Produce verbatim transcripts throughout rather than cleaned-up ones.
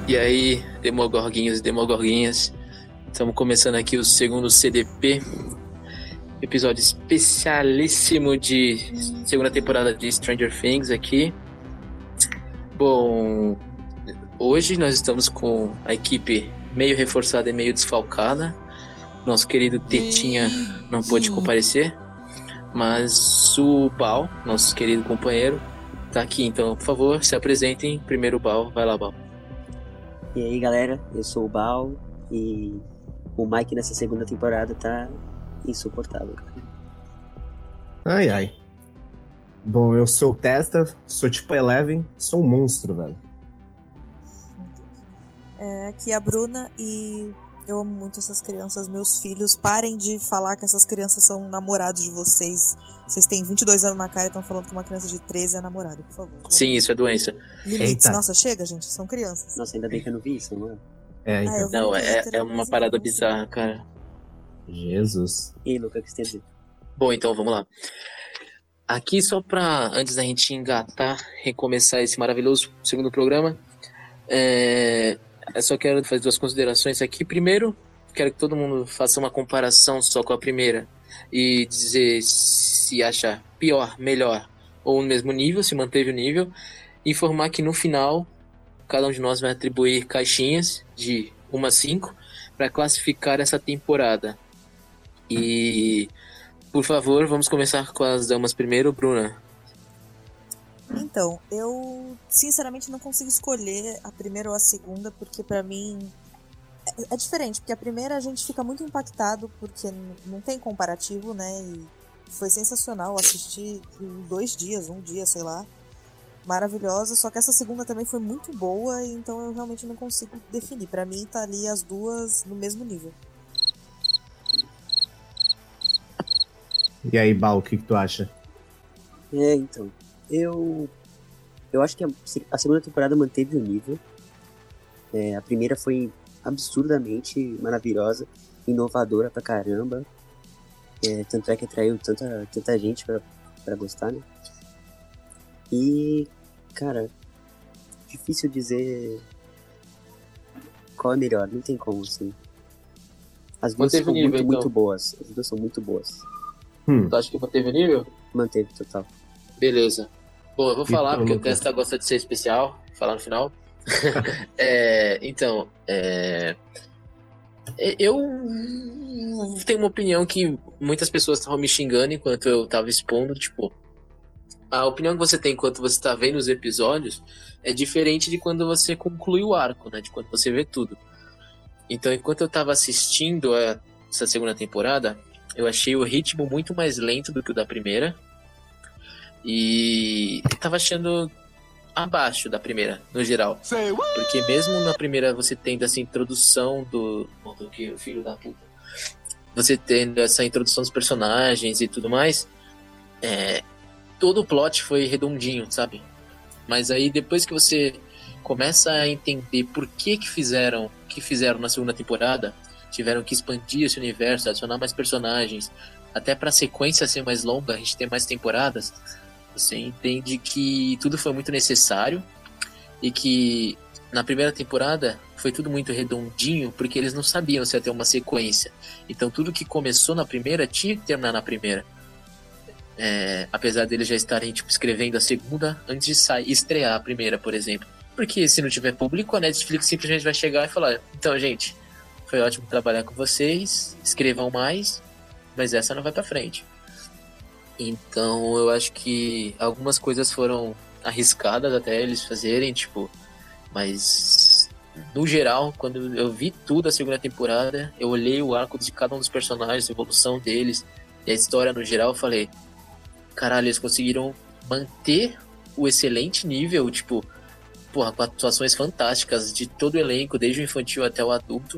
E aí, Demogorguinhos e Demogorguinhas, estamos começando aqui o segundo C D P, episódio especialíssimo de segunda temporada de Stranger Things aqui. Bom, hoje nós estamos com a equipe meio reforçada e meio desfalcada. Nosso querido Tetinha não pôde comparecer, mas o Bal, nosso querido companheiro, tá aqui. Então, por favor, se apresentem. Primeiro o Bal, vai lá, Bal. E aí, galera, eu sou o Bal e o Mike nessa segunda temporada tá insuportável, cara. Ai, ai. Bom, eu sou o Testa, sou tipo Eleven, sou um monstro, velho. É, aqui é a Bruna e eu amo muito essas crianças, meus filhos. Parem de falar que essas crianças são namorados de vocês. Vocês têm vinte e dois anos na cara e estão falando que uma criança de treze é namorada, por favor. Sim, isso é doença. Limites. Eita. Nossa, chega, gente, são crianças. Nossa, ainda bem que eu não vi isso, mano. É, Ah, então. eu vi Não, no é, Twitter, é uma mas parada enfim. bizarra, cara. Jesus. E aí, Luca, o que você tem a dizer? Bom, então vamos lá. Aqui só pra, antes da gente engatar, recomeçar esse maravilhoso segundo programa, é, eu só quero fazer duas considerações aqui. Primeiro, quero que todo mundo faça uma comparação só com a primeira e dizer se acha pior, melhor ou no mesmo nível, se manteve o nível. Informar que no final, cada um de nós vai atribuir caixinhas de uma a cinco para classificar essa temporada. E, por favor, vamos começar com as damas primeiro. Bruna. Então, eu sinceramente não consigo escolher a primeira ou a segunda, porque pra mim é, é diferente, porque a primeira a gente fica muito impactado, porque n- não tem comparativo, né? E foi sensacional assistir em dois dias, um dia, sei lá. Maravilhosa, só que essa segunda também foi muito boa, então eu realmente não consigo definir. Pra mim tá ali as duas no mesmo nível. E aí, Bal, o que, que tu acha? É, então, eu... Eu acho que a, a segunda temporada manteve o nível. É, a primeira foi absurdamente maravilhosa, inovadora pra caramba. É, tanto é que atraiu tanta, tanta gente pra, pra gostar, né? E, cara, difícil dizer qual é melhor, não tem como, assim. As duas Manteve são o nível, muito, então. muito boas. As duas são muito boas. Hum, Tu acha que manteve o nível? Manteve total. Beleza. Bom, eu vou E falar tu, porque o Lucas? Testa gosta de ser especial, falar no final. É, então, é, eu tenho uma opinião que muitas pessoas estavam me xingando enquanto eu tava expondo, tipo, a opinião que você tem enquanto você tá vendo os episódios é diferente de quando você conclui o arco, né? De quando você vê tudo. Então, enquanto eu tava assistindo a- essa segunda temporada, eu achei o ritmo muito mais lento do que o da primeira. E eu tava achando abaixo da primeira, no geral. Porque mesmo na primeira você tendo essa introdução do... do que o filho da puta. Você tendo essa introdução dos personagens e tudo mais, é, todo o plot foi redondinho, sabe? Mas aí depois que você começa a entender por que que fizeram o que fizeram na segunda temporada, tiveram que expandir esse universo, adicionar mais personagens, até pra sequência ser mais longa, a gente ter mais temporadas, você entende que tudo foi muito necessário e que na primeira temporada foi tudo muito redondinho porque eles não sabiam se ia ter uma sequência. Então tudo que começou na primeira tinha que terminar na primeira. É, apesar deles já estarem tipo, escrevendo a segunda antes de sair, estrear a primeira, por exemplo. Porque se não tiver público, a Netflix simplesmente vai chegar e falar: então, gente, foi ótimo trabalhar com vocês, escrevam mais, mas essa não vai pra frente. Então eu acho que algumas coisas foram arriscadas até eles fazerem, tipo, mas no geral, quando eu vi tudo a segunda temporada, eu olhei o arco de cada um dos personagens, a evolução deles e a história no geral, eu falei: caralho, eles conseguiram manter o excelente nível, tipo, porra, com atuações fantásticas de todo o elenco, desde o infantil até o adulto.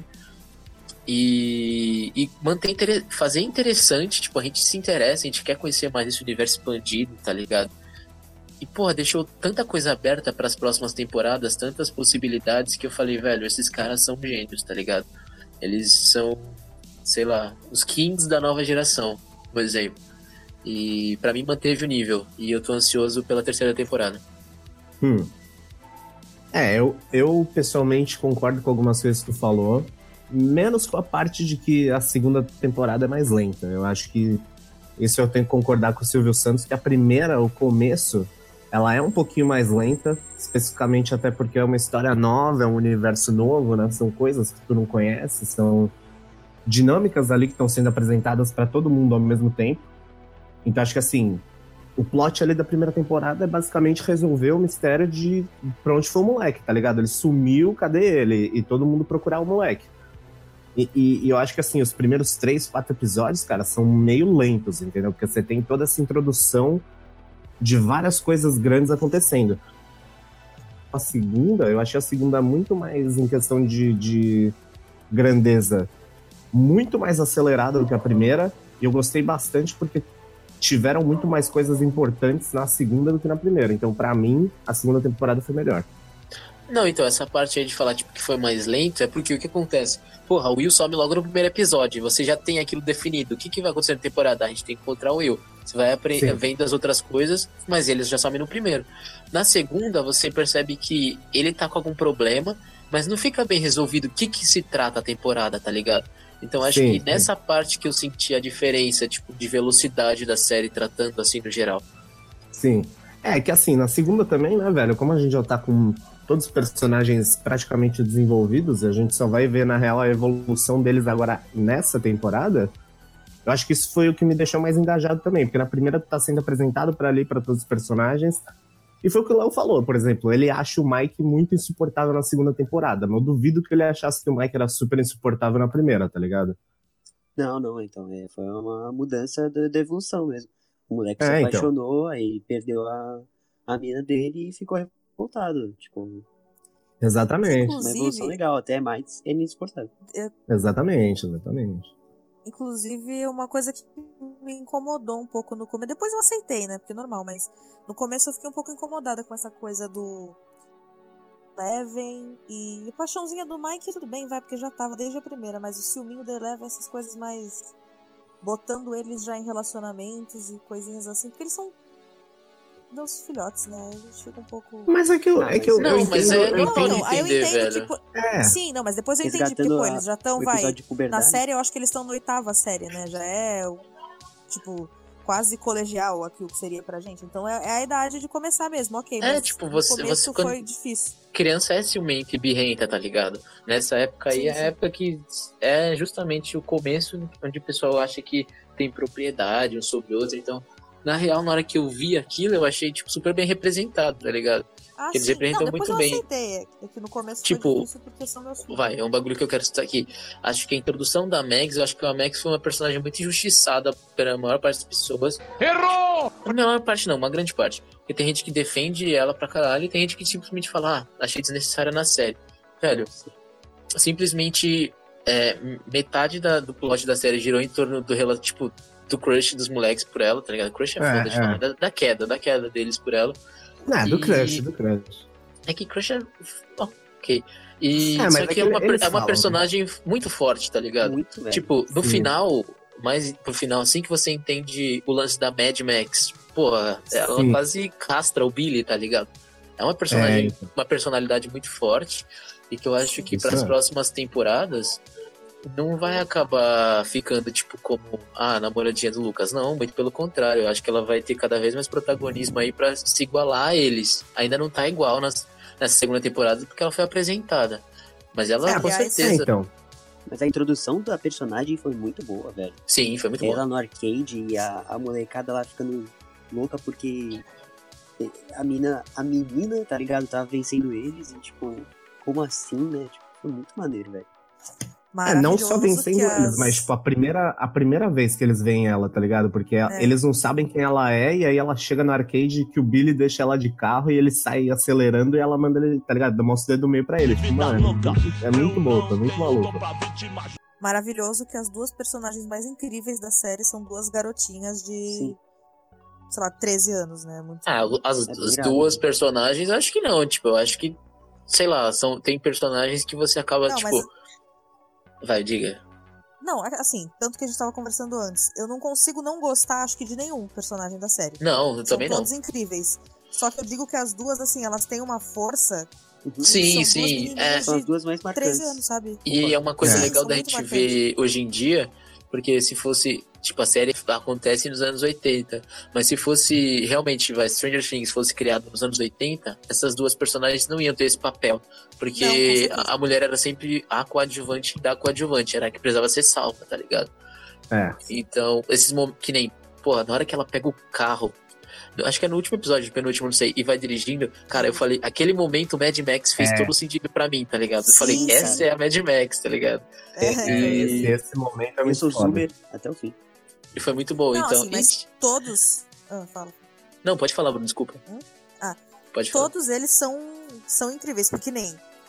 E, e manter inter... fazer interessante, tipo, a gente se interessa, a gente quer conhecer mais esse universo expandido, tá ligado? E, porra, deixou tanta coisa aberta pras próximas temporadas, tantas possibilidades, que eu falei, velho, esses caras são gênios, tá ligado? Eles são, sei lá, os kings da nova geração, por exemplo. E pra mim manteve o nível, e eu tô ansioso pela terceira temporada. Hum, É, eu, eu pessoalmente concordo com algumas coisas que tu falou, menos com a parte de que a segunda temporada é mais lenta. Eu acho que isso eu tenho que concordar com o Silvio Santos, que a primeira, o começo, ela é um pouquinho mais lenta, especificamente até porque é uma história nova, é um universo novo, né? São coisas que tu não conhece, são dinâmicas ali que estão sendo apresentadas para todo mundo ao mesmo tempo. Então acho que assim, o plot ali da primeira temporada é basicamente resolver o mistério de pra onde foi o moleque, tá ligado? Ele sumiu, cadê ele? E todo mundo procurar o moleque. E, e, e eu acho que assim, os primeiros três, quatro episódios, cara, são meio lentos, entendeu? Porque você tem toda essa introdução de várias coisas grandes acontecendo. A segunda, eu achei a segunda muito mais em questão de, de grandeza, muito mais acelerada do que a primeira, e eu gostei bastante porque tiveram muito mais coisas importantes na segunda do que na primeira. Então, pra mim, a segunda temporada foi melhor. Não, então, essa parte aí de falar tipo, que foi mais lento é porque o que acontece? Porra, o Will some logo no primeiro episódio, você já tem aquilo definido. O que, que vai acontecer na temporada? A gente tem que encontrar o Will. Você vai aprender, vendo as outras coisas, mas eles já somem no primeiro. Na segunda, você percebe que ele tá com algum problema, mas não fica bem resolvido o que, que se trata a temporada, tá ligado? Então acho sim, que sim. Nessa parte que eu senti a diferença, tipo, de velocidade da série tratando assim no geral. Sim. É que assim, na segunda também, né, velho, como a gente já tá com todos os personagens praticamente desenvolvidos, a gente só vai ver, na real, a evolução deles agora nessa temporada. Eu acho que isso foi o que me deixou mais engajado também, porque na primeira tá sendo apresentado pra ali, pra todos os personagens, e foi o que o Léo falou, por exemplo, ele acha o Mike muito insuportável na segunda temporada, mas eu duvido que ele achasse que o Mike era super insuportável na primeira, tá ligado? Não, não, então, é, foi uma mudança da, da evolução mesmo. O moleque é, se apaixonou, então. Aí perdeu a, a mina dele e ficou revoltado, tipo... Exatamente. Uma evolução legal, até mais ele insuportável. Eu... Exatamente, exatamente. Inclusive, uma coisa que me incomodou um pouco no começo. Depois eu aceitei, né? Porque é normal, mas no começo eu fiquei um pouco incomodada com essa coisa do Eleven e a paixãozinha do Mike, tudo bem, vai, porque já tava desde a primeira, mas o ciúminho do Eleven, essas coisas mais botando eles já em relacionamentos e coisinhas assim, porque eles são meus filhotes, né? A gente fica um pouco... Mas é que eu, é que eu, não, eu mas entendo, é, eu não, entendo, não, aí eu entender, entendo, velho. tipo... É. Sim, não, mas depois eu entendi, porque, pô, eles já estão, vai... Na série, eu acho que eles estão na oitava série, né? Já é, tipo, quase colegial aquilo que seria pra gente. Então é, é a idade de começar mesmo, ok. É, mas tipo, você... no começo você foi difícil. Criança é ciumenta e birrenta, tá ligado? Nessa época aí, sim, é a época que é justamente o começo onde o pessoal acha que tem propriedade um sobre o outro, então... Na real, na hora que eu vi aquilo, eu achei, tipo, super bem representado, tá ligado? Ah, eles sim. representam não, muito eu bem. Aceitei. É que no começo tipo, foi difícil porque são meus filhos. Vai, é um bagulho que eu quero citar aqui. Acho que a introdução da Max, eu acho que a Max foi uma personagem muito injustiçada pela maior parte das pessoas. Errou! Não, a maior parte não, uma grande parte. Porque tem gente que defende ela pra caralho e tem gente que simplesmente fala, ah, achei desnecessária na série. Velho, simplesmente é, metade da, do plot da série girou em torno do, tipo, do crush dos moleques por ela, tá ligado? Crush é, é foda de é. falar, da, da queda, da queda deles por ela. Não, é e... do crush, do crush. É que crush é... Oh, ok. E é, só é que, que é uma, eles é uma falam, personagem né? muito forte, tá ligado? Muito, velho. Tipo, no Sim. final, mais pro final, assim que você entende o lance da Mad Max, porra, ela Sim. quase castra o Billy, tá ligado? É uma personagem, é, então. uma personalidade muito forte e que eu acho que para as é. próximas temporadas não vai acabar ficando, tipo, como a namoradinha do Lucas. Não, muito pelo contrário. Eu acho que ela vai ter cada vez mais protagonismo aí pra se igualar a eles. Ainda não tá igual nas, nessa segunda temporada, porque ela foi apresentada. Mas ela, é, com certeza... É, então. Mas a introdução da personagem foi muito boa, velho. Sim, foi muito boa. Ela no arcade e a, a molecada lá ficando louca porque a, mina, a menina, tá ligado, tava vencendo eles e, tipo, como assim, né? Tipo, foi muito maneiro, velho. É, não só vencendo eles, as... mas tipo, a primeira, a primeira vez que eles veem ela, tá ligado? Porque é. eles não sabem quem ela é, e aí ela chega no arcade que o Billy deixa ela de carro e ele sai acelerando e ela manda ele, tá ligado? Mostra o dedo do meio pra ele. Tipo, mano, é muito bom, tá muito maluco. Maravilhoso que as duas personagens mais incríveis da série são duas garotinhas de, Sim. sei lá, treze anos, né? Muito ah, as, é as duas personagens, acho que não, tipo, eu acho que, sei lá, são, tem personagens que você acaba, não, tipo... Mas... Vai, diga. Não, assim, tanto que a gente tava conversando antes. Eu não consigo não gostar, acho que, de nenhum personagem da série. Não, eu também não. São todos incríveis. Só que eu digo que as duas, assim, elas têm uma força Uhum. Sim, São duas sim. menininhas É. de São as duas mais marcantes. treze anos, sabe? E é uma coisa É. legal São da muito gente marcantes. ver hoje em dia, porque se fosse, tipo, a série acontece nos anos oitenta, mas se fosse realmente, vai, Stranger Things fosse criado nos anos oitenta, essas duas personagens não iam ter esse papel, Não, com porque certeza. a a mulher era sempre a coadjuvante da coadjuvante, era a que precisava ser salva, tá ligado? É. Então, esses momentos, que nem, porra, na hora que ela pega o carro, acho que é no último episódio, penúltimo, não sei, e vai dirigindo, cara, eu falei, aquele momento o Mad Max fez É. todo sentido pra mim, tá ligado? Eu Sim, falei, sim. essa é a Mad Max, tá ligado? É, É, então, esse, esse momento é Eu muito sou foda. super até o fim. E foi muito bom, Não, então. assim, mas todos. Ah, fala. Não, pode falar, Bruno, desculpa. Hum? Ah, pode falar. Todos eles são, são incríveis, porque nem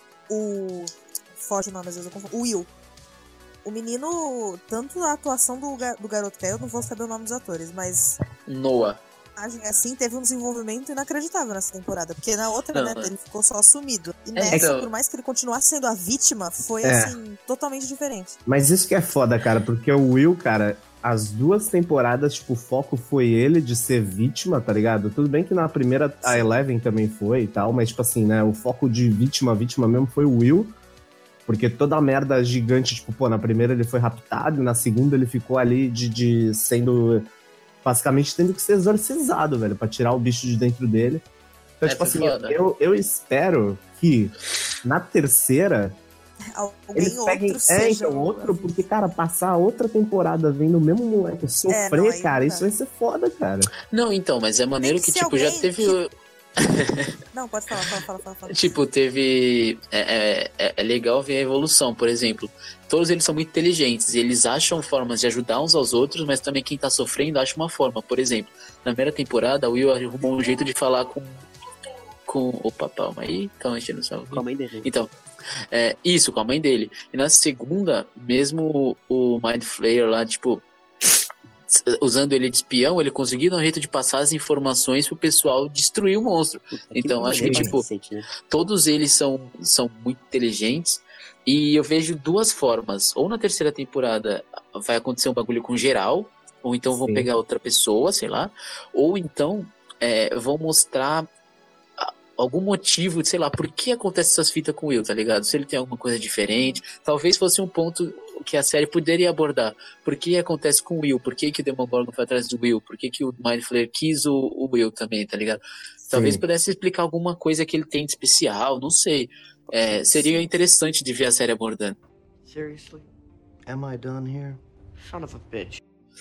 o. Foge o nome, às vezes eu confundo. O Will. O menino, tanto a atuação do, ga- do garoto, que aí eu não vou saber o nome dos atores, mas Noah. a personagem, assim, teve um desenvolvimento inacreditável nessa temporada. Porque na outra, Não, né, é. ele ficou só sumido. E É, nessa, então- por mais que ele continuasse sendo a vítima, foi, É. assim, totalmente diferente. Mas isso que é foda, cara, porque o Will, cara, as duas temporadas, tipo, o foco foi ele de ser vítima, tá ligado? Tudo bem que na primeira a Sim. Eleven também foi e tal, mas, tipo assim, né, o foco de vítima, vítima mesmo foi o Will, porque toda a merda gigante, tipo, pô, na primeira ele foi raptado, na segunda ele ficou ali de, de sendo, basicamente, tendo que ser exorcizado, velho, pra tirar o bicho de dentro dele. Então, É, tipo foi assim, foda. eu, eu espero que na terceira Alguém eles peguem. outro É, seja então, o- outro, porque, cara, passar outra temporada vendo o mesmo moleque sofrer, não, aí cara, não isso dá. vai ser foda, cara. Não, então, mas é maneiro que que, ser tipo, já alguém teve. que- o- Não, pode falar, fala, fala, fala. fala. Tipo, teve. É, é, é legal ver a evolução, por exemplo. Todos eles são muito inteligentes e eles acham formas de ajudar uns aos outros, mas também quem tá sofrendo acha uma forma. Por exemplo, na primeira temporada, o Will arrumou um jeito de falar com. com. Opa, palma aí, então enchendo o saco. Com a mãe dele. Então, é, isso, com a mãe dele. E na segunda, mesmo o Mind Flayer lá, tipo, usando ele de espião, ele conseguiu dar um jeito de passar as informações pro pessoal destruir o monstro. Então, acho que, maneiro pra tipo, cacete, né? todos eles são, são muito inteligentes. E eu vejo duas formas. Ou na terceira temporada vai acontecer um bagulho com geral, ou então vão Sim. pegar outra pessoa, sei lá. Ou então é, vão mostrar a- algum motivo, sei lá, por que acontece essas fitas com o Will, tá ligado? Se ele tem alguma coisa diferente. Talvez fosse um ponto que a série poderia abordar. Por que acontece com o Will? Por que, que o Demogorgon foi atrás do Will? Por que, que o Mind Flayer quis o, o Will também, tá ligado? Talvez Sim. pudesse explicar alguma coisa que ele tem de especial, não sei. É, seria interessante de ver a série abordando. Seriously? Am I done here? Son of a bitch.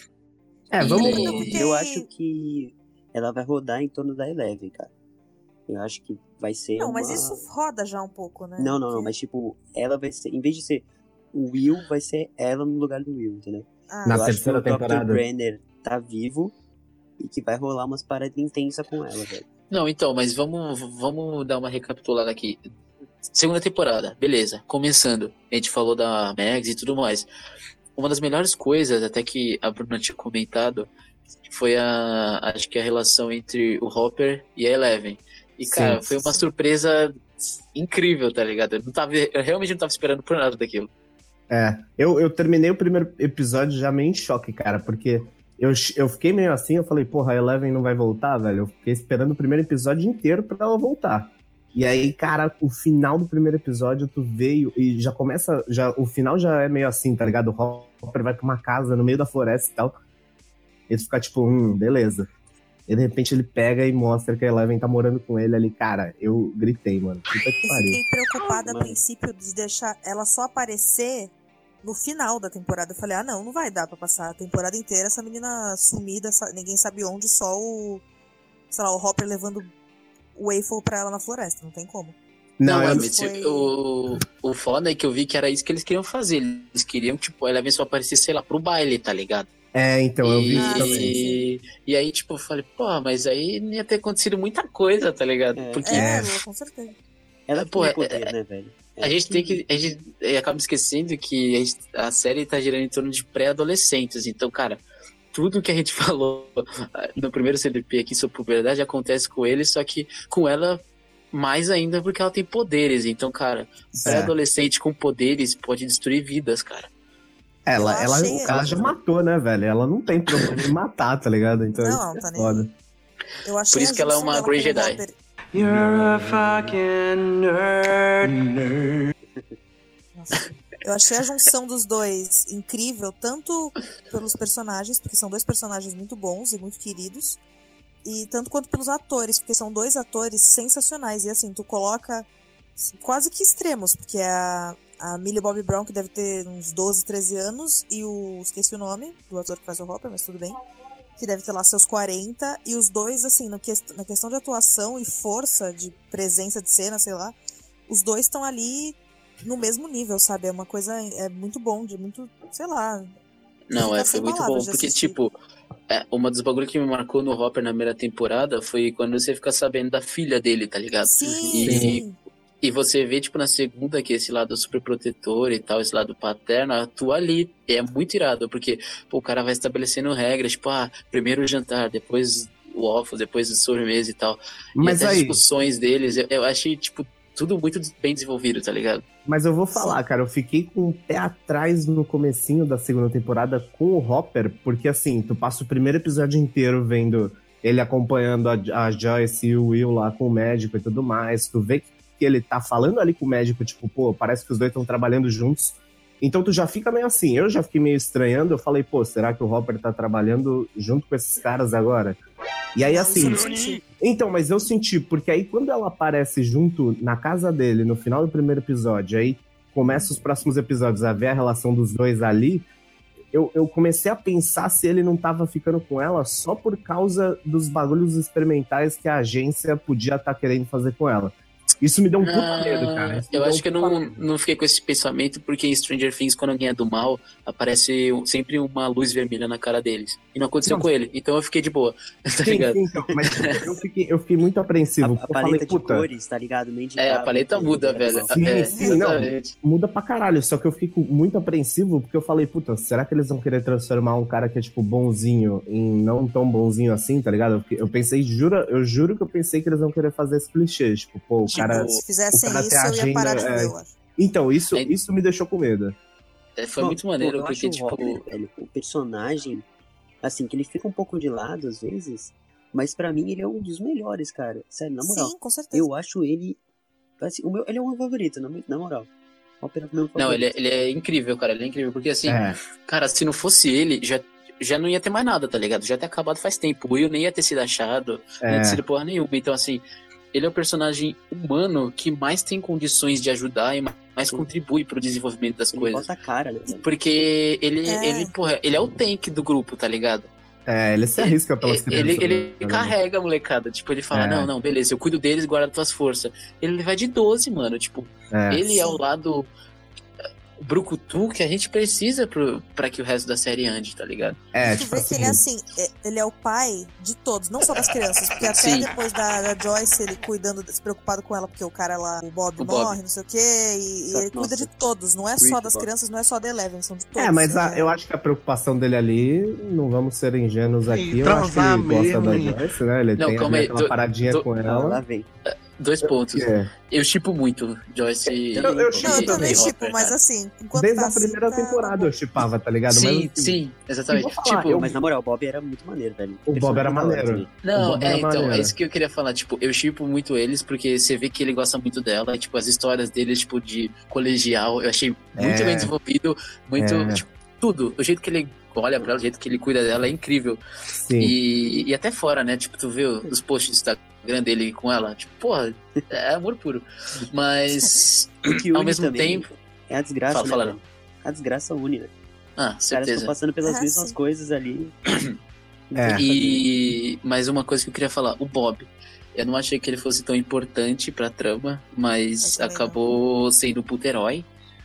É, vamos. E- Não, porque- Eu acho que ela vai rodar em torno da Eleven, cara. Eu acho que vai ser Não, uma... mas isso roda já um pouco, né? Não, não, não, Porque- mas tipo, ela vai ser... Em vez de ser o Will, vai ser ela no lugar do Will, entendeu? Ah, Na Eu acho que terceira o doutor temporada. Brenner tá vivo e que vai rolar umas paradas intensas com ela, velho. Não, então, mas vamos, vamos dar uma recapitulada aqui. Segunda temporada, beleza, começando. A gente falou da Mags e tudo mais. Uma das melhores coisas, até que a Bruna tinha comentado, foi a, acho que a relação entre o Hopper e a Eleven. E, cara, Sim, foi uma sim. surpresa incrível, tá ligado? Eu, não tava, eu realmente não tava esperando por nada daquilo. É, eu, eu terminei o primeiro episódio já meio em choque, cara, porque eu, eu fiquei meio assim, eu falei, porra, a Eleven não vai voltar, velho? Eu fiquei esperando o primeiro episódio inteiro pra ela voltar. E aí, cara, o final do primeiro episódio, tu veio e já começa, já, o final já é meio assim, tá ligado? O Hopper vai pra uma casa no meio da floresta e tal. E tu fica tipo, hum, beleza. E de repente ele pega e mostra que a Eleven tá morando com ele ali. Cara, eu gritei, mano. Puta que Eu pariu. fiquei preocupada a Mano. princípio de deixar ela só aparecer no final da temporada. Eu falei, ah, não, não vai dar pra passar a temporada inteira essa menina sumida, sa- ninguém sabe onde, só o, sei lá, o Hopper levando o Waffle pra ela na floresta, não tem como. Não, Não, é, eu- mas foi- o, o foda é que eu vi que era isso que eles queriam fazer. Eles queriam, tipo, a Eleven só aparecer, sei lá, pro baile, tá ligado? É, então, eu vi e, isso Ah, também. e, e aí, tipo, eu falei, pô, mas aí não ia ter acontecido muita coisa, tá ligado? É. Porque É, É. Lua, com certeza. Ela Pô, tem é- poder, né, velho? a gente tem que. A gente eh, acaba esquecendo que a, gente- a série tá girando em torno de pré-adolescentes. Então, cara, tudo que a gente falou ah, no primeiro C D P aqui sobre puberdade acontece com ele, só que com ela mais ainda porque ela tem poderes. Então, cara, um pré-adolescente com poderes pode destruir vidas, cara. Ela, Eu ela, achei- ela já matou, né, velho? Ela não tem problema de matar, tá ligado? Então Não, isso não é tá nem foda. Eu achei Por isso a que ela é junção uma dela Grey com o Jedi. Hopper You're a fucking nerd. nerd. Nossa. Eu achei a junção dos dois incrível, tanto pelos personagens, porque são dois personagens muito bons e muito queridos, e tanto quanto pelos atores, porque são dois atores sensacionais. E assim, tu coloca quase que extremos, porque a, a Millie Bobby Brown, que deve ter uns doze, treze anos, e o... esqueci o nome do ator que faz o Hopper, mas tudo bem, que deve ter lá seus quarenta, e os dois, assim, no que, na questão de atuação e força, de presença de cena, sei lá, os dois estão ali no mesmo nível, sabe? É uma coisa, é muito bom, de muito, sei lá... Não, é, foi muito bom, porque, tipo, é, uma dos bagulhos que me marcou no Hopper na primeira temporada foi quando você fica sabendo da filha dele, tá ligado? Sim, e, sim. E você vê, tipo, na segunda, que esse lado super protetor e tal, esse lado paterno, atua ali. É muito irado, porque pô, o cara vai estabelecendo regras, tipo, ah, primeiro o jantar, depois o almoço, depois o sobremesa e tal. Mas e até aí... as discussões deles, eu, eu achei, tipo, tudo muito bem desenvolvido, tá ligado? Mas eu vou falar, cara, eu fiquei com o pé atrás no comecinho da segunda temporada com o Hopper, porque assim, tu passa o primeiro episódio inteiro vendo ele acompanhando a, a Joyce e o Will lá com o médico e tudo mais, tu vê que que ele tá falando ali com o médico, tipo, pô, parece que os dois estão trabalhando juntos. Então tu já fica meio assim, eu já fiquei meio estranhando, eu falei, pô, será que o Hopper tá trabalhando junto com esses caras agora? E aí assim, então, mas eu senti, porque aí quando ela aparece junto na casa dele, no final do primeiro episódio, aí começa os próximos episódios a ver a relação dos dois ali, eu, eu comecei a pensar se ele não tava ficando com ela só por causa dos bagulhos experimentais que a agência podia estar tá querendo fazer com ela. Isso me deu um puta ah, medo, cara. Isso eu acho que eu não, não fiquei com esse pensamento, porque em Stranger Things, quando alguém é do mal, aparece sempre uma luz vermelha na cara deles. E não aconteceu não. com ele, então eu fiquei de boa, tá sim, ligado? Sim, então, mas eu fiquei, eu fiquei muito apreensivo. A, a paleta falei, de puta, cores, tá ligado? Meio de é, a paleta muda, velho. Sim, é, sim, não, muda pra caralho. Só que eu fico muito apreensivo, porque eu falei, puta, será que eles vão querer transformar um cara que é, tipo, bonzinho em não tão bonzinho assim, tá ligado? Eu, eu pensei, jura, eu juro que eu pensei que eles vão querer fazer esse clichê. Tipo, pô, o tipo, cara... Se fizessem isso, agenda, eu ia parar de ver, é... eu acho. Então, isso, é... isso me deixou com medo. É, foi Bom, muito maneiro, pô, porque, tipo... Hopper, velho, o personagem, assim, que ele fica um pouco de lado às vezes, mas pra mim ele é um dos melhores, cara. Sério, na moral. Sim, com certeza. Eu acho ele... Assim, o meu, ele é o meu favorito, na, na moral. Hopper é o meu favorito. Não, ele é, ele é incrível, cara. Ele é incrível, porque assim... É. Cara, se não fosse ele, já... já não ia ter mais nada, tá ligado? Já ia ter acabado faz tempo. O Will nem ia ter sido achado, é. nem ia ter sido porra nenhuma. Então, assim, ele é o personagem humano que mais tem condições de ajudar e mais Sim. contribui pro desenvolvimento das ele coisas. Bota a cara, né? Porque ele, é. ele, porra, ele é o tank do grupo, tá ligado? É, ele se arrisca pelas crianças. Ele, ele né? carrega a molecada. Tipo, ele fala, é. não, não, beleza, eu cuido deles, guarda tuas forças. Ele vai de doze, mano. Tipo, é. ele Sim. é o lado... brucutu que a gente precisa pro, pra que o resto da série ande, tá ligado? É, tu tipo vê assim... que ele é assim, ele é o pai de todos, não só das crianças, porque até Sim. depois da, da Joyce, ele cuidando, se preocupado com ela, porque o cara lá, o Bob o morre, Bob. não sei o quê, e, e ele Nossa. cuida de todos, não é só das Bob. crianças, não é só da Eleven, são de todos. É, mas a, eu acho que a preocupação dele ali, não vamos ser ingênuos aqui, eu acho que ele gosta da Joyce, né? Ele não, tem ali, aquela do, paradinha do, com ela. Lá vem. Dois pontos. É. Eu shippo muito Joyce e... Eu, eu, eu, não, eu também shippo, mas assim... Desde tá a primeira assim, temporada tá... eu shippava, tá ligado? Sim, mas, sim, exatamente. Falar, tipo, eu... Mas na moral, o Bob era muito maneiro, velho. O, o Bob era maneiro. Não, é, era então, maneiro. é isso que eu queria falar. Tipo, eu shippo muito eles porque você vê que ele gosta muito dela. Tipo, as histórias dele, tipo, de colegial, eu achei muito é. bem desenvolvido. Muito, é. tipo, tudo. O jeito que ele olha pra ela, o jeito que ele cuida dela é incrível. Sim. E, e até fora, né? Tipo, tu vê os posts do Instagram dele com ela. Tipo, porra, é amor puro. Mas, ao mesmo tempo... É a desgraça, fala, né? Fala, não. A desgraça une, né? Ah, Os certeza. caras estão passando pelas ah, mesmas sim. coisas ali. É. E mais uma coisa que eu queria falar, o Bob. Eu não achei que ele fosse tão importante pra trama, mas acabou sendo um puto herói.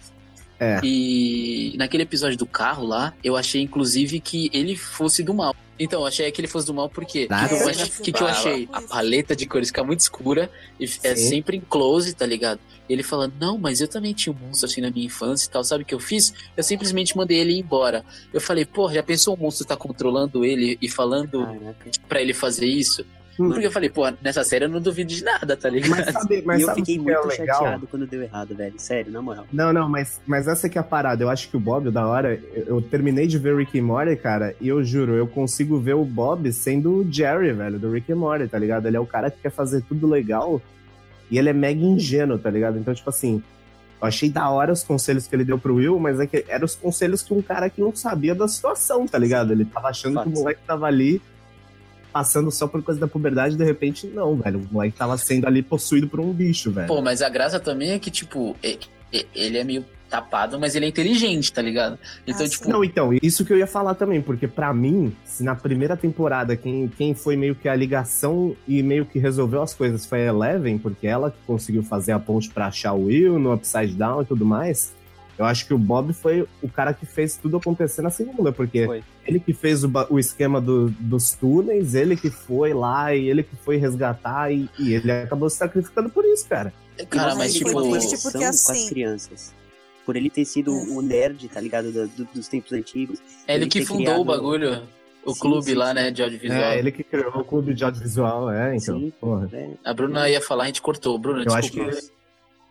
É. E naquele episódio do carro lá, eu achei inclusive que ele fosse do mal. Então, eu achei que ele fosse do mal porque o é, que, que, que eu achei? A paleta de cores fica muito escura e Sim. é sempre em close, tá ligado? Ele falando, não, mas eu também tinha um monstro assim na minha infância e tal. Sabe o que eu fiz? Eu simplesmente mandei ele ir embora. Eu falei, pô, já pensou o monstro tá controlando ele e falando Caraca. pra ele fazer isso? Porque eu falei, pô, nessa série eu não duvido de nada, tá ligado? Mas sabe, mas e eu sabe fiquei o que é muito legal? chateado quando deu errado, velho. Sério, na moral. Não, não, mas, mas essa que é a parada. Eu acho que o Bob, o da hora, eu, eu terminei de ver Rick and Morty, cara, e eu juro, eu consigo ver o Bob sendo o Jerry, velho, do Rick and Morty, tá ligado? Ele é o cara que quer fazer tudo legal e ele é mega ingênuo, tá ligado? Então, tipo assim, eu achei da hora os conselhos que ele deu pro Will, mas é que eram os conselhos que um cara que não sabia da situação, tá ligado? Ele tava achando Fato. que o moleque tava ali passando só por coisa da puberdade, de repente, não, velho. O moleque tava sendo ali possuído por um bicho, velho. Pô, mas a graça também é que, tipo, ele é meio tapado, mas ele é inteligente, tá ligado? Então, Ah, tipo... Não, então, isso que eu ia falar também, porque pra mim, se na primeira temporada quem, quem foi meio que a ligação e meio que resolveu as coisas foi a Eleven, porque ela que conseguiu fazer a ponte pra achar o Will no Upside Down e tudo mais, eu acho que o Bob foi o cara que fez tudo acontecer na segunda, porque Foi. ele que fez o, ba- o esquema do- dos túneis, ele que foi lá e ele que foi resgatar e, e ele acabou se sacrificando por isso, cara. Cara, E mas, ele tipo... foi uma triste conexão porque, com assim- as crianças. Por ele ter sido o nerd, tá ligado? Do- do- dos tempos antigos. É ele Ele que ter fundou criado- o bagulho, o Sim, clube sim, lá, sim. né, de audiovisual. É, ele que criou o clube de audiovisual, é, então. Sim, Porra. é. A Bruna ia falar, a gente cortou. Bruna, Eu acho desculpa. que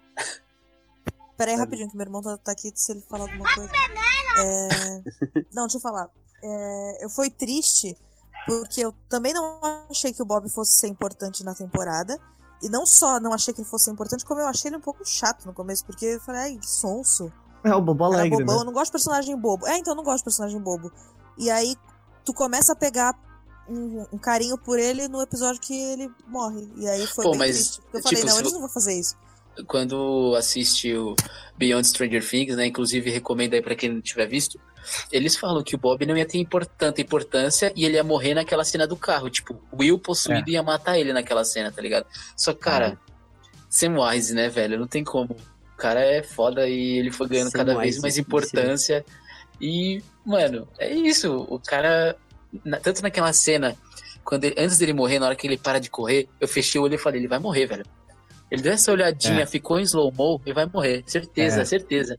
Pera aí rapidinho, que meu irmão tá, tá aqui, se ele falar alguma coisa. É... Não, deixa eu falar. É... Eu fui triste porque eu também não achei que o Bob fosse ser importante na temporada. E não só não achei que ele fosse ser importante, como eu achei ele um pouco chato no começo, porque eu falei, ai, que sonso. é o Bobo Cara Alegre, bobão, né? eu não gosto de personagem bobo. É, então eu não gosto de personagem bobo. E aí tu começa a pegar um, um carinho por ele no episódio que ele morre. E aí foi Pô, bem mas, triste. Porque eu tipo, falei, não, se eles vo- não vão fazer isso. Quando assiste o Beyond Stranger Things, né, inclusive recomendo aí pra quem não tiver visto, eles falam que o Bob não ia ter import- tanta importância e ele ia morrer naquela cena do carro, tipo, o Will possuído É. ia matar ele naquela cena, tá ligado? Só que, cara, Samwise, né, velho, não tem como. O cara é foda e ele foi ganhando cada Samwise, vez mais isso. importância e, mano, é isso, o cara, na- tanto naquela cena, quando ele- antes dele morrer, na hora que ele para de correr, eu fechei o olho e falei, ele vai morrer, velho. Ele deu essa olhadinha, É. ficou em slow-mo e vai morrer. Certeza, É. certeza.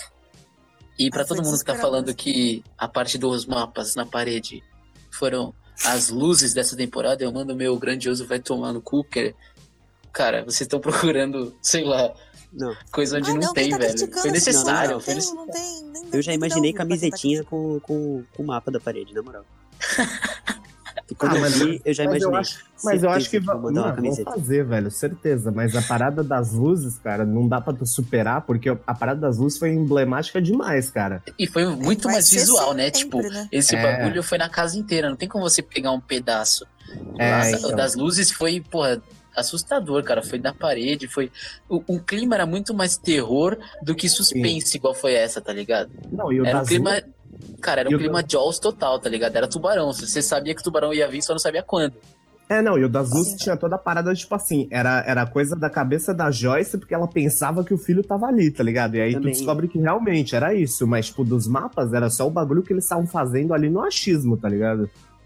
E pra Ah, foi todo mundo que tá desesperador. falando que a parte dos mapas na parede foram as luzes dessa temporada, eu mando meu grandioso vai tomar no cu, que, cara, vocês estão procurando, sei lá, Não. coisa onde Ah, não, não, tem, quem tá velho. criticando Foi essa necessário. não, Foi Não nece- tem, não tem, nem- Eu já nem imaginei dá ouvido pra quem tá camisetinha com, com, com o mapa da parede, na moral. E Ah, quando eu mas- vi, eu já Mas eu imaginei. acho, mas eu acho que Certeza va- vou mandar uma não, vão camiseta. fazer, velho, certeza. Mas a parada das luzes, cara, não dá pra tu superar, porque a parada das luzes foi emblemática demais, cara. E foi muito Vai mais ser visual, né? sempre, Tipo, né? esse É. bagulho foi na casa inteira, não tem como você pegar um pedaço. É, Lá, então. das luzes foi, porra, assustador, cara. Foi na parede, foi. O, o clima era muito mais terror do que suspense, igual foi essa, tá ligado? Não, e o Era um das clima. luzes- Cara, era E um o clima Jaws total, tá ligado? Era tubarão. Você sabia que o tubarão ia vir, só não sabia quando. É, não, e o das luzes Sim. tinha toda a parada, tipo assim, era, era coisa da cabeça da Joyce, porque ela pensava que o filho tava ali, tá ligado? E aí Também. tu descobre que realmente era isso, mas, tipo, dos mapas era só o bagulho que eles estavam fazendo ali no achismo, tá ligado?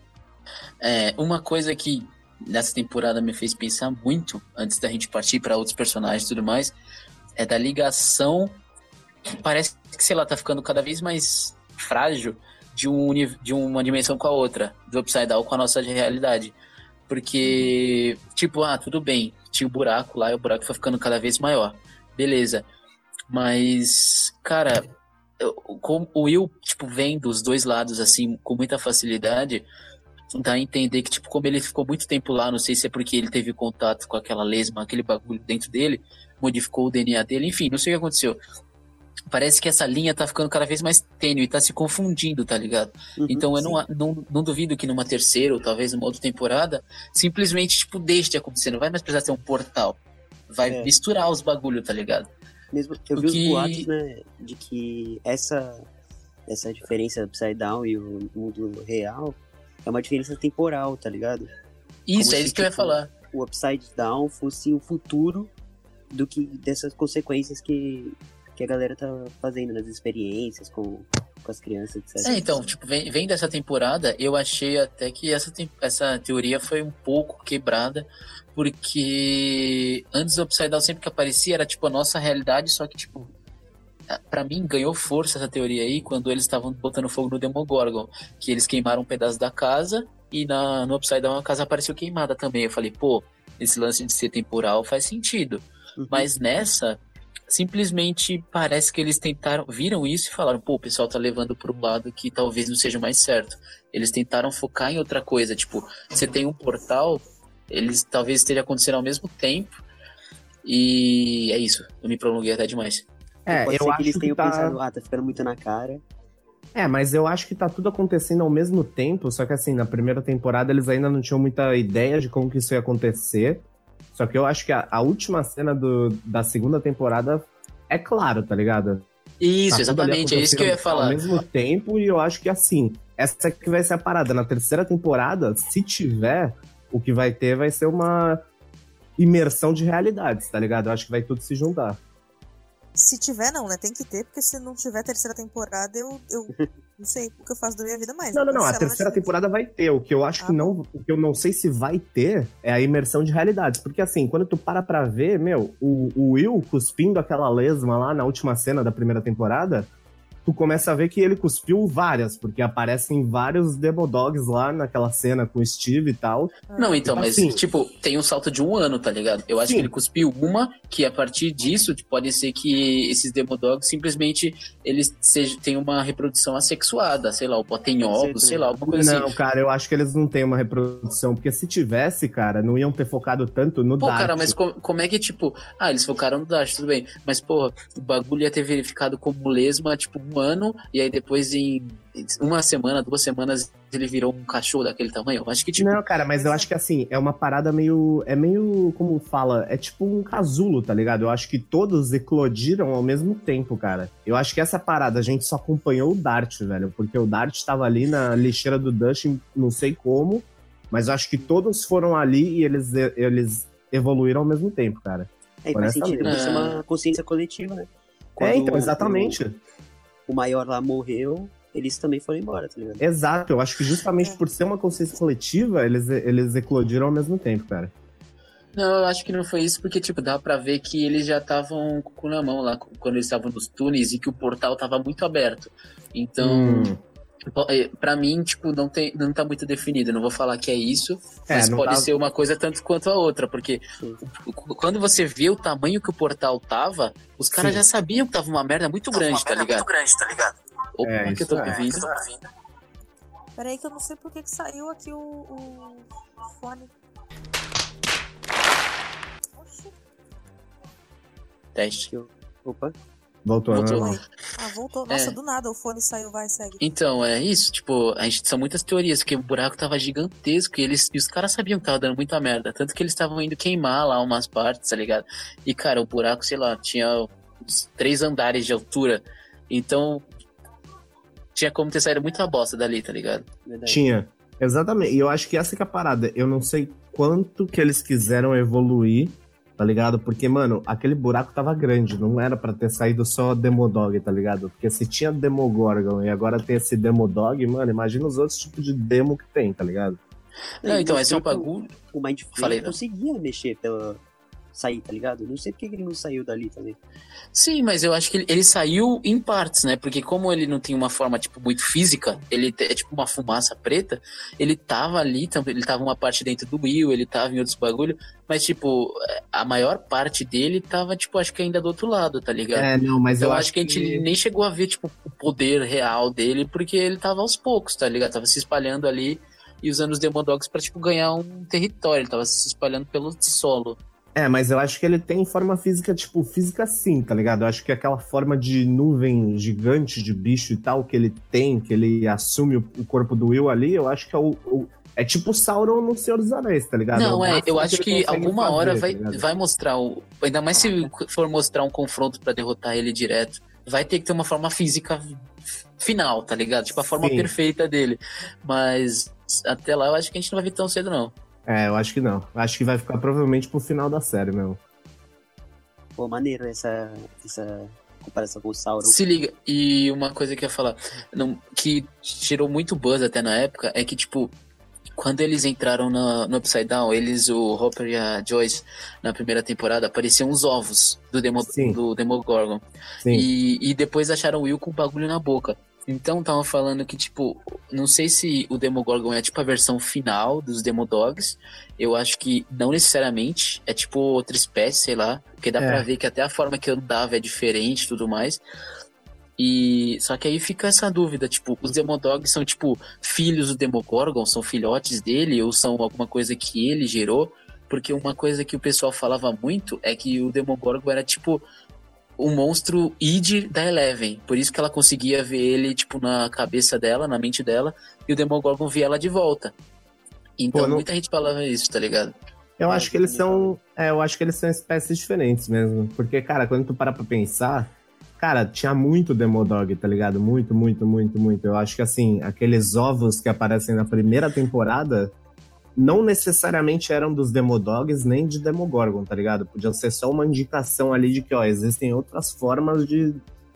É, uma coisa que nessa temporada me fez pensar muito, antes da gente partir pra outros personagens e tudo mais, é da ligação que parece que, sei lá, tá ficando cada vez mais frágil de, um, uni- de uma dimensão com a outra, do Upside Down com a nossa realidade. Porque, tipo, ah, tudo bem, tinha o buraco lá e o buraco foi ficando cada vez maior. Beleza. Mas, cara, eu- como o Will, tipo, vem dos dois lados, assim, com muita facilidade, dá a entender que, tipo, como ele ficou muito tempo lá, não sei se é porque ele teve contato com aquela lesma, aquele bagulho dentro dele, modificou o D N A dele, enfim, não sei o que aconteceu. Parece que essa linha tá ficando cada vez mais tênue, tá se confundindo, tá ligado? Uhum, Então eu sim. não, não, não duvido que numa terceira ou talvez numa outra temporada, simplesmente, tipo, deixe de acontecer, não vai mais precisar ter um portal. Vai É. misturar os bagulho, tá ligado? Mesmo, eu O vi que- os boatos, né, de que essa, essa diferença Upside Down e o mundo real é uma diferença temporal, tá ligado? Isso, Como é se, isso que eu ia tipo, falar. O Upside Down fosse o futuro do que dessas consequências que, que a galera tá fazendo nas experiências com, com as crianças, etcétera. É, então, tipo, vem, vem dessa temporada, eu achei até que essa, tem- essa teoria foi um pouco quebrada, porque antes do Upside Down sempre que aparecia era, tipo, a nossa realidade, só que, tipo, a- pra mim ganhou força essa teoria aí quando eles estavam botando fogo no Demogorgon, que eles queimaram um pedaço da casa e na, no Upside Down a casa apareceu queimada também. Eu falei, pô, esse lance de ser temporal faz sentido. Uhum. Mas nessa, simplesmente parece que eles tentaram, viram isso e falaram, pô, o pessoal tá levando pro lado que talvez não seja mais certo. Eles tentaram focar em outra coisa, tipo, você tem um portal, eles talvez esteja acontecendo ao mesmo tempo, e é isso, eu me prolonguei até demais. É, pode eu ser acho que eles tenham que tá... pensado, ah, tá ficando muito na cara. É, mas eu acho que tá tudo acontecendo ao mesmo tempo, só que assim, na primeira temporada eles ainda não tinham muita ideia de como que isso ia acontecer, só que eu acho que a, a última cena do, da segunda temporada é claro, tá ligado? Isso, tá exatamente, é isso que eu ia falar. Ao mesmo tempo, e eu acho que assim, essa que vai ser a parada. Na terceira temporada, se tiver, o que vai ter vai ser uma imersão de realidades, tá ligado? Eu acho que vai tudo se juntar. Se tiver, não, né? Tem que ter, porque se não tiver terceira temporada, eu, eu não sei o que eu faço da minha vida mais. Não, não, não. A Se ela terceira tiver- temporada vai ter. O que eu acho Ah, que não. O que eu não sei se vai ter é a imersão de realidades. Porque assim, quando tu para pra ver, meu, o, o Will cuspindo aquela lesma lá na última cena da primeira temporada, tu começa a ver que ele cuspiu várias, porque aparecem vários Demodogs lá naquela cena com o Steve e tal. Não, então, mas, Assim. tipo, tem um salto de um ano, tá ligado? Eu acho Sim. que ele cuspiu uma, que a partir disso, tipo, pode ser que esses Demodogs simplesmente eles sejam, tenham uma reprodução assexuada, sei lá, ou botem ovos, sei lá, alguma coisa Não, assim. cara, eu acho que eles não têm uma reprodução, porque se tivesse, cara, não iam ter focado tanto no Pô, Dart. cara, mas co- como é que, tipo, ah, eles focaram no Dash, tudo bem, mas, porra, o bagulho ia ter verificado como lesma, tipo, um ano, e aí depois em uma semana, duas semanas, ele virou um cachorro daquele tamanho. Eu acho que, tipo, Não, cara, mas eu acho que assim, é uma parada meio. É meio. Como fala? É tipo um casulo, tá ligado? Eu acho que todos eclodiram ao mesmo tempo, cara. Eu acho que essa parada a gente só acompanhou o Dart, velho. Porque o Dart tava ali na lixeira do Dust, não sei como. Mas eu acho que todos foram ali e eles, eles evoluíram ao mesmo tempo, cara. É, e faz sentido, Honestamente. isso é uma consciência coletiva, né? Quando é, então, exatamente. O, o maior lá morreu, eles também foram embora, tá ligado? Exato, eu acho que justamente por ser uma consciência coletiva, eles, eles eclodiram ao mesmo tempo, cara. não, eu acho que não foi isso, porque, tipo, dá pra ver que eles já estavam com o cu na mão lá, quando eles estavam nos túneis e que o portal tava muito aberto. Então, Hum. pra mim, tipo, não, tem, não tá muito definido. Eu não vou falar que é isso, É, mas não pode tá- ser uma coisa tanto quanto a outra, porque Sim. quando você vê o tamanho que o portal tava, os caras Sim. já sabiam que tava uma merda muito grande, tá ligado? Opa, É, que eu tô isso é. ouvindo. Peraí que eu não sei por que que saiu aqui o, o fone. Oxi. Teste. Opa. Voltou, Voltou. né? Oi. Ah, voltou. Nossa, É. do nada o fone saiu, vai, segue. Então, é isso, tipo, a gente são muitas teorias, porque o buraco tava gigantesco e, eles, e os caras sabiam que tava dando muita merda. Tanto que eles estavam indo queimar lá umas partes, tá ligado? E, cara, o buraco, sei lá, tinha uns três andares de altura. Então, tinha como ter saído muita bosta dali, tá ligado? Verdade. Tinha. Exatamente. E eu acho que essa que é a parada. Eu não sei quanto que eles quiseram evoluir, tá ligado? Porque, mano, aquele buraco tava grande. Não era pra ter saído só Demodog, tá ligado? Porque se tinha Demogorgon e agora tem esse Demodog, mano, imagina os outros tipos de demo que tem, tá ligado? Não, então, esse é um mostrou que bagulho. O Mind Falei, Flayer não. conseguia mexer pela... sair, tá ligado? Não sei por que ele não saiu dali também. Sim, mas eu acho que ele, ele saiu em partes, né? Porque como ele não tem uma forma, tipo, muito física, ele te- é tipo uma fumaça preta, ele tava ali, tam- ele tava uma parte dentro do Will, ele tava em outros bagulho, mas, tipo, a maior parte dele tava, tipo, acho que ainda do outro lado, tá ligado? É, não, mas Então eu eu acho que a gente nem chegou a ver, tipo, o poder real dele, porque ele tava aos poucos, tá ligado? Tava se espalhando ali e usando os Demodogs pra, tipo, ganhar um território, ele tava se espalhando pelo solo. É, mas eu acho que ele tem forma física, tipo, física sim, tá ligado? Eu acho que aquela forma de nuvem gigante de bicho e tal que ele tem, que ele assume o, o corpo do Will ali, eu acho que é o... o- é tipo Sauron no Senhor dos Anéis, tá ligado? Não, o é, máximo eu acho ele que consegue alguma fazer, hora tá vai, ligado? vai mostrar o. Ainda mais se for mostrar um confronto pra derrotar ele direto, vai ter que ter uma forma física final, tá ligado? Tipo a forma Sim. perfeita dele. Mas até lá eu acho que a gente não vai ver tão cedo, não. É, eu acho que não. Eu acho que vai ficar provavelmente pro final da série mesmo. Pô, maneiro essa, essa comparação com o Sauron. Se liga, e uma coisa que eu ia falar, não, que tirou muito buzz até na época, é que, tipo, quando eles entraram na- no Upside Down, eles, o Hopper e a Joyce, na primeira temporada, apareciam os ovos do, Demo, Sim. do Demogorgon. Sim. E, e depois acharam o Will com o bagulho na boca. Então, tava falando que, tipo, não sei se o Demogorgon é, tipo, a versão final dos Demodogs. Eu acho que não necessariamente. É, tipo, outra espécie, sei lá. Porque dá É. pra ver que até a forma que andava é diferente e tudo mais. E... Só que aí fica essa dúvida, tipo, os Demodogs são, tipo, filhos do Demogorgon? São filhotes dele? Ou são alguma coisa que ele gerou? Porque uma coisa que o pessoal falava muito é que o Demogorgon era, tipo... o monstro id da Eleven. Por isso que ela conseguia ver ele, tipo, na cabeça dela, na mente dela, e o Demogorgon via ela de volta. Então, Pô, não- muita gente falava isso, tá ligado? Eu acho que eles são. É, eu acho que eles são espécies diferentes mesmo. Porque, cara, quando tu para pra pensar, cara, tinha muito Demodog, tá ligado? Muito, muito, muito, muito. Eu acho que assim, aqueles ovos que aparecem na primeira temporada não necessariamente eram dos Demodogs nem de Demogorgon, tá ligado? Podiam ser só uma indicação ali de que, ó, existem outras formas de.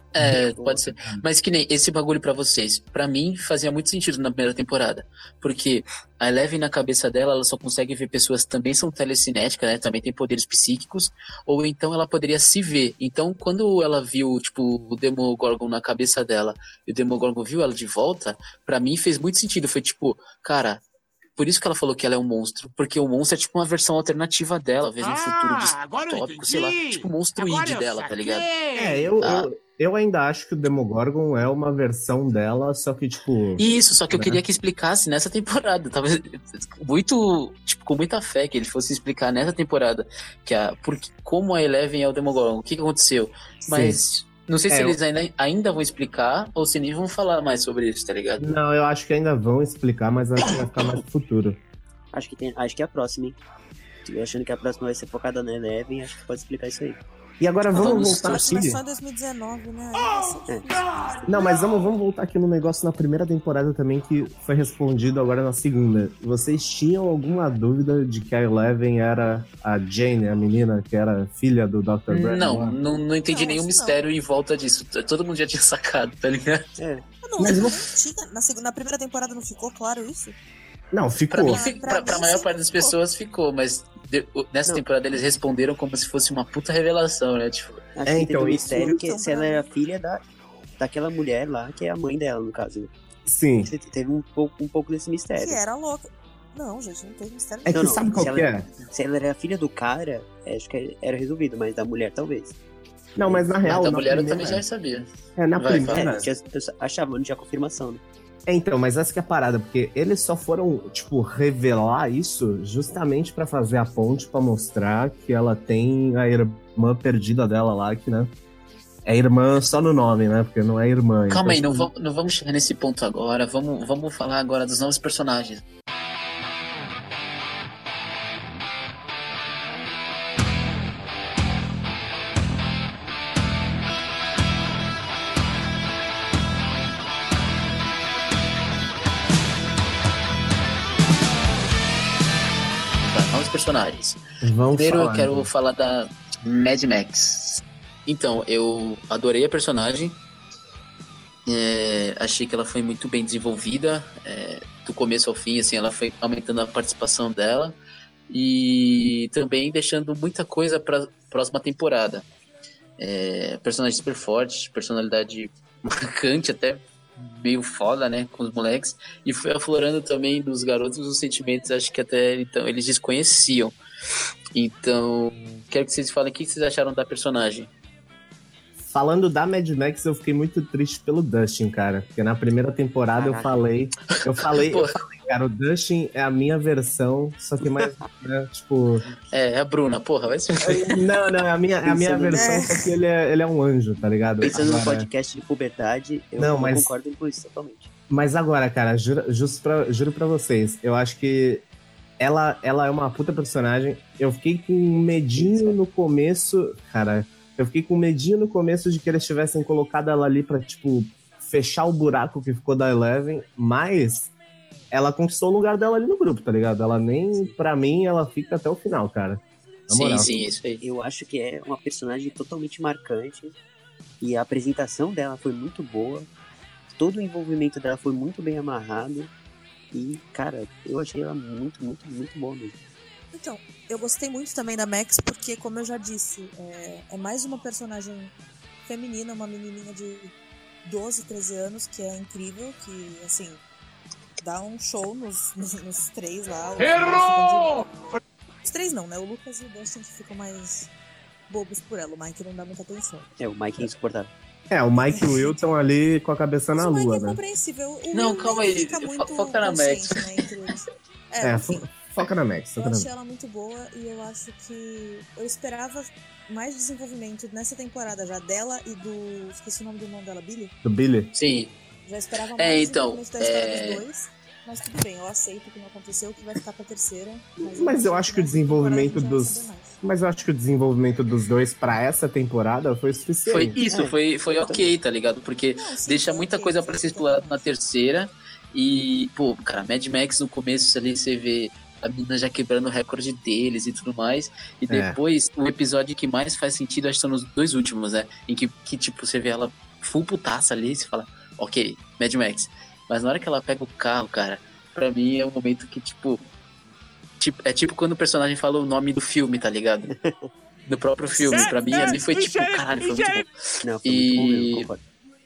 É, pode ser. Mas que nem esse bagulho pra vocês. Pra mim, fazia muito sentido na primeira temporada. Porque a Eleven, na cabeça dela, ela só consegue ver pessoas que também são telecinéticas, né? Também tem poderes psíquicos. Ou então ela poderia se ver. Então, quando ela viu, tipo, o Demogorgon na cabeça dela e o Demogorgon viu ela de volta, pra mim fez muito sentido. Foi tipo, cara... Por isso que ela falou que ela é um monstro. Porque o monstro é tipo uma versão alternativa dela. Talvez um futuro distópico, sei lá. Tipo o monstro id dela, tá ligado? É, eu, Ah. eu, eu ainda acho que o Demogorgon é uma versão dela, só que, tipo. Isso, só que eu né? queria que explicasse nessa temporada. Talvez muito, tipo, com muita fé que ele fosse explicar nessa temporada que a, porque, como a Eleven é o Demogorgon, o que, que aconteceu. Mas não sei É, se eu- eles ainda, ainda vão explicar ou se nem vão falar mais sobre isso, tá ligado? Não, eu acho que ainda vão explicar, mas acho que vai ficar mais no futuro. Acho que, tem, acho que é a próxima, hein? Tô achando que a próxima vai ser focada na Eleven, acho que pode explicar isso aí. E agora vamos Vamos- voltar Mas aqui. só em dois mil e dezenove, né? Aí vai ser É. difícil. Não, mas vamos, vamos voltar aqui no negócio na primeira temporada também, que foi respondido agora na segunda. Vocês tinham alguma dúvida de que a Eleven era a Jane, a menina que era filha do doutor Brandon? Não, não, não entendi Não, nenhum isso mistério em volta disso. Todo mundo já tinha sacado, tá ligado? É, Ah, não, Mas nem não- tinha. Na, segunda, na primeira temporada não ficou claro isso? Não, Pra, ficou. mim, Pra- fi- pra pra, mim, pra maior sim, parte das ficou. pessoas ficou, mas de- o- nessa Não. temporada eles responderam como se fosse uma puta revelação, né? Tipo, acho É, que então, teve um isso- mistério que Então, se pra ela mim- era filha da, daquela mulher lá, que é a mãe dela, no caso. Né? Sim. Te- Teve um pouco, um pouco desse mistério. Que era louca. Não, gente, não teve mistério É nenhum. que Não, não, sabe qual se que ela- é? Se ela era filha do cara, é, acho que era resolvido, mas da mulher talvez. Não, mas na real. mas da na mulher eu primeira- também já sabia. É, na Vai, primeira. É, tinha, eu achava, não tinha confirmação, né? É, então, mas essa que é a parada, porque eles só foram, tipo, revelar isso justamente pra fazer a ponte, pra mostrar que ela tem a irmã perdida dela lá, que, né? É irmã só no nome, né? Porque não é irmã. Calma aí, então, não vamos, não vamos chegar nesse ponto agora. Vamos, vamos falar agora dos novos personagens. Tá, novos personagens. Vamos Primeiro falar, eu quero então. falar da Mad Max. Então, eu adorei a personagem. É, achei que ela foi muito bem desenvolvida. É, do começo ao fim, assim, ela foi aumentando a participação dela. E também deixando muita coisa para próxima temporada. É, personagem super forte, personalidade marcante, até meio foda, né, com os moleques. E foi aflorando também dos garotos os sentimentos, acho que até então eles desconheciam. Então, quero que vocês falem o que vocês acharam da personagem. Falando da Mad Max, eu fiquei muito triste pelo Dustin, cara. Porque na primeira temporada eu Caraca. falei. Eu falei, Pô. eu falei, cara, o Dustin é a minha versão, só que mais. Né, tipo. É, a Bruna, porra, vai ser. Não, não, é a minha, é a minha Pensando- versão, É. só que ele é, ele é um anjo, tá ligado? Pensando no Agora- podcast de puberdade, eu Não, não, mas- concordo com isso totalmente. Mas agora, cara, juro, justo pra, juro pra vocês, eu acho que ela, ela é uma puta personagem. Eu fiquei com medinho no começo, cara. Eu fiquei com medinho no começo de que eles tivessem colocado ela ali pra, tipo, fechar o buraco que ficou da Eleven, mas ela conquistou o lugar dela ali no grupo, tá ligado? Ela nem, pra mim, ela fica até o final, cara. Na Sim, moral. sim, isso aí. Eu acho que é uma personagem totalmente marcante e a apresentação dela foi muito boa. Todo o envolvimento dela foi muito bem amarrado. E, cara, eu achei ela muito, muito, muito boa mesmo. Então, eu gostei muito também da Max, porque, como eu já disse, é, é mais uma personagem feminina, uma menininha de doze, treze anos, que é incrível, que, assim, dá um show nos, nos, nos três lá. Errou! De... Os três não, né? O Lucas e o Dustin que ficam mais bobos por ela. O Mike não dá muita atenção. É, o Mike é insuportável. É, o Mike e o Will estão ali com a cabeça Mas na o Mike lua, é né? compreensível. O Não, Will calma aí. Fica muito Foca na Max. né, entre eles. É, É, enfim. fo- foca na Max. Eu Foca na achei Max. ela muito boa e eu acho que eu esperava mais desenvolvimento nessa temporada já dela e do... Esqueci o nome do irmão dela, Billy? Do Billy? Sim. Já esperava mais É, então, desenvolvimento da história é... dos dois. Mas tudo bem, eu aceito que não aconteceu, que vai ficar pra terceira. Mas, Mas eu acho que o nessa temporada desenvolvimento a gente já vai dos... saber mais. Mas eu acho que o desenvolvimento dos dois pra essa temporada foi suficiente. Foi isso, É. foi, foi ok, tá ligado? Porque Não, sim, deixa foi muita ok, coisa foi pra ser ok, explorado na mas- terceira. E, pô, cara, Mad Max no começo ali você vê a menina já quebrando o recorde deles e tudo mais. E depois, o episódio que mais faz sentido, acho que são nos dois últimos, né? Em que, que tipo, você vê ela full putaça ali e você fala, ok, Mad Max. Mas na hora que ela pega o carro, cara, pra mim é um momento que, tipo. tipo é tipo quando o personagem fala o nome do filme, tá ligado? Do próprio filme. Pra mim, ali foi tipo, caralho, foi muito bom. Não, foi E- muito bom mesmo, concordo.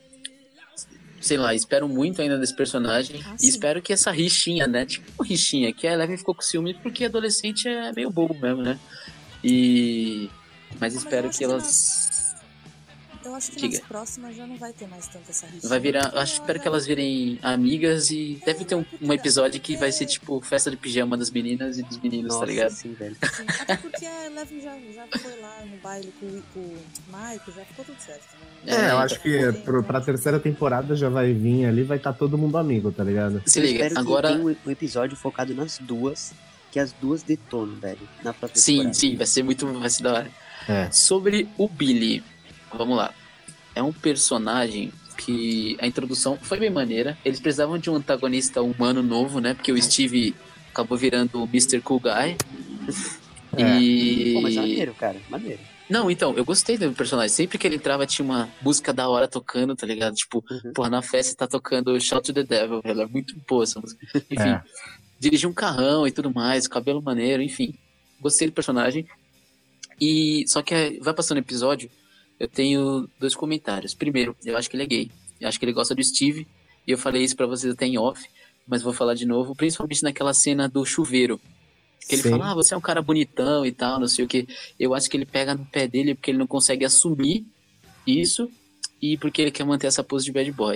Sei lá, espero muito ainda desse personagem. Ah, e sim. espero que essa rixinha, né? Tipo, uma rixinha, que a Eleven ficou com ciúme porque adolescente é meio bobo mesmo, né? E. Mas Ah, espero eu acho que que elas. nas- Eu acho que Diga. nas próximas já não vai ter mais tanta essa rixa. Vai virar. Porque Eu acho, ela espero já- que elas virem amigas e deve ter um, um episódio que vai ser tipo festa de pijama das meninas e dos meninos, Nossa, tá ligado? sim, velho. Sim, até porque a Eleven já, já foi lá no baile com, o- com o Mike, já ficou tudo certo. Né? É, eu É, acho que então. pro, pra terceira temporada já vai vir ali, vai estar todo mundo amigo, tá ligado? Se Eu liga, espero agora. que tenha um- um episódio focado nas duas, que as duas detonam, velho, na próxima Sim, temporada. sim, vai ser muito. Vai ser da hora. É. Sobre o Billy, vamos lá. É um personagem que a introdução foi bem maneira. Eles precisavam de um antagonista humano novo, né? Porque o Steve acabou virando o mister Cool Guy. É. E. Pô, mas é maneiro, cara, maneiro. Não, então, eu gostei do personagem. Sempre que ele entrava tinha uma música da hora tocando, tá ligado? Tipo, Uhum. porra, na festa tá tocando Shout to the Devil, velho. É muito boa essa música. Enfim, É. dirigir um carrão e tudo mais, cabelo maneiro, enfim. Gostei do personagem. E só que é, vai passando o episódio, eu tenho dois comentários. Primeiro, eu acho que ele é gay. Eu acho que ele gosta do Steve. E eu falei isso pra vocês até em off, mas vou falar de novo, principalmente naquela cena do chuveiro. Que ele Sim. fala, ah, você é um cara bonitão e tal, não sei o que. Eu acho que ele pega no pé dele porque ele não consegue assumir isso e porque ele quer manter essa pose de bad boy.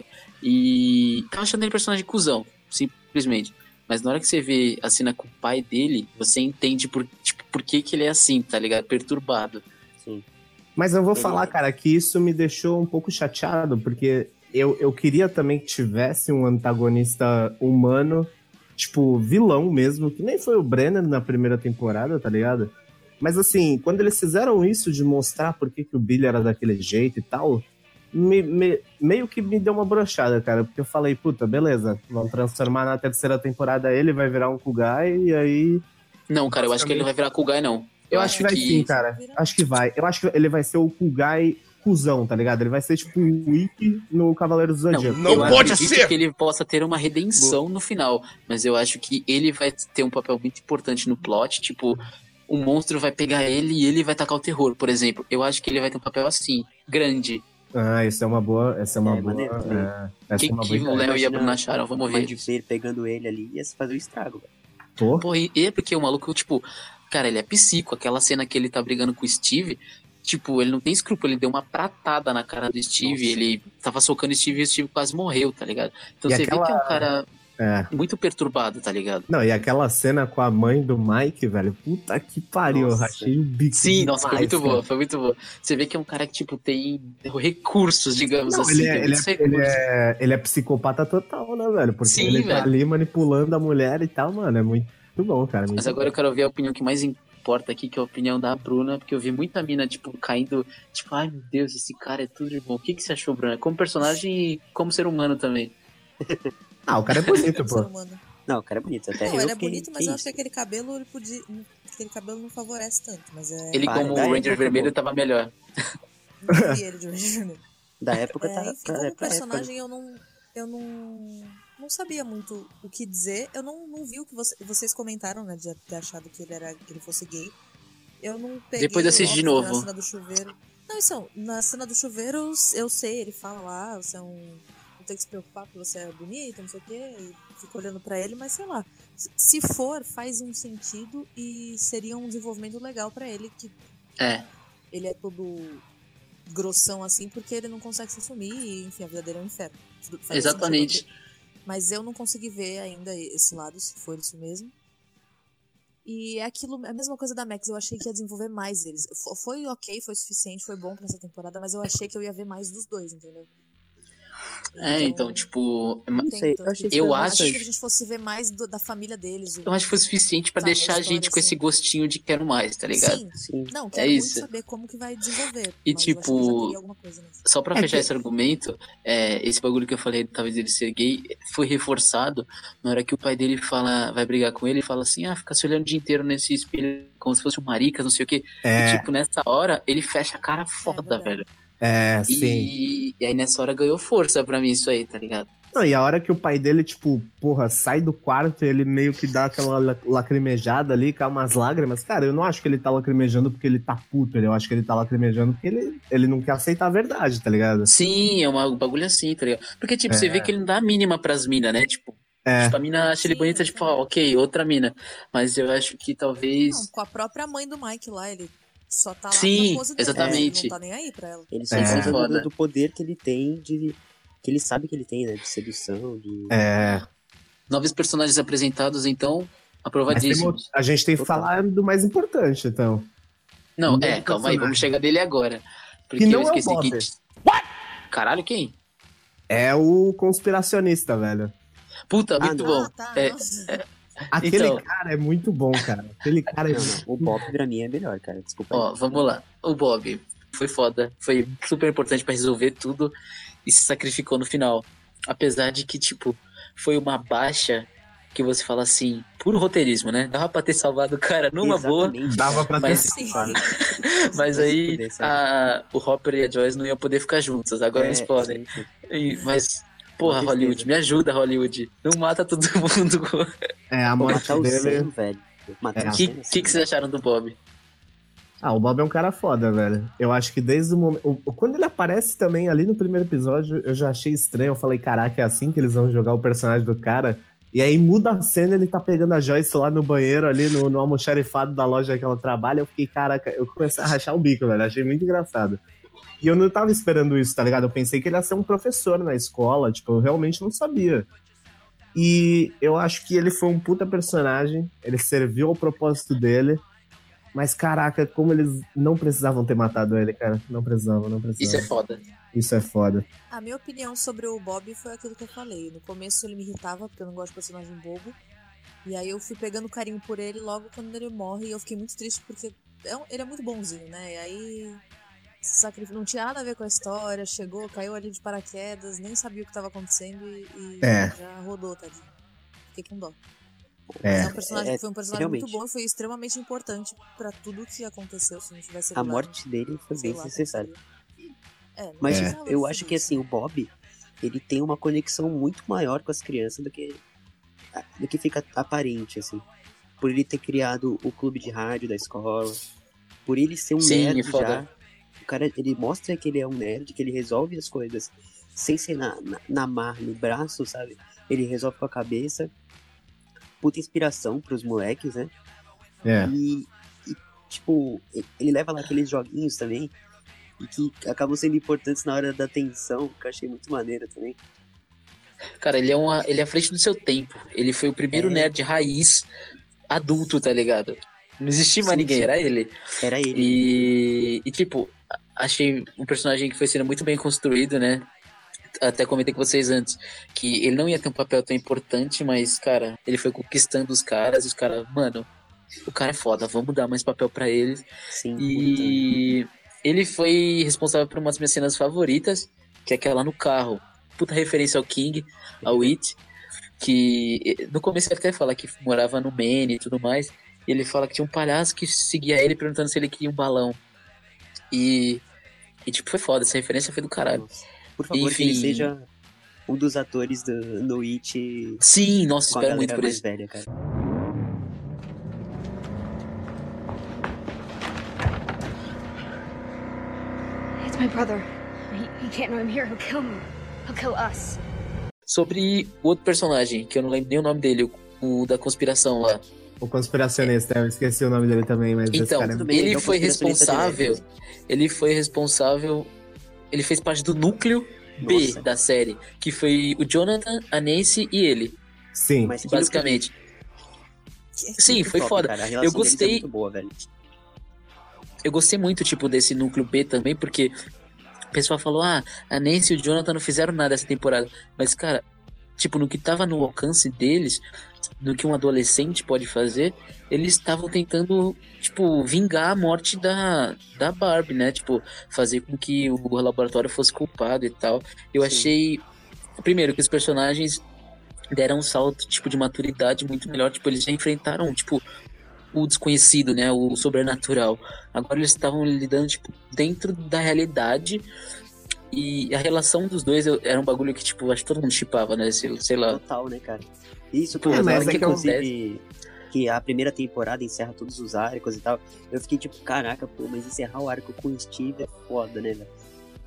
E tava achando ele personagem cuzão, simplesmente. Mas na hora que você vê a cena com o pai dele, você entende por, tipo, por que, que ele é assim, tá ligado? Perturbado. Sim. Mas eu vou Ele- falar, cara, que isso me deixou um pouco chateado, porque eu, eu queria também que tivesse um antagonista humano, tipo, vilão mesmo, que nem foi o Brennan na primeira temporada, tá ligado? Mas assim, quando eles fizeram isso de mostrar por que, que o Billy era daquele jeito e tal, me- me- meio que me deu uma brochada, cara, porque eu falei, puta, beleza, vão transformar na terceira temporada ele, vai virar um Kugai, e aí... Não, cara, eu acho que ele não vai virar cool guy, não. Eu, Eu acho que vai sim, cara. Acho que vai. Eu acho que ele vai ser o Kugai cuzão, tá ligado? Ele vai ser tipo o Ikki no Cavaleiro do Não, Zodíaco. Não eu pode acredito ser! que ele possa ter uma redenção no final, mas eu acho que ele vai ter um papel muito importante no plot, tipo, o monstro vai pegar ele e ele vai tacar o terror, por exemplo. Eu acho que ele vai ter um papel assim, grande. Ah, isso é uma boa. Essa é uma É, boa. maneiro também. É, essa Que, é uma que boa o ideia. Léo e a Imagina Bruna acharam, vamos O ver. Mind Flayer pegando ele ali ia fazer o estrago, velho. Pô, Pô, e é porque o maluco, tipo, cara, ele é psico. Aquela cena que ele tá brigando com o Steve, tipo, ele não tem escrúpulo, ele deu uma pratada na cara do Steve, Nossa. ele tava socando o Steve e o Steve quase morreu, tá ligado? Então E você aquela- vê que é um cara é. muito perturbado, tá ligado? Não, e aquela cena com a mãe do Mike, velho. Puta que pariu, eu Nossa. rachei o bico. Sim, nossa, foi demais, muito cara. boa, foi muito boa. Você vê que é um cara que, tipo, tem recursos, digamos Não, assim. ele, é, tem ele, muitos é, ele, recursos. é, ele é psicopata total, né, velho? Porque Sim, ele tá velho. ali manipulando a mulher e tal, mano. É muito bom, cara. Muito Mas agora eu bom. quero ver a opinião que mais importa aqui, que é a opinião da Bruna, porque eu vi muita mina, tipo, caindo, tipo, ai meu Deus, esse cara é tudo de bom. O que, que você achou, Bruna? Como personagem e como ser humano também. Ah, o cara é bonito, Ser pô. humano. Não, o cara é bonito. Até Não, eu ele é fiquei- bonito, mas que eu isso? acho que aquele cabelo, ele podia. Aquele cabelo não favorece tanto, mas é. Ele, Para, como da o Ranger época, Vermelho, pô. tava melhor. Não vi ele de Ranger. Da época É, tá. enfim, pra, como pra personagem eu não. Eu não. Não sabia muito o que dizer. Eu não, não vi o que você, vocês comentaram, né? De ter achado que ele era que ele fosse gay. Eu não peguei. Depois assiste de óbvio, novo. na cena do chuveiro. Não, isso, na cena do chuveiro, eu sei, ele fala lá, você é um... não tem que se preocupar porque você é bonita, não sei o quê, e fica olhando pra ele, mas sei lá. Se for, faz um sentido e seria um desenvolvimento legal pra ele, que É. ele é todo grossão assim, porque ele não consegue se assumir e, enfim, a vida dele é um inferno. Faz Exatamente. sentido, mas eu não consegui ver ainda esse lado, se for isso mesmo. E é aquilo, a mesma coisa da Max, eu achei que ia desenvolver mais eles. Foi ok, foi suficiente, foi bom pra essa temporada, mas eu achei que eu ia ver mais dos dois, entendeu? É, então, tipo... Não sei, eu achei que Eu foi acho- achei bastante. que a gente fosse ver mais do- da família deles. o- Eu acho que foi suficiente pra Sabe, a deixar a história, gente com assim. esse gostinho de quero mais, tá ligado? Sim, Sim. não, quero isso. muito saber como que vai desenvolver. E, mas eu achei que tipo, já teria alguma coisa nisso. Só pra É fechar que- esse argumento, é, esse bagulho que eu falei, talvez ele ser gay, foi reforçado na hora que o pai dele fala, vai brigar com ele e fala assim, ah, fica se olhando o dia inteiro nesse espelho como se fosse um maricas, não sei o quê. É, E, tipo, nessa hora, ele fecha a cara foda, verdade. velho. é, sim. E, e aí nessa hora ganhou força pra mim isso aí, tá ligado? Não, e a hora que o pai dele, tipo, porra, sai do quarto, ele meio que dá aquela la- lacrimejada ali, cai umas lágrimas. Cara, eu não acho que ele tá lacrimejando porque ele tá puto, eu acho que ele tá lacrimejando porque ele, ele não quer aceitar a verdade, tá ligado? Sim, é uma- um bagulho assim, tá ligado? Porque, tipo, É. você vê que ele não dá a mínima pras minas, né? Tipo, É. tipo, a mina acha ele Sim, bonito, tipo, exatamente. ó, ok, outra mina. Mas eu acho que talvez... Não, com a própria mãe do Mike lá, ele só tá lá Sim, na pose dele. exatamente. Ele não tá nem aí pra ela. Ele só É. tá usando Foda. do, do poder que ele tem, de que ele sabe que ele tem, né? De sedução, de... É. Novos personagens apresentados, então, Mas aprovadíssimos. temos- a gente tem que Total. falar do mais importante, então. Não, Um é, novo calma aí, personagem. vamos chegar dele agora. Porque Que não eu é o esqueci Bob. que... Caralho, quem? É o conspiracionista, velho. Puta, Ah, muito não. bom. Ah, tá. É, nossa. Aquele Então. cara é muito bom, cara. Aquele cara é Não, não. O Bob pra mim é melhor, cara. Desculpa. Ó, vamos lá. O Bob foi foda, foi super importante pra resolver tudo e se sacrificou no final. Apesar de que, tipo, foi uma baixa que você fala assim, puro roteirismo, né? Dava pra ter salvado o cara numa boa, Exatamente, Dava cara. pra ter mas- Sim. mas Vai se aí fuder, sabe? a, o Hopper e a Joyce não iam poder ficar juntos, agora É, eles podem. sim, sim. E- mas, porra, Uma Hollywood, tristeza. me ajuda, Hollywood. Não mata todo mundo. É, a Vou morte matar o dele. Sam, velho. Matar É. o O que, Sam, que, que vocês acharam do Bob? Ah, o Bob é um cara foda, velho. Eu acho que desde o momento. o- Quando ele aparece também ali no primeiro episódio, eu já achei estranho. Eu falei, caraca, é assim que eles vão jogar o personagem do cara. E aí muda a cena, ele tá pegando a Joyce lá no banheiro, ali no, no almoxarifado da loja que ela trabalha. Eu fiquei, caraca, eu comecei a rachar o bico, velho. Achei muito engraçado. E eu não tava esperando isso, tá ligado? Eu pensei que ele ia ser um professor na escola, tipo, eu realmente não sabia. E eu acho que ele foi um puta personagem, ele serviu ao propósito dele. Mas, caraca, como eles não precisavam ter matado ele, cara. Não precisavam, não precisavam. Isso é foda. Isso é foda. A minha opinião sobre o Bob foi aquilo que eu falei. No começo ele me irritava, porque eu não gosto de personagem bobo. E aí eu fui pegando carinho por ele logo quando ele morre. E eu fiquei muito triste, porque é um- ele é muito bonzinho, né? E aí se sacrificou. Não tinha nada a ver com a história. Chegou, caiu ali de paraquedas, nem sabia o que estava acontecendo e, e É. já rodou, tadinho. Fiquei com dó. É. É um personagem, É, foi um personagem realmente. muito bom e foi extremamente importante pra tudo que aconteceu. Se não tivesse ele A lá, morte dele foi sei bem lá, desnecessária. É, não Mas precisava eu de acho tudo que isso. assim, o Bob, ele tem uma conexão muito maior com as crianças do que do que fica aparente, assim. Por ele ter criado o clube de rádio da escola, por ele ser um Sim, nerd foda. já. O cara, ele mostra que ele é um nerd, que ele resolve as coisas sem ser na, na, na marra, no braço, sabe? Ele resolve com a cabeça. Puta inspiração pros moleques, né? É. E, e, tipo, ele leva lá aqueles joguinhos também, e que acabam sendo importantes na hora da tensão, que eu achei muito maneiro também. Cara, ele é, uma, ele é à frente do seu tempo. Ele foi o primeiro É. nerd raiz adulto, tá ligado? Não existia mais Sim, ninguém, sim. era ele. Era ele. E, e, tipo, a- achei um personagem que foi sendo muito bem construído, né? Até comentei com vocês antes que ele não ia ter um papel tão importante, mas, cara, ele foi conquistando os caras e os caras, mano, o cara é foda, vamos dar mais papel pra ele. Sim, puta. E ele foi responsável por uma das minhas cenas favoritas, que é aquela no carro. Puta referência ao King, ao It, que no começo ele até fala que morava no Maine e tudo mais. E ele fala que tinha um palhaço que seguia ele perguntando se ele queria um balão. E, e tipo, foi foda, essa referência foi do caralho. Nossa. Por favor, que ele Enfim. seja um dos atores do, no It Sim, nossa, com a espero muito galera por mais isso. velha, cara. It's my brother. He, he can't know I'm here. He'll kill me. He'll kill us. Sobre o outro personagem, que eu não lembro nem o nome dele, o, o da conspiração lá. O conspiracionista, é. eu esqueci o nome dele também, mas então, esse cara é... ele foi responsável, ele foi responsável, ele fez parte do núcleo B Nossa. da série, que foi o Jonathan, a Nancy e ele. Sim, mas basicamente. Que... Sim, foi top, foda. Cara, eu gostei. É muito boa, velho. Eu gostei muito, tipo, desse núcleo B também, porque o pessoal falou, ah, a Nancy e o Jonathan não fizeram nada essa temporada. Mas, cara, tipo, no que tava no alcance deles, no que um adolescente pode fazer, eles estavam tentando, tipo, vingar a morte da, da Barbie, né? Tipo, fazer com que o laboratório fosse culpado e tal. Eu Sim. achei, primeiro, que os personagens deram um salto, tipo, de maturidade muito melhor. Tipo, eles já enfrentaram, tipo, o desconhecido, né? O sobrenatural. Agora eles estavam lidando, tipo, dentro da realidade. E a relação dos dois era um bagulho que, tipo, acho que todo mundo shippava, né? Sei, sei lá. Total, né, cara? Isso, pô, é, mas é que, inclusive, que a primeira temporada encerra todos os arcos e tal. Eu fiquei tipo, caraca, pô, mas encerrar o arco com o Steve é foda, né, velho?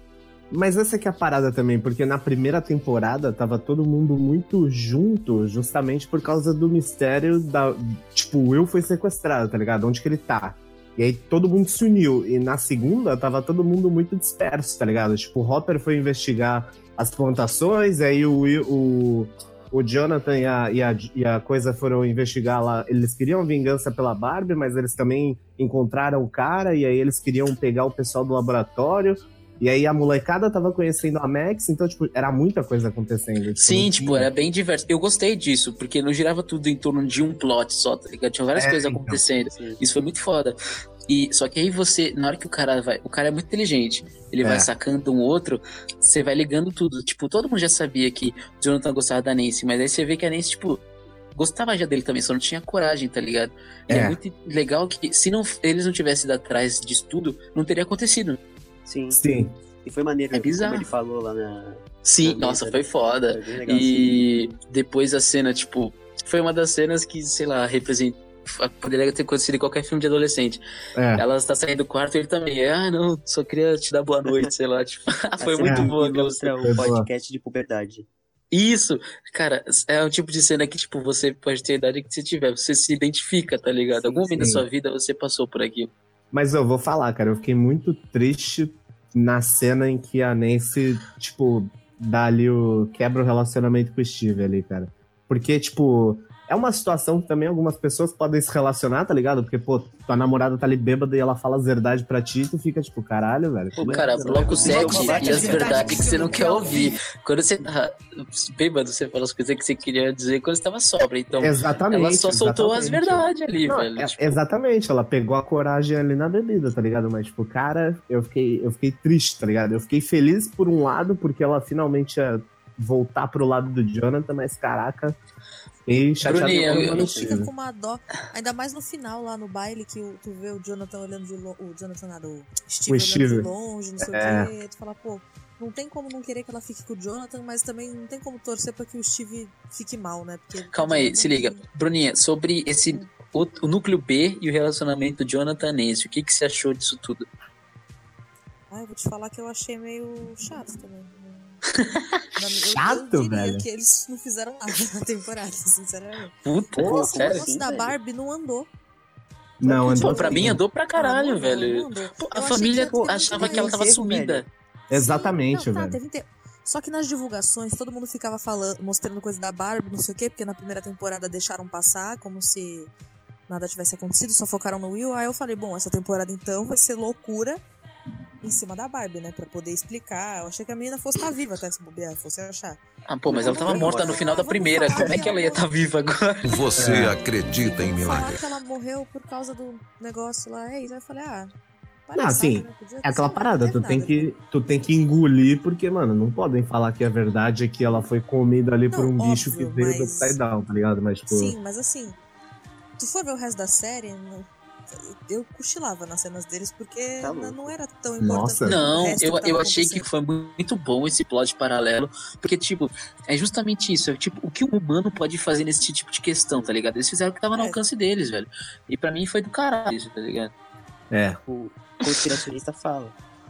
Mas essa que é a parada também, porque na primeira temporada tava todo mundo muito junto, justamente por causa do mistério da... Tipo, o Will foi sequestrado, tá ligado? Onde que ele tá? E aí todo mundo se uniu. E na segunda tava todo mundo muito disperso, tá ligado? Tipo, o Hopper foi investigar as plantações, aí o, o, o Jonathan e a, e, a, e a coisa foram investigar lá. Eles queriam vingança pela Barbie, mas eles também encontraram o cara, e aí eles queriam pegar o pessoal do laboratório. E aí a molecada tava conhecendo a Max, então, tipo, era muita coisa acontecendo. Tipo, Sim, tipo, era bem diverso. Eu gostei disso, porque não girava tudo em torno de um plot só, tá ligado? Tinha várias é, coisas então, acontecendo. Sim. Isso foi muito foda. E, só que aí você, na hora que o cara vai... O cara é muito inteligente. Ele é. vai sacando um outro, você vai ligando tudo. Tipo, todo mundo já sabia que o Jonathan gostava da Nancy, mas aí você vê que a Nancy, tipo... Gostava já dele também, só não tinha coragem, tá ligado? E é, é muito legal que se não, eles não tivessem ido atrás disso tudo, não teria acontecido. Sim. Sim. E foi maneiro, é bizarro. Como ele falou lá na... Sim, na nossa, mesa, foi foda. Foi legal, e assim. Depois a cena, tipo... Foi uma das cenas que, sei lá, representa... Poderia ter acontecido em qualquer filme de adolescente. É. Ela está saindo do quarto e ele também. Ah, não, só queria te dar boa noite, sei lá. Tipo, foi muito boa. Mostra o podcast de puberdade. Isso, cara, é um tipo de cena que, tipo, você pode ter a idade que você tiver, você se identifica, tá ligado? Sim, Algum momento da sua vida você passou por aquilo. Mas eu vou falar, cara, eu fiquei muito triste na cena em que a Nancy, tipo, dá ali o... quebra o relacionamento com o Steve ali, cara. Porque, tipo, é uma situação que também algumas pessoas podem se relacionar, tá ligado? Porque, pô, tua namorada tá ali bêbada e ela fala as verdades pra ti e tu fica, tipo, caralho, velho. Pô, cara, bloco sete e as verdades que você não quer ouvir. Quando você tá bêbado, você fala as coisas que você queria dizer quando você tava sobra. Então, exatamente, ela só soltou exatamente. as verdades ali, não, velho. É, tipo... Exatamente, ela pegou a coragem ali na bebida, tá ligado? Mas, tipo, cara, eu fiquei, eu fiquei triste, tá ligado? Eu fiquei feliz por um lado, porque ela finalmente ia voltar pro lado do Jonathan, mas, caraca... E Bruninha, eu fica com uma dó, ainda mais no final lá no baile que o, tu vê o Jonathan olhando de longe, o Jonathan nada, o Steve o olhando Steve. de longe, não sei é. o quê, tu fala, pô, não tem como não querer que ela fique com o Jonathan, mas também não tem como torcer pra que o Steve fique mal, né? Porque calma aí, se liga, Bruninha, sobre esse hum. o, o núcleo B e o relacionamento do Jonathan Nancy, o que que você achou disso tudo? Ah, eu vou te falar que eu achei meio chato também. Chato, eu, eu velho. Que eles não fizeram nada na temporada, sinceramente. Puta, o sério? negócio da Barbie não andou. Não, andou. Pô, pra mim andou pra caralho, ah, não, velho. não, não Pô, a família que pô, achava que ela tava sumida. Exatamente, não, tá, velho. Teve inter... Só que nas divulgações todo mundo ficava falando, mostrando coisa da Barbie, não sei o quê, porque na primeira temporada deixaram passar, como se nada tivesse acontecido, só focaram no Will. Aí eu falei, bom, essa temporada então vai ser loucura em cima da Barbie, né? Pra poder explicar. Eu achei que a menina fosse estar tá viva até se bobear, fosse achar. Ah, pô, mas ela tava morta no final da primeira. Como é que ela ia estar tá viva agora? Você é. acredita em milagre? Falar que ela morreu por causa do negócio lá. É isso. Aí eu falei, ah... Não, assim, né? É aquela parada, tu tem, que, tu tem que engolir, porque, mano, não podem falar que a verdade é que ela foi comida ali não, por um óbvio, bicho que veio mas... do Upside Down, tá ligado? Mas, tipo... Sim, mas assim, tu for ver o resto da série... Não... Eu cochilava nas cenas deles porque tá não era tão importante. Nossa. Não, eu, eu achei que foi muito bom esse plot paralelo, porque, tipo, é justamente isso. É, tipo, o que um humano pode fazer nesse tipo de questão, tá ligado? Eles fizeram o que tava no é. alcance deles, velho. E pra mim foi do caralho isso, tá ligado? É. O conspiracionista fala.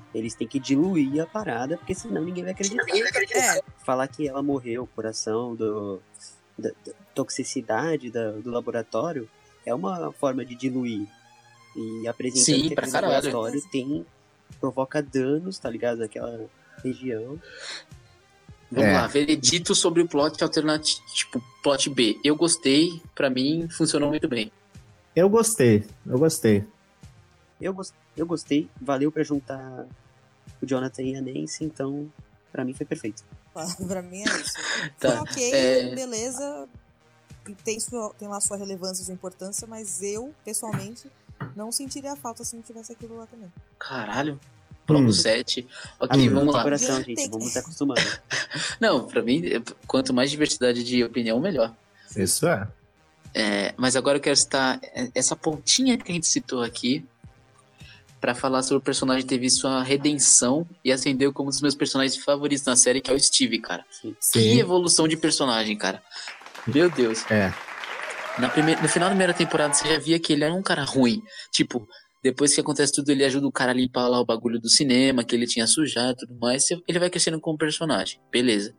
Eles têm que diluir a parada, porque senão ninguém vai acreditar. É. Falar que ela morreu por ação do, da, da toxicidade da, do laboratório é uma forma de diluir. E apresentando Sim, que pra aquele caralho. laboratório tem, provoca danos, tá ligado? Naquela região. Vamos É. lá, veredito sobre o plot alternativo, tipo, plot B. Eu gostei, pra mim, funcionou muito bem. Eu gostei, eu gostei. Eu, gos- eu gostei, valeu pra juntar o Jonathan e a Nancy, então pra mim foi perfeito. Pra mim é isso. Tá, Foi ok, é- beleza. Tem, sua, tem lá sua relevância e sua importância, mas eu, pessoalmente, não sentiria falta se não tivesse aquilo lá também. Caralho. Bloco Hum. sete. Ok, Amigo vamos de lá. coração, Tem gente, que- vamos se acostumando. Não, pra mim, quanto mais diversidade de opinião, melhor. Isso é. É, mas agora eu quero citar essa pontinha que a gente citou aqui pra falar sobre o personagem ter visto sua redenção e ascendeu como um dos meus personagens favoritos na série, que é o Steve, cara. Que Sim. evolução de personagem, cara. Meu Deus. É. Na primeira, no final da primeira temporada, você já via que ele era um cara ruim. Tipo, depois que acontece tudo, ele ajuda o cara a limpar lá o bagulho do cinema, que ele tinha sujado e tudo mais. Ele vai crescendo como personagem. Beleza.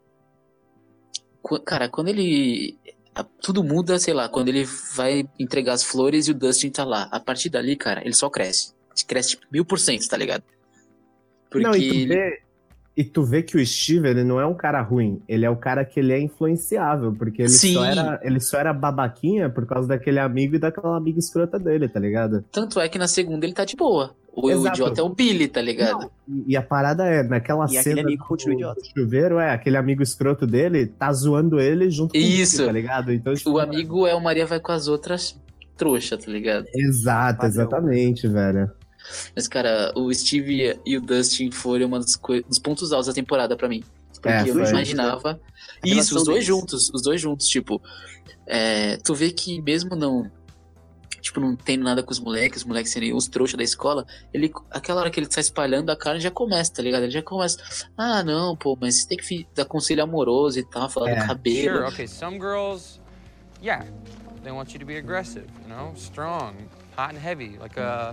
Qu- Cara, quando ele... a- Tudo muda, sei lá, quando ele vai entregar as flores e o Dustin tá lá. A partir dali, cara, ele só cresce. Cresce tipo mil por cento, tá ligado? Porque Não, e tu, ele... vê, e tu vê que o Steve, ele não é um cara ruim. Ele é o cara que ele é influenciável. Porque ele Sim. só, era, ele só era babaquinha por causa daquele amigo e daquela amiga escrota dele, tá ligado? Tanto é que na segunda ele tá de boa. O, o Exato. idiota é o Billy, tá ligado? Não, e, e a parada é, naquela E cena aquele amigo do, continua idiota. do chuveiro, é, aquele amigo escroto dele tá zoando ele junto com Isso. ele, tá ligado? Então, tipo, O amigo é o Maria vai com as outras trouxa, tá ligado? Exato, Padrão. exatamente, velho. Mas, cara, o Steve e o Dustin foram um dos, coi- dos pontos altos da temporada pra mim. Porque É, eu foi. não imaginava. A Isso, relação os dois deles. juntos, os dois juntos, tipo. é, tu vê que mesmo não. Tipo, não tendo nada com os moleques, os moleques serem os trouxas da escola, ele, aquela hora que ele tá espalhando a cara, já começa, tá ligado? Ele já começa. Ah, não, pô, mas você tem que fi- dar conselho amoroso e tal, falar É. do cabelo. Sure, okay, some girls, yeah, they want you to be aggressive, you know, strong, hot and heavy, like a,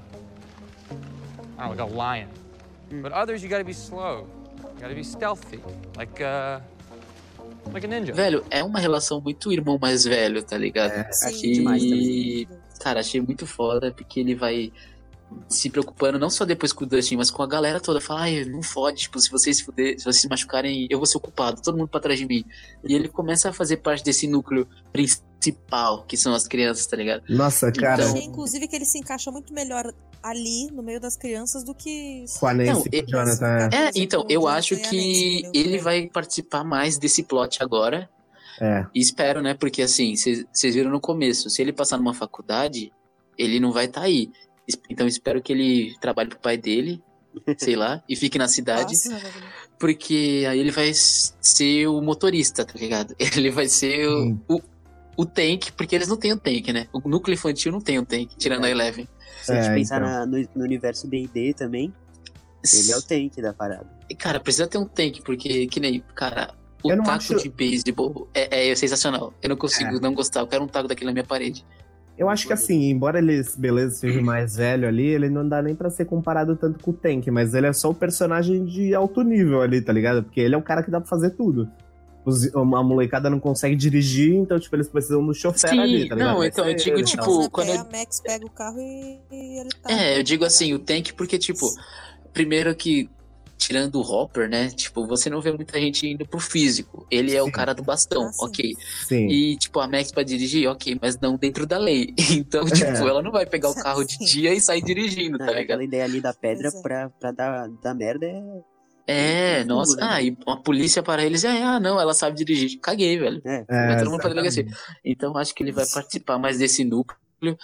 I don't know, like a lion. But others, you gotta be slow, you gotta be stealthy, like a, like a ninja. Velho, é uma relação muito irmão mais velho, tá ligado? É, Sim, achei demais também. Cara, achei muito foda, porque ele vai se preocupando não só depois com o Dustin, mas com a galera toda. Fala, ai, não fode, tipo, se vocês se fuder, se vocês se machucarem, eu vou ser o culpado, todo mundo pra trás de mim. E ele começa a fazer parte desse núcleo principal, que são as crianças, tá ligado? Nossa, cara, Eu Então- achei, inclusive, que ele se encaixa muito melhor ali, no meio das crianças, do que... com a Nancy Não, e com ele- o Jonathan, é. É, então, eu Jonathan acho e a Nancy, que entendeu? ele vai participar mais desse plot agora. É. E espero, né? Porque assim, vocês viram no começo, se ele passar numa faculdade, ele não vai estar tá aí. Es- Então espero que ele trabalhe pro pai dele, sei lá, e fique na cidade, Nossa, porque aí ele vai s- ser o motorista, tá ligado? Ele vai ser o, Hum. o, o tank, porque eles não têm o tank, né? O núcleo infantil não tem o tank, tirando a Eleven. Se a gente É, pensar então. na- no, no universo D e D também, ele é o tank da parada. E, Cara, precisa ter um tank, porque, que nem, cara, o Eu não taco acho- de beisebol é, é sensacional. Eu não consigo É. não gostar, eu quero um taco daquele na minha parede. Eu acho que assim, embora ele, beleza, seja mais velho ali, ele não dá nem pra ser comparado tanto com o Tank, mas ele é só o personagem de alto nível ali, tá ligado? Porque ele é o cara que dá pra fazer tudo. Os, a molecada não consegue dirigir, então, tipo, eles precisam do chofer Sim, ali, tá ligado? não, Vai então, ser eu digo, ele e tipo, tal. Mas, né, quando porque eu- a Max pega o carro e, e ele tá... É, eu digo assim, o tank porque, tipo, primeiro que, tirando o Hopper, né, tipo, você não vê muita gente indo pro físico. Ele é o Sim. cara do bastão, Ah, sim. ok. Sim. E, tipo, a Max pra dirigir, ok, mas não dentro da lei. Então, tipo, É. ela não vai pegar o carro de Sim. dia e sair dirigindo, Não, tá ligado? aquela ideia ali da pedra Pois é. pra, pra dar, dar merda é. É, Tudo, nossa. né? Ah, e a polícia para eles é, ah, não, ela sabe dirigir. Caguei, velho. É, É, Vai todo mundo pra delegacia. exatamente. Então acho que ele vai participar mais desse núcleo.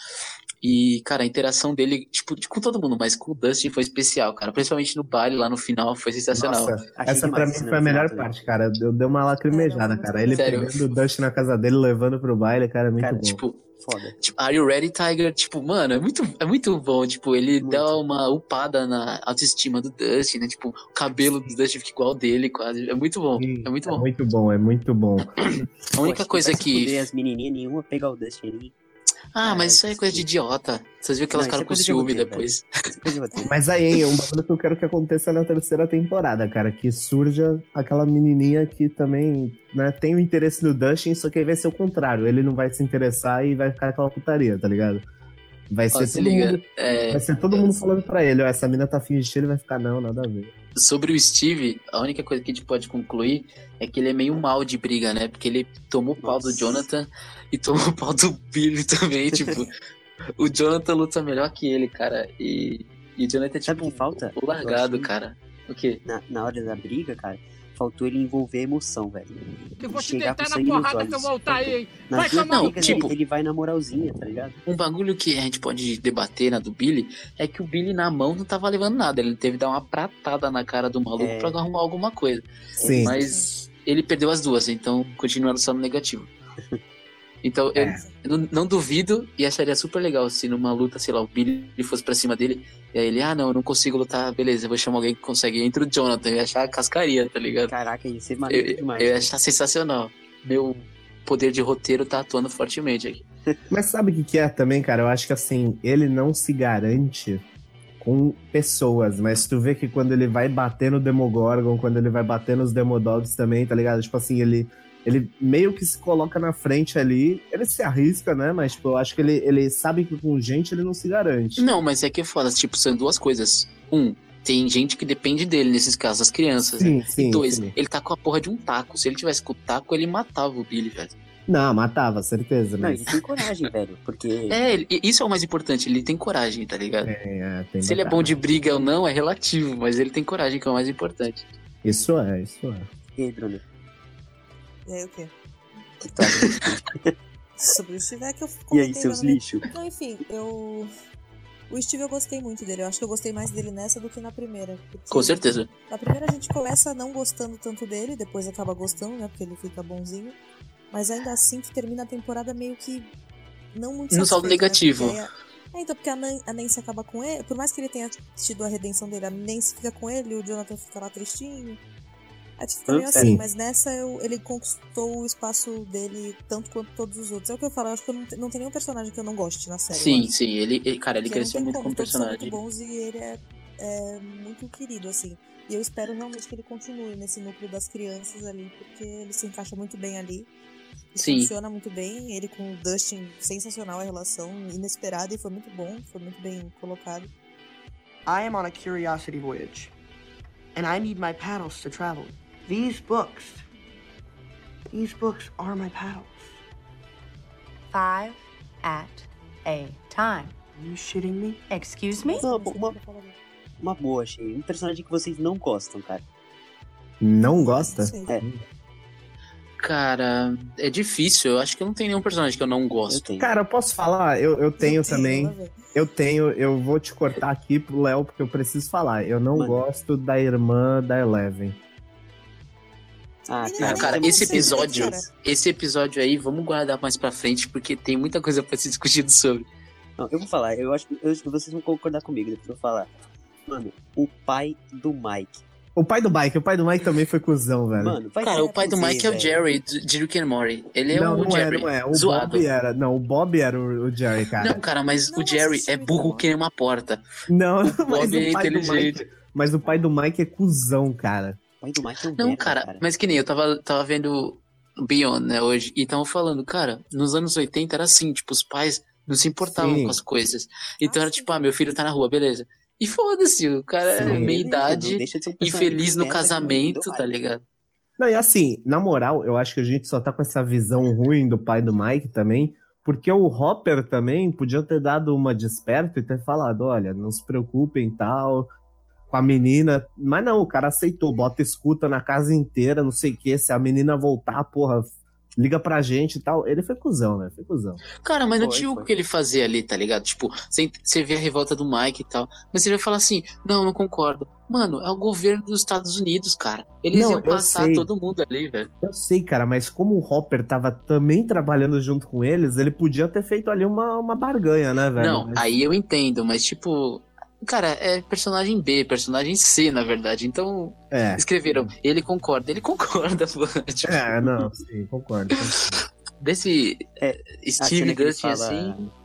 E, cara, a interação dele, tipo, com todo mundo, mas com o Dustin foi especial, cara. Principalmente no baile lá no final, foi sensacional. Nossa, Achei essa demais pra mim esse foi a no melhor final também. parte, cara. Eu dei uma lacrimejada, É, não, cara. Ele sério. pegando o Dustin na casa dele, levando pro baile, cara, é muito Cara, bom. Tipo, foda. tipo, Are You Ready, Tiger? Tipo, mano, é muito, é muito bom. Tipo, ele Muito. dá uma upada na autoestima do Dustin, né? Tipo, o cabelo do Dustin fica igual ao dele, quase. É muito bom, Sim, é muito bom. É muito bom, é muito bom. A única Poxa, coisa vai se fuder que... as menininhas nenhuma pegar o Dustin ali. Ah, mas isso aí é coisa de idiota. Vocês viram que elas Não, ficaram isso é com coisa de ciúme roteiro, depois. Isso é coisa de roteiro. Mas aí, hein, um bagulho que eu quero que aconteça na terceira temporada, cara, que surja aquela menininha que também, né, tem o interesse no Dustin, só que aí vai ser o contrário. Ele não vai se interessar e vai ficar aquela putaria, tá ligado? Vai ser Ó, se todo liga, mundo, é, vai ser todo mundo falando pra ele, ó, essa mina tá afim de ti, ele vai ficar, não, nada a ver. sobre o Steve, a única coisa que a gente pode concluir é que ele é meio mal de briga, né? Porque ele tomou o pau do Nossa. Jonathan e tomou o pau do Billy também, tipo... O Jonathan luta melhor que ele, cara, e, e o Jonathan é Sabe tipo o que falta? o largado, Eu achei- cara. O quê? Na, na hora da briga, cara, faltou ele envolver a emoção, velho. Eu vou te Chegar com deitar na sangue nos porrada olhos. se eu voltar aí, hein? Nas Vai duas tomar no brigas, cu. ele, ele vai na moralzinha, tá ligado? Um bagulho que a gente pode debater na do Billy é que o Billy na mão não tava levando nada. Ele teve que dar uma pratada na cara do maluco É. pra arrumar alguma coisa. Sim. Mas ele perdeu as duas, então continuando só no negativo. Então eu, É. eu não, não duvido e acharia super legal se numa luta, sei lá, o Billy fosse pra cima dele e aí ele, ah não, eu não consigo lutar, beleza, eu vou chamar alguém que consegue. Entra o Jonathan, eu ia achar a cascaria, tá ligado? Caraca, ia ser Eu, maneiro eu, demais. eu ia achar sensacional. Meu poder de roteiro tá atuando fortemente aqui. Mas sabe o que que é também, cara? Eu acho que assim, ele não se garante com pessoas, mas tu vê que quando ele vai bater no Demogorgon, quando ele vai bater nos Demodogs também, tá ligado? Tipo assim, ele, ele meio que se coloca na frente ali, ele se arrisca, né? Mas tipo, eu acho que ele, ele sabe que com gente ele não se garante. Não, mas é que é foda, tipo, são duas coisas. Um, tem gente que depende dele nesses casos, as crianças. Sim, né? sim, E dois, sim. ele tá com a porra de um taco. Se ele tivesse com o taco, ele matava o Billy, velho. Não, matava, certeza, Não, mas... ele tem coragem, velho, porque... É, ele- isso é o mais importante, ele tem coragem, tá ligado? É, é, tem Se ele é batalha. bom de briga ou não, é relativo, mas ele tem coragem, que é o mais importante. Isso é, isso é. E aí, Bruno? E aí o quê? O que tu acha? Sobre o Steve é que eu E aí, comentei seus já no meu- lixos? Não, enfim, eu... O Steve eu gostei muito dele. Eu acho que eu gostei mais dele nessa do que na primeira. porque Com certeza. Na primeira a gente começa não gostando tanto dele, depois acaba gostando, né? Porque ele fica bonzinho. Mas ainda assim que termina a temporada meio que não muito No saldo satisfeito, negativo. Né? Porque aí- É, então, porque a, Nan- a Nancy acaba com ele. Por mais que ele tenha tido a redenção dele, a Nancy fica com ele, o Jonathan fica lá tristinho. Aí tu fica meio Hum, assim, sim. mas nessa eu- ele conquistou o espaço dele tanto quanto todos os outros. É o que eu falo, eu acho que eu não, te- não tem nenhum personagem que eu não goste na série. eu Sim, acho. sim, ele, ele- cara, ele Porque não cresceu tem muito como todos são personagem. muito bons e ele é, é muito querido, assim. E eu espero realmente que ele continue nesse núcleo das crianças ali, porque ele se encaixa muito bem ali. E Sim. funciona muito bem. Ele com o Dustin, sensacional a relação, inesperada e foi muito bom, foi muito bem colocado. I am on a curiosity voyage, and I need my paddles to travel. These books, these books are my paddles. Five at a time. Are you shitting me? Excuse me? Não, uma, uma boa, achei. Um personagem que vocês não gostam, cara. Não gosta? Sei. É, Cara, é difícil. Eu acho que não tem nenhum personagem que eu não eu gosto. tenho. Cara, eu posso falar? Eu, eu tenho Eu também. nada a ver. Eu tenho, eu vou te cortar aqui pro Léo, porque eu preciso falar. Eu não Mano. gosto da irmã da Eleven. Ah, Ele Ah, nem cara, tem esse conceito, episódio, cara. esse episódio aí, vamos guardar mais pra frente, porque tem muita coisa pra ser discutido sobre. Não, eu vou falar, eu acho, que- eu acho que vocês vão concordar comigo, depois eu vou falar. Mano, o pai do Mike. O pai do Mike, o pai do Mike também foi cuzão, velho. Mano, vai Cara, se o pai do fuder, Mike é o velho. Jerry, de de Rick and Morty. Ele é não, o não Jerry, é, não é. O zoado. Bob era. Não, o Bob era o, o Jerry, cara. Não, cara, mas Não o Jerry assisti é Rick and burro Morty. que nem uma porta. Não, O mas Bob é o pai do inteligente. Mike. Mas o pai do Mike é cuzão, cara. O pai do Mike é um Não, merda, cara, mas que nem eu tava, tava vendo Beyond, né, hoje, e tava falando, cara, nos anos oitenta era assim, tipo, os pais não se importavam Sim. com as coisas. Então Ah, era sim. tipo, ah, meu filho tá na rua, beleza. E foda-se, o cara é Sim. meia Beleza, idade, não deixa de ser um personagem infeliz no merda que casamento, não tá deu ligado? Não, e assim, na moral, eu acho que a gente só tá com essa visão ruim do pai do Mike também, porque o Hopper também podia ter dado uma desperto e ter falado, olha, não se preocupem e tal, com a menina. Mas não, o cara aceitou, bota escuta na casa inteira, não sei o que, se a menina voltar, porra, liga pra gente e tal. Ele foi cuzão, né? Foi cuzão. Cara, mas não Foi, tinha o foi. que ele fazer ali, tá ligado? Tipo, você você vê a revolta do Mike e tal, mas ele vai falar assim, não, não concordo. Mano, é o governo dos Estados Unidos, cara. Eles Não, iam eu passar sei. todo mundo ali, velho. Eu sei, cara, mas como o Hopper tava também trabalhando junto com eles, ele podia ter feito ali uma, uma barganha, né, velho? Não, Mas- aí eu entendo, mas tipo... Cara, é personagem B, personagem C, na verdade. Então, É. escreveram, ele concorda. Ele concorda, pô. Tipo, É, não, sim, concordo. concordo. desse É, A Steve cena que ele Dustin, fala, assim...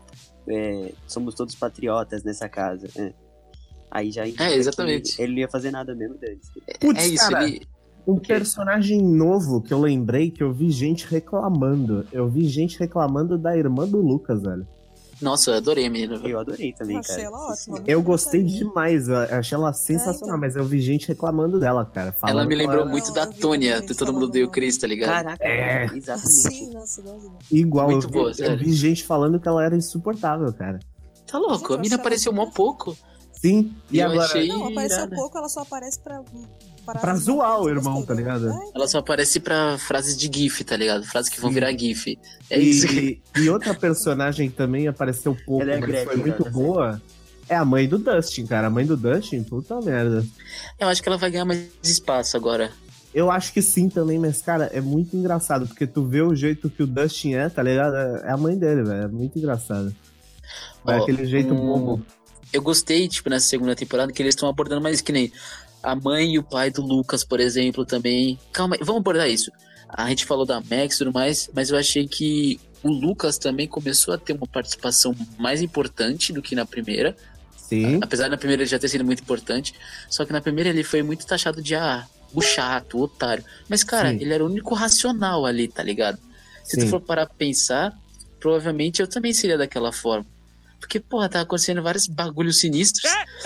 é, somos todos patriotas nessa casa. É. Aí já É, exatamente. Ele não ia fazer nada mesmo deles. Putz, é isso, cara, ele... um personagem novo que eu lembrei que eu vi gente reclamando. Eu vi gente reclamando da irmã do Lucas, velho. Nossa, eu adorei a menina. Eu adorei também, Eu achei cara. ela ótima. Eu gostei demais, eu achei ela sensacional, É, então. mas eu vi gente reclamando dela, cara. Ela falando me que lembrou era muito Não, da eu vi Tônia, também, de Todo falando Mundo Deu mal. Chris, tá ligado? Caraca, É. exatamente. Sim, nossa, igualzinho. igual. Muito eu, boa, vi, sério. eu vi gente falando que ela era insuportável, cara. Tá louco, Gente, eu a mina achei apareceu ela mó pouco. Sim, e eu agora. achei Não, apareceu irada. pouco, ela só aparece pra... Pra zoar o irmão, tá ligado? É, Ela só aparece pra frases de GIF, tá ligado? Frases que vão Sim. virar GIF. É isso. E, e outra personagem que também apareceu pouco, Ela é a mas Gretchen, foi muito tá boa, é a mãe do Dustin, cara. A mãe do Dustin, puta merda. Eu acho que ela vai ganhar mais espaço agora. Eu acho que sim também, mas, cara, é muito engraçado, porque tu vê o jeito que o Dustin é, tá ligado? É a mãe dele, velho. É muito engraçado. É Ó, aquele jeito um- bobo. Eu gostei, tipo, nessa segunda temporada, que eles estão abordando mais que nem a mãe e o pai do Lucas, por exemplo, também. Calma aí, vamos abordar isso. A gente falou da Max e tudo mais, mas eu achei que o Lucas também começou a ter uma participação mais importante do que na primeira. Sim. Apesar de na primeira ele já ter sido muito importante. Só que na primeira ele foi muito taxado de, ah, o chato, o otário. Mas, cara, Sim. ele era o único racional ali, tá ligado? Se Sim. tu for parar pra pensar, provavelmente eu também seria daquela forma. Porque, porra, tava acontecendo vários bagulhos sinistros.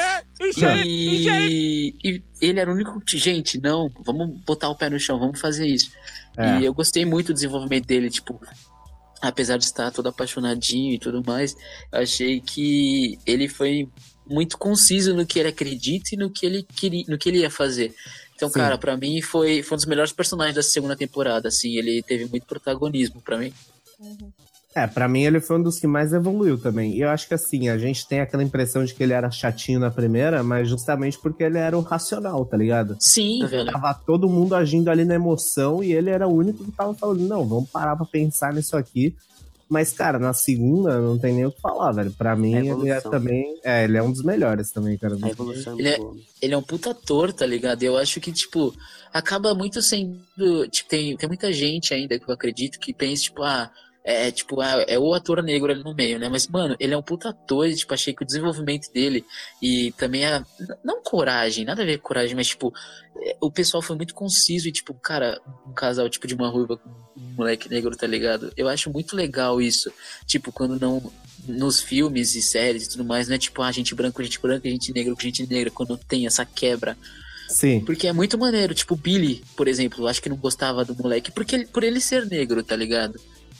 E... e ele era o único. Gente, não, vamos botar o pé no chão, vamos fazer isso. É. E eu gostei muito do desenvolvimento dele, tipo, apesar de estar todo apaixonadinho e tudo mais, eu achei que ele foi muito conciso no que ele acredita e no que ele queria, no que ele ia fazer. Então, Sim. cara, pra mim foi, foi um dos melhores personagens da segunda temporada, assim, ele teve muito protagonismo pra mim. Uhum. É, pra mim ele foi um dos que mais evoluiu também. E eu acho que assim, a gente tem aquela impressão de que ele era chatinho na primeira, mas justamente porque ele era o racional, tá ligado? Sim, velho. Tava todo mundo agindo ali na emoção e ele era o único que tava falando, não, vamos parar pra pensar nisso aqui. Mas, cara, na segunda não tem nem o que falar, velho. Pra mim, A ele é evolução. também. É, ele é um dos melhores também, cara. A evolução é Ele é- muito boa. Ele é um puta ator, tá ligado? Eu acho que, tipo, acaba muito sendo. Tipo, tem, tem muita gente ainda que eu acredito que pensa, tipo, ah, é tipo, ah, é o ator negro ali no meio, né? Mas, mano, ele é um puta ator e, tipo, achei que o desenvolvimento dele e também a. Não coragem, nada a ver com coragem, mas, tipo, é, o pessoal foi muito conciso e, tipo, cara, um casal, tipo, de uma ruiva com um moleque negro, tá ligado? Eu acho muito legal isso. Tipo, quando não. Nos filmes e séries e tudo mais, não é tipo, ah, gente branca, gente branca, gente negra com gente negra, quando tem essa quebra. Sim. Porque é muito maneiro. Tipo, o Billy, por exemplo, acho que não gostava do moleque porque ele- por ele ser negro, tá ligado?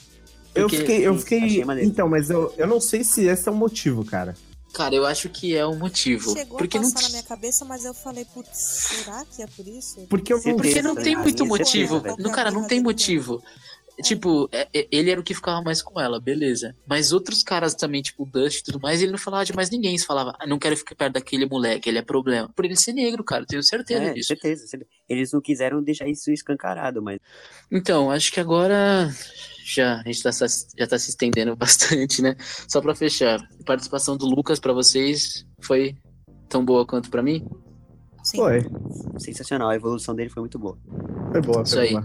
Eu Porque- fiquei. Eu Isso, fiquei achei maneiro. então, mas eu, eu não sei se esse é o motivo, cara. Cara, eu acho que é o motivo. Chegou Porque a não, passar na minha cabeça, mas eu falei, putz, será que é por isso? Porque eu não porque Certeza, não né? tem A muito minha motivo. certeza, No, cara, não tem motivo. Tipo, é- é- ele era o que ficava mais com ela, beleza. Mas outros caras também, tipo o Dust e tudo mais, ele não falava de mais ninguém. Eles falavam, ah, não quero ficar perto daquele moleque, ele é problema. Por ele ser negro, cara, eu tenho certeza É, disso. certeza, certeza. Eles não quiseram deixar isso escancarado, mas Então, acho que agora já a gente tá, se- já tá se estendendo bastante, né? Só pra fechar, a participação do Lucas pra vocês foi tão boa quanto pra mim? Sim. Foi. sensacional. A evolução dele foi muito boa. Foi boa, Isso foi aí. boa.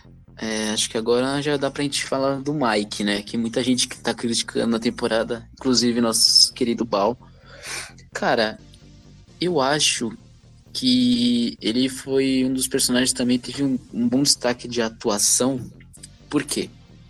É, acho que agora já dá pra gente falar do Mike, né? Que muita gente que tá criticando na temporada, inclusive nosso querido Bal. Cara, eu acho que ele foi um dos personagens que também teve um, um bom destaque de atuação. Por quê?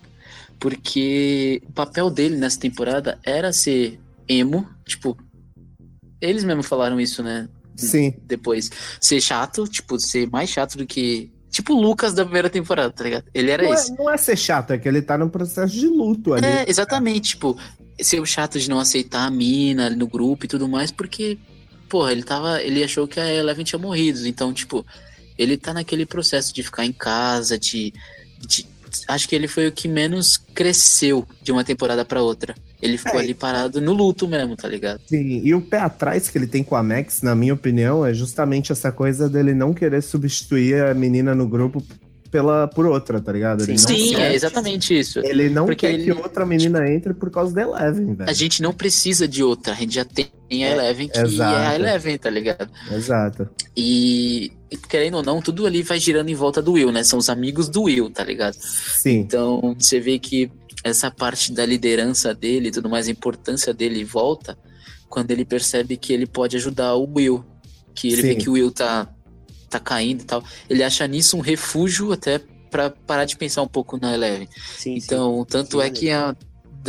Porque o papel dele nessa temporada era ser emo, tipo, eles mesmos falaram isso, né? Sim. Depois, ser chato, tipo, ser mais chato do que. Tipo o Lucas da primeira temporada, tá ligado? Ele era Não é, esse. não é ser chato, é que ele tá num processo de luto ali. É, exatamente, tipo, ser o chato de não aceitar a mina ali no grupo e tudo mais, porque, porra, ele tava. Ele achou que a Eleven tinha morrido. Então, tipo, ele tá naquele processo de ficar em casa, de. de- acho que ele foi o que menos cresceu de uma temporada pra outra. Ele ficou É. ali parado no luto mesmo, tá ligado? Sim, e o pé atrás que ele tem com a Max, na minha opinião, é justamente essa coisa dele não querer substituir a menina no grupo pela, por outra, tá ligado? Ele não Sim, quer, é exatamente isso. ele não Porque quer ele- que outra menina entre por causa da Eleven, velho. A gente não precisa de outra, a gente já tem a É, Eleven, que exato. é a Eleven, tá ligado? Exato. E, querendo ou não, tudo ali vai girando em volta do Will, né? São os amigos do Will, tá ligado? Sim. Então, você vê que essa parte da liderança dele e tudo mais, a importância dele volta quando ele percebe que ele pode ajudar o Will. Que ele Sim. vê que o Will tá, tá caindo e tal. Ele acha nisso um refúgio até pra parar de pensar um pouco na Eleven. Sim, então, sim. tanto Sim, é que a,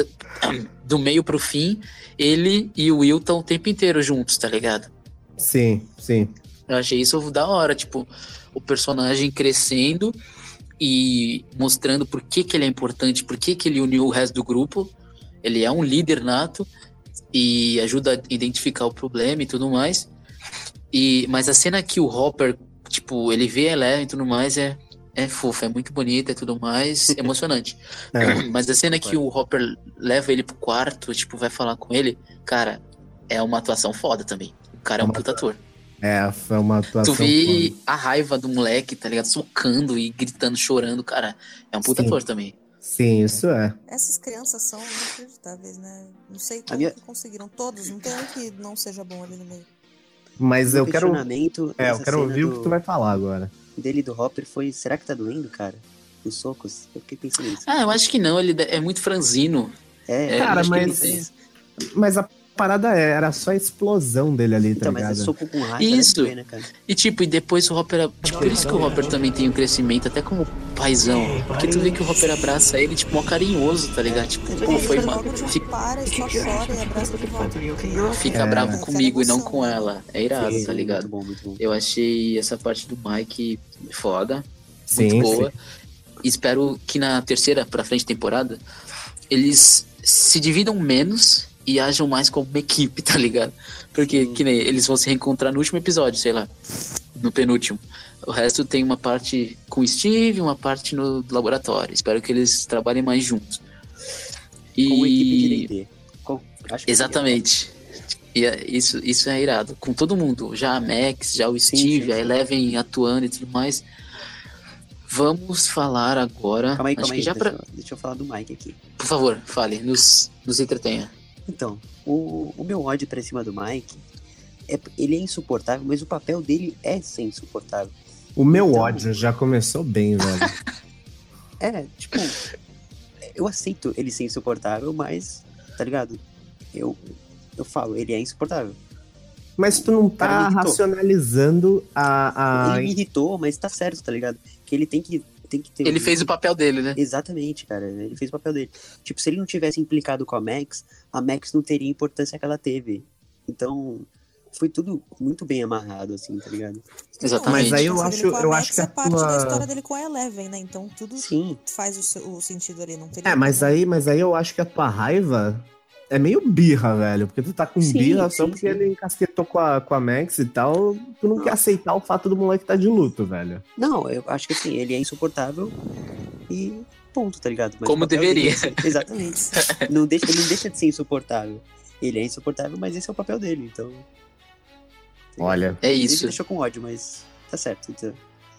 do meio pro fim, ele e o Will estão o tempo inteiro juntos, tá ligado? Sim, sim. Eu achei isso da hora, tipo, o personagem crescendo e mostrando por que que ele é importante, por que que ele uniu o resto do grupo. Ele é um líder nato e ajuda a identificar o problema e tudo mais. E, mas a cena que o Hopper, tipo, ele vê a Eleven e tudo mais é, é fofa, é muito bonita e tudo mais, emocionante. É. Mas a cena que o Hopper leva ele pro quarto, tipo, vai falar com ele, cara, é uma atuação foda também. O cara é um Uma- puta ator. É, foi uma atuação. Tu vê foda. a raiva do moleque, tá ligado? Socando e gritando, chorando, cara. É um puta Sim. ator também. Sim, isso é. Essas crianças são inacreditáveis, né? Não sei A como minha- que conseguiram. Todos, não tem um que não seja bom ali no meio. Mas Meu eu quero. questionamento É, eu nessa quero cena ouvir o do- que tu vai falar agora. dele do Hopper foi, será que tá doendo, cara? Os socos? Eu fiquei pensando nisso. Ah, eu acho que não, ele é muito franzino. É, É, Cara, acho que ele mas- tem- Mas a parada é, era só a explosão dele ali, tá Então, mas é ligado? soco com raiva, Isso. deve doer, né, cara? E tipo, e depois o Hopper. Tipo, por isso que o Hopper também tem um crescimento, até como paizão. Porque tu vê que o Hopper abraça ele, tipo, mó carinhoso, tá ligado? Tipo, pô, foi mal. Logo já Fica, para e só chora e abraça de volta. fica É. bravo comigo e não emoção. com ela. É irado, Sim, tá ligado? Muito bom, muito bom. Eu achei essa parte do Mike foda, Sim, muito boa. sim. Espero que na terceira pra frente temporada eles se dividam menos e ajam mais como uma equipe, tá ligado? Porque que nem eles vão se reencontrar no último episódio, sei lá, no penúltimo. O resto tem uma parte com o Steve, uma parte no laboratório. Espero que eles trabalhem mais juntos. E Como equipe de D e D. Com- acho que exatamente. E é- isso, isso é irado. Com todo mundo. Já a Max, já o Sim, Steve, sim, a sim. Eleven atuando e tudo mais. Vamos falar agora. Calma aí, acho calma que aí. já Deixa, pra... eu- deixa eu falar do Mike aqui. Por favor, fale, nos, nos entretenha. Então, o, o meu ódio pra cima do Mike, é, ele é insuportável, mas o papel dele é ser insuportável. O meu Então- ódio já começou bem, velho. É, tipo, eu aceito ele ser insuportável, mas, tá ligado? Eu, eu falo, ele é insuportável. Mas tu não cara tá me irritou. racionalizando a. a... Ele me irritou, mas tá certo, tá ligado? Que ele tem que, tem que ter... Ele um- fez o papel dele, né? Exatamente, cara. Ele fez o papel dele. Tipo, se ele não tivesse implicado com a Max, a Max não teria a importância que ela teve. Então, foi tudo muito bem amarrado, assim, tá ligado? Exatamente. Mas aí eu Mas acho, ele com a eu Max acho que é a parte da tua... história dele com a Eleven, né? Então tudo Sim. faz o, seu- o sentido ali, não teria É, mas como- aí, mas aí eu acho que a tua raiva é meio birra, velho. Porque tu tá com Sim, birra só sim, porque sim. ele encasquetou com a, com a Max e tal. Tu não quer aceitar o fato do moleque tá de luto, velho. Não, eu acho que assim, ele é insuportável e ponto, tá ligado? Mas Como o papel deveria. dele- exatamente. Não deixa, ele não deixa de ser insuportável. Ele é insuportável, mas esse é o papel dele, então... Olha. É Ele isso. deixou com ódio, mas tá certo. Então.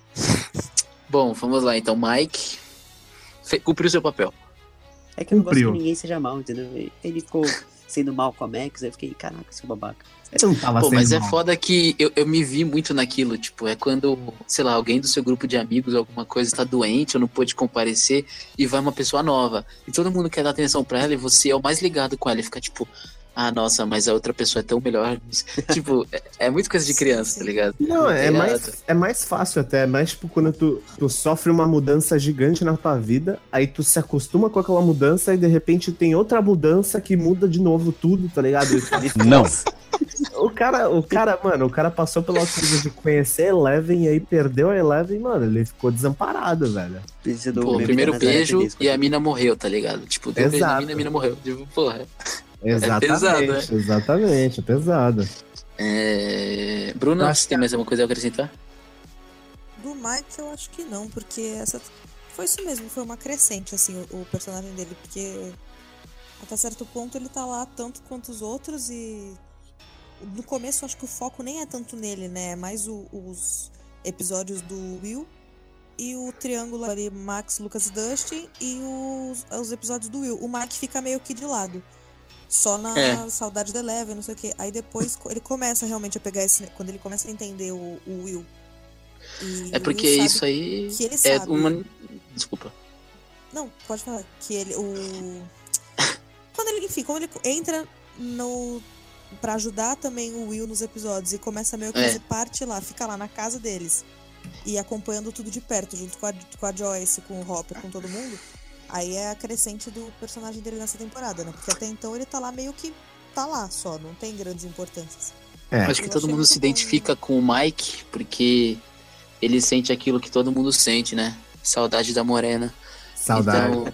Bom, vamos lá então. Mike fe- cumpriu seu papel. É que eu não gosto Cumpriu. que ninguém seja mal, entendeu? Ele ficou sendo mal com a Max, aí eu fiquei, caraca, seu babaca. Ele não tava Pô, sendo mas é mal. foda que eu, eu me vi muito naquilo, tipo, é quando, sei lá, alguém do seu grupo de amigos, alguma coisa, está doente ou não pôde comparecer e vai uma pessoa nova. E todo mundo quer dar atenção pra ela e você é o mais ligado com ela e fica tipo, ah, nossa, mas a outra pessoa é tão melhor. Tipo, é, é muito coisa de criança, tá ligado? Não, é Irado. mais, é mais fácil até. É mais tipo quando tu, tu sofre uma mudança gigante na tua vida, aí tu se acostuma com aquela mudança e de repente tem outra mudança que muda de novo tudo, tá ligado? E fala, Não. O cara, o cara, mano, o cara passou pela coisa de conhecer a Eleven e aí perdeu a Eleven, mano, ele ficou desamparado, velho. Precisa do Pô, meme primeiro da Nazaré beijo Tedesco. e a mina morreu, tá ligado? Tipo, deu beijo na Exato. mina e a mina morreu. Tipo, porra. Exatamente, pesado, né? exatamente, é pesado. É... Bruna, Eu acho você tem mais alguma coisa a acrescentar? Do Mike eu acho que não, porque essa foi isso mesmo, foi uma crescente, assim, o, o personagem dele, porque até certo ponto ele tá lá tanto quanto os outros e no começo eu acho que o foco nem é tanto nele, né? É mais o- os episódios do Will e o triângulo ali, Max, Lucas e Dustin, e os, os episódios do Will. O Mike fica meio que de lado. Só na É. saudade da Eleven, não sei o quê. Aí depois co- ele começa realmente a pegar esse. Quando ele começa a entender o, o Will. E É o porque Will sabe isso aí que ele é sabe. uma. Desculpa. Não, pode falar. Que ele. O... quando ele, enfim, quando ele entra no. Pra ajudar também o Will nos episódios e começa meio que É. fazer parte lá, fica lá na casa deles e acompanhando tudo de perto, junto com a, com a Joyce, com o Hopper, com todo mundo. Aí é a crescente do personagem dele nessa temporada, né? Porque até então ele tá lá meio que tá lá só, não tem grandes importâncias. É. Acho que Eu todo achei mundo muito se bom. identifica com o Mike, porque ele sente aquilo que todo mundo sente, né? Saudade da morena. Saudade. Então,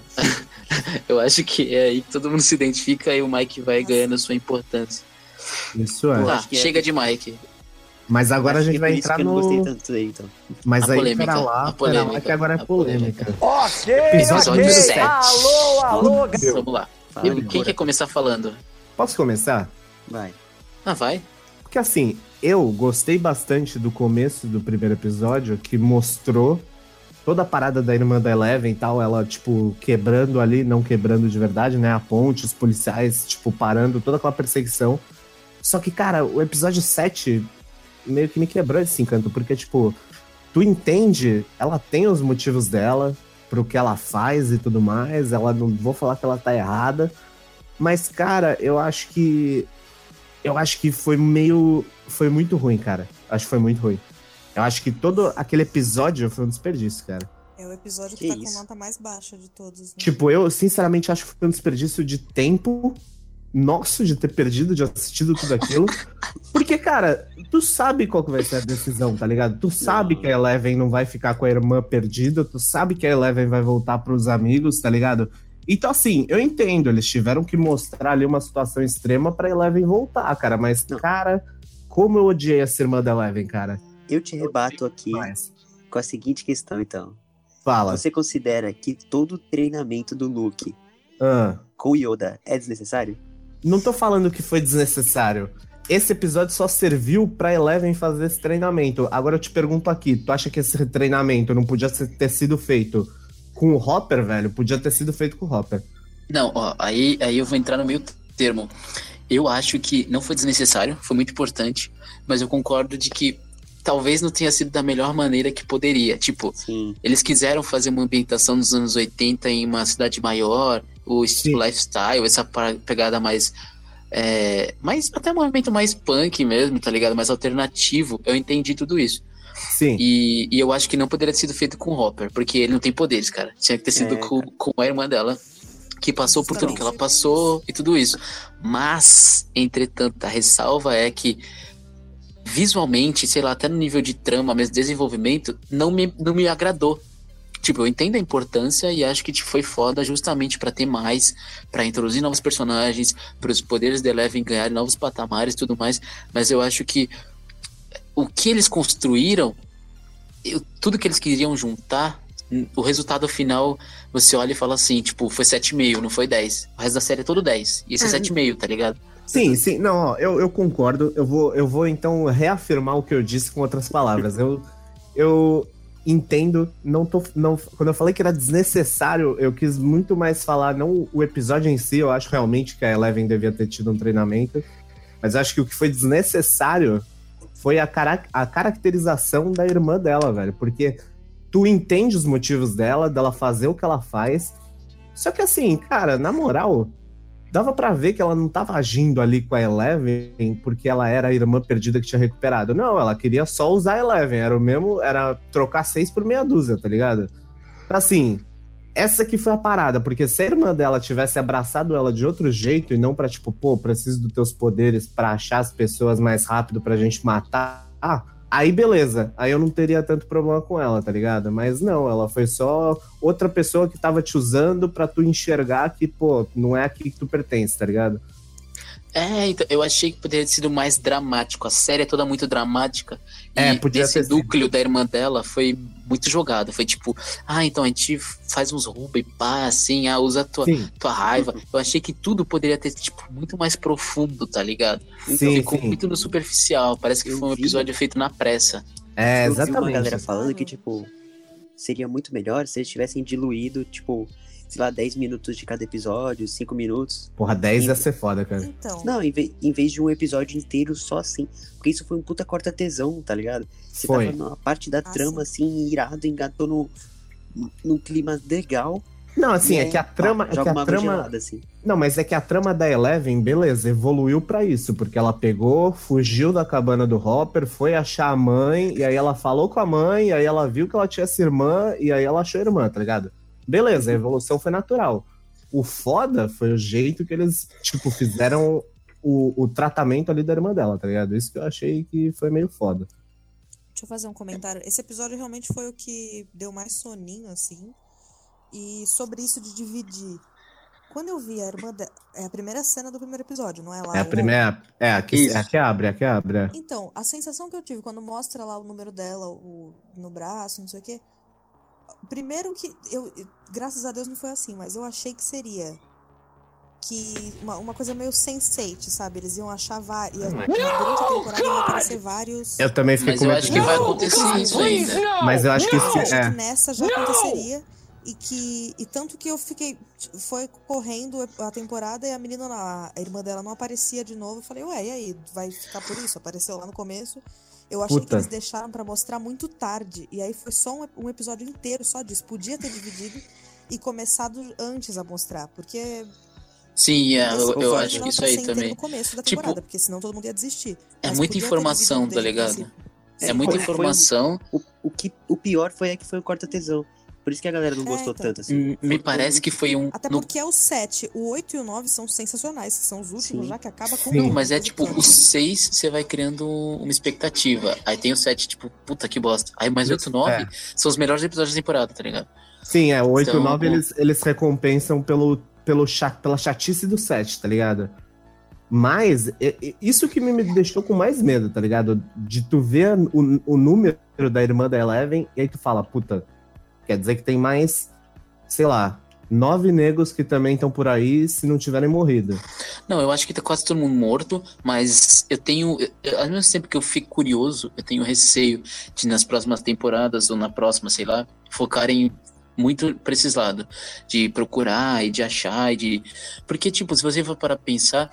eu acho que é aí que todo mundo se identifica e o Mike vai ganhando sua importância. Isso é. Tá, acho que é- chega de Mike. Mas agora a Acho que gente é vai por isso entrar que eu não gostei no... tanto daí, então. Mas A aí, polêmica, pera lá, a pera lá, polêmica, que agora é a polêmica. polêmica. Ok, Episódio ok. sete. Alô, alô, Meu. Vamos lá. Fala, Eu- quem Cora. quer começar falando? Posso começar? Vai. Ah, vai. Porque assim, eu gostei bastante do começo do primeiro episódio, que mostrou toda a parada da irmã da Eleven e tal, ela, tipo, quebrando ali, não quebrando de verdade, né, a ponte, os policiais, tipo, parando, toda aquela perseguição. Só que, cara, o episódio sete meio que me quebrou esse encanto, porque, tipo, tu entende, ela tem os motivos dela, pro que ela faz e tudo mais, ela, não vou falar que ela tá errada, mas, cara, eu acho que eu acho que foi meio, foi muito ruim, cara, acho que foi muito ruim. Eu acho que todo aquele episódio foi um desperdício, cara. É o episódio que, Que tá isso? com nota mais baixa de todos, né? Tipo, eu sinceramente acho que foi um desperdício de tempo nosso de ter perdido, de assistido tudo aquilo. Porque, cara, tu sabe qual que vai ser a decisão, tá ligado? Tu sabe que a Eleven não vai ficar com a irmã perdida, tu sabe que a Eleven vai voltar pros amigos, tá ligado? Então, assim, eu entendo, eles tiveram que mostrar ali uma situação extrema pra Eleven voltar, cara. Mas, Não. cara, como eu odiei essa irmã da Eleven, cara. Eu te rebato aqui Mas, com a seguinte questão, então. fala. Você considera que todo o treinamento do Luke Ah, com o Yoda é desnecessário? não tô falando que foi desnecessário. Esse episódio só serviu pra Eleven fazer esse treinamento. Agora eu te pergunto aqui, tu acha que esse treinamento não podia ser- ter sido feito com o Hopper, velho? Podia ter sido feito com o Hopper. Não, ó, aí, aí eu vou entrar no meio termo. Eu acho que não foi desnecessário, foi muito importante, mas eu concordo de que talvez não tenha sido da melhor maneira que poderia. Tipo, Sim. eles quiseram fazer uma ambientação nos anos oitenta em uma cidade maior, o estilo Sim. lifestyle, essa pa- pegada mais, é, mais. Até um movimento mais punk mesmo, tá ligado? Mais alternativo. Eu entendi tudo isso. Sim. E, e eu acho que não poderia ter sido feito com o Hopper, porque ele não tem poderes, cara. Tinha que ter sido É, com, com a irmã dela, que passou por tudo que ela Justamente. passou e tudo isso. Mas, entretanto, a ressalva é que visualmente, sei lá, até no nível de trama, mesmo desenvolvimento, não me, não me agradou. Tipo, eu entendo a importância e acho que tipo, foi foda justamente pra ter mais, pra introduzir novos personagens, para os poderes da Eleven ganharem novos patamares e tudo mais, mas eu acho que o que eles construíram, eu- tudo que eles queriam juntar, n- o resultado final, você olha e fala assim, tipo, foi sete vírgula cinco, não foi dez. O resto da série é todo dez. E esse é sete vírgula cinco, tá ligado? Sim, sim, não, ó, eu, eu concordo. Eu vou, eu vou então reafirmar o que eu disse com outras palavras. Eu, eu entendo, não tô, não, quando eu falei que era desnecessário, eu quis muito mais falar, não o episódio em si, eu acho realmente que a Eleven devia ter tido um treinamento, mas acho que o que foi desnecessário foi a, cara, a caracterização da irmã dela, velho, porque tu entende os motivos dela, dela fazer o que ela faz, só que assim, cara, na moral, dava pra ver que ela não tava agindo ali com a Eleven porque ela era a irmã perdida que tinha recuperado. Não, ela queria só usar a Eleven. Era o mesmo, era trocar seis por meia dúzia, tá ligado? Assim, essa que foi a parada, porque se a irmã dela tivesse abraçado ela de outro jeito e não pra, tipo, pô, preciso dos teus poderes pra achar as pessoas mais rápido pra gente matar, ah, aí beleza, aí eu não teria tanto problema com ela, tá ligado? Mas não, ela foi só outra pessoa que tava te usando pra tu enxergar que, pô, não é aqui que tu pertence, tá ligado? É, então, eu achei que poderia ter sido mais dramático. A série é toda muito dramática. É, e podia esse ter sido. núcleo da irmã dela foi muito jogado. Foi tipo, ah, então a gente faz uns roubo e pá, assim, ah, usa a tua, Sim, tua raiva. Eu achei que tudo poderia ter, tipo, muito mais profundo, tá ligado? sim, Ficou sim. muito no superficial. Parece que Eu foi um vi. episódio feito na pressa. É, Eu vi uma exatamente. galera falando que, tipo, seria muito melhor se eles tivessem diluído, tipo, sei lá, dez minutos de cada episódio, cinco minutos. Porra, dez ia ser foda, cara. Então, Não, em, ve- em vez de um episódio inteiro só assim. Porque isso foi um puta corta-tesão, tá ligado? Você Foi. tava numa parte da Ah, trama, sim. assim, irado, engatou no, num clima legal. Não, assim, E é aí, que a trama... pá, é joga que a uma trama... gelada, assim. Não, mas é que a trama da Eleven, beleza, evoluiu pra isso, porque ela pegou, fugiu da cabana do Hopper, foi achar a mãe, e aí ela falou com a mãe, e aí ela viu que ela tinha essa irmã, e aí ela achou a irmã, tá ligado? Beleza, a evolução foi natural. O foda foi o jeito que eles, tipo, fizeram o, o tratamento ali da irmã dela, tá ligado? Isso que eu achei que foi meio foda. Deixa eu fazer um comentário. Esse episódio realmente foi o que deu mais soninho, assim. E sobre isso de dividir. Quando eu vi a irmã dela... É a primeira cena do primeiro episódio, não é lá? É a primeira... É, a que, é a que abre, é a que abre. É. Então, a sensação que eu tive quando mostra lá o número dela o, no braço, não sei o quê... Primeiro que... eu graças a Deus não foi assim, mas eu achei que seria... Que uma, uma coisa meio sense eight, sabe? Eles iam achar vários... Durante a temporada iam aparecer vários... Eu também fiquei Mas com eu medo acho que disso. vai acontecer isso ainda. Mas eu acho que isso... Eu acho É. que nessa já aconteceria... E que e tanto que eu fiquei foi correndo a temporada e a menina lá, a irmã dela não aparecia de novo. Eu falei, ué, e aí, vai ficar por isso? Apareceu lá no começo. Eu achei Puta. que eles deixaram pra mostrar muito tarde. E aí foi só um, um episódio inteiro só disso. Podia ter dividido e começado antes a mostrar, porque Sim, é, eu, eu não acho que isso pra aí ser inteiro também. no começo da Tipo, temporada, porque senão todo mundo ia desistir. É Mas muita podia ter informação, dividido tá desde o ligado? princípio. É Sim, muita foi- foi informação. O, o, que, o pior foi é que foi o corta-tesão. Por isso que a galera não É, gostou então. tanto, assim. Hum, Me Foi- parece que foi um. Até no- porque é o sete, o oito e o nove são sensacionais, que são os últimos Sim. já que acaba com Sim. Não, tudo, mas é tudo, tipo, tudo. o seis você vai criando uma expectativa. Aí tem o sete, tipo, puta que bosta. Aí mais oito e nove É. são os melhores episódios da temporada, tá ligado? Sim, é, o oito e Então, o nove o- eles, eles recompensam pelo, pelo cha- pela chatice do sete, tá ligado? Mas, é- é isso que me me deixou com mais medo, tá ligado? De tu ver o, o número da irmã da Eleven e aí tu fala, puta, quer dizer que tem mais, sei lá, nove negros que também estão por aí se não tiverem morrido. Não, eu acho que tá quase todo mundo morto, mas eu tenho. eu- Ao mesmo tempo que eu fico curioso, eu tenho receio de nas próximas temporadas ou na próxima, sei lá, focarem muito pra esses lados. De procurar e de achar e de. Porque, tipo, se você for para pensar.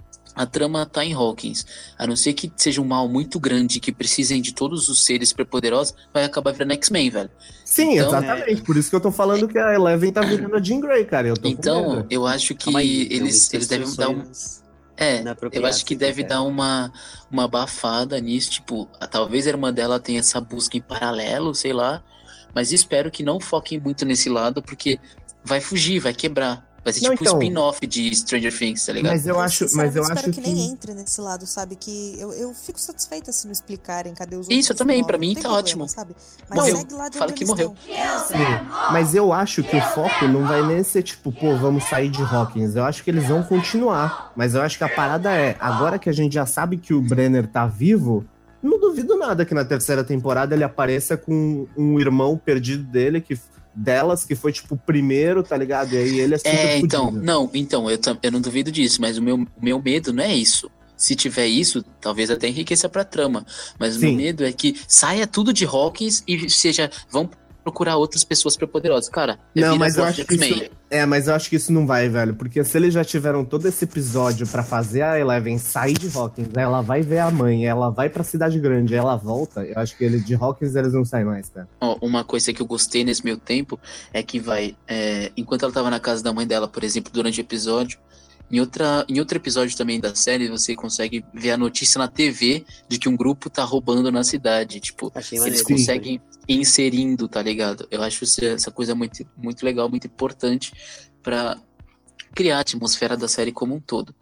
A trama tá em Hawkins. A não ser que seja um mal muito grande que precisem de todos os seres superpoderosos, vai acabar virando X-Men, velho. Sim, Então- exatamente. Por isso que eu tô falando que a Eleven tá virando a Jean Grey, cara. Eu tô com Então, medo. eu acho que Calma aí, então, eles, isso eles são devem dar um. sonhos É, eu inapropriados, acho que se deve quiser. dar uma, uma abafada nisso, tipo, a- talvez a irmã dela tenha essa busca em paralelo, sei lá, mas espero que não foquem muito nesse lado, porque vai fugir, vai quebrar. Vai ser Não, tipo um então- spin-off de Stranger Things, tá ligado? Mas eu acho, mas eu sinceramente, acho espero que, que... nem entre nesse lado, sabe? Que eu, eu fico satisfeita se não explicarem cadê os Isso, outros também, nove, pra não mim tem tá problema, ótimo. sabe? Mas Morreu. segue lá de Fala onde que eles morreu. estão. Sim, mas eu acho que o foco não vai nem ser tipo, pô, vamos sair de Hawkins. Eu acho que eles vão continuar. Mas eu acho que a parada é, agora que a gente já sabe que o Brenner tá vivo, não duvido nada que na terceira temporada ele apareça com um irmão perdido dele, que, delas, que foi tipo o primeiro, tá ligado? E aí ele é super É, então, fudido. não, então, eu, tam- eu não duvido disso, mas o meu, o meu medo não é isso. Se tiver isso, talvez até enriqueça pra trama. Mas o Sim. meu medo é que saia tudo de Hawkins e seja, vão procurar outras pessoas superpoderosas. Cara, é Não, vira mas eu plot acho que X-Men. isso, é, mas eu acho que isso não vai, velho, porque se eles já tiveram todo esse episódio pra fazer a Eleven sair de Hawkins, né, ela vai ver a mãe, ela vai pra cidade grande, ela volta, eu acho que ele de Hawkins eles não saem mais, cara. Ó, uma coisa que eu gostei nesse meio tempo é que vai, é, enquanto ela tava na casa da mãe dela, por exemplo, durante o episódio, em, outra, em outro episódio também da série, você consegue ver a notícia na T V de que um grupo tá roubando na cidade. Tipo, Achei eles maneiro. conseguem ir inserindo, tá ligado? Eu acho isso- essa coisa muito, muito legal, muito importante pra criar a atmosfera da série como um todo.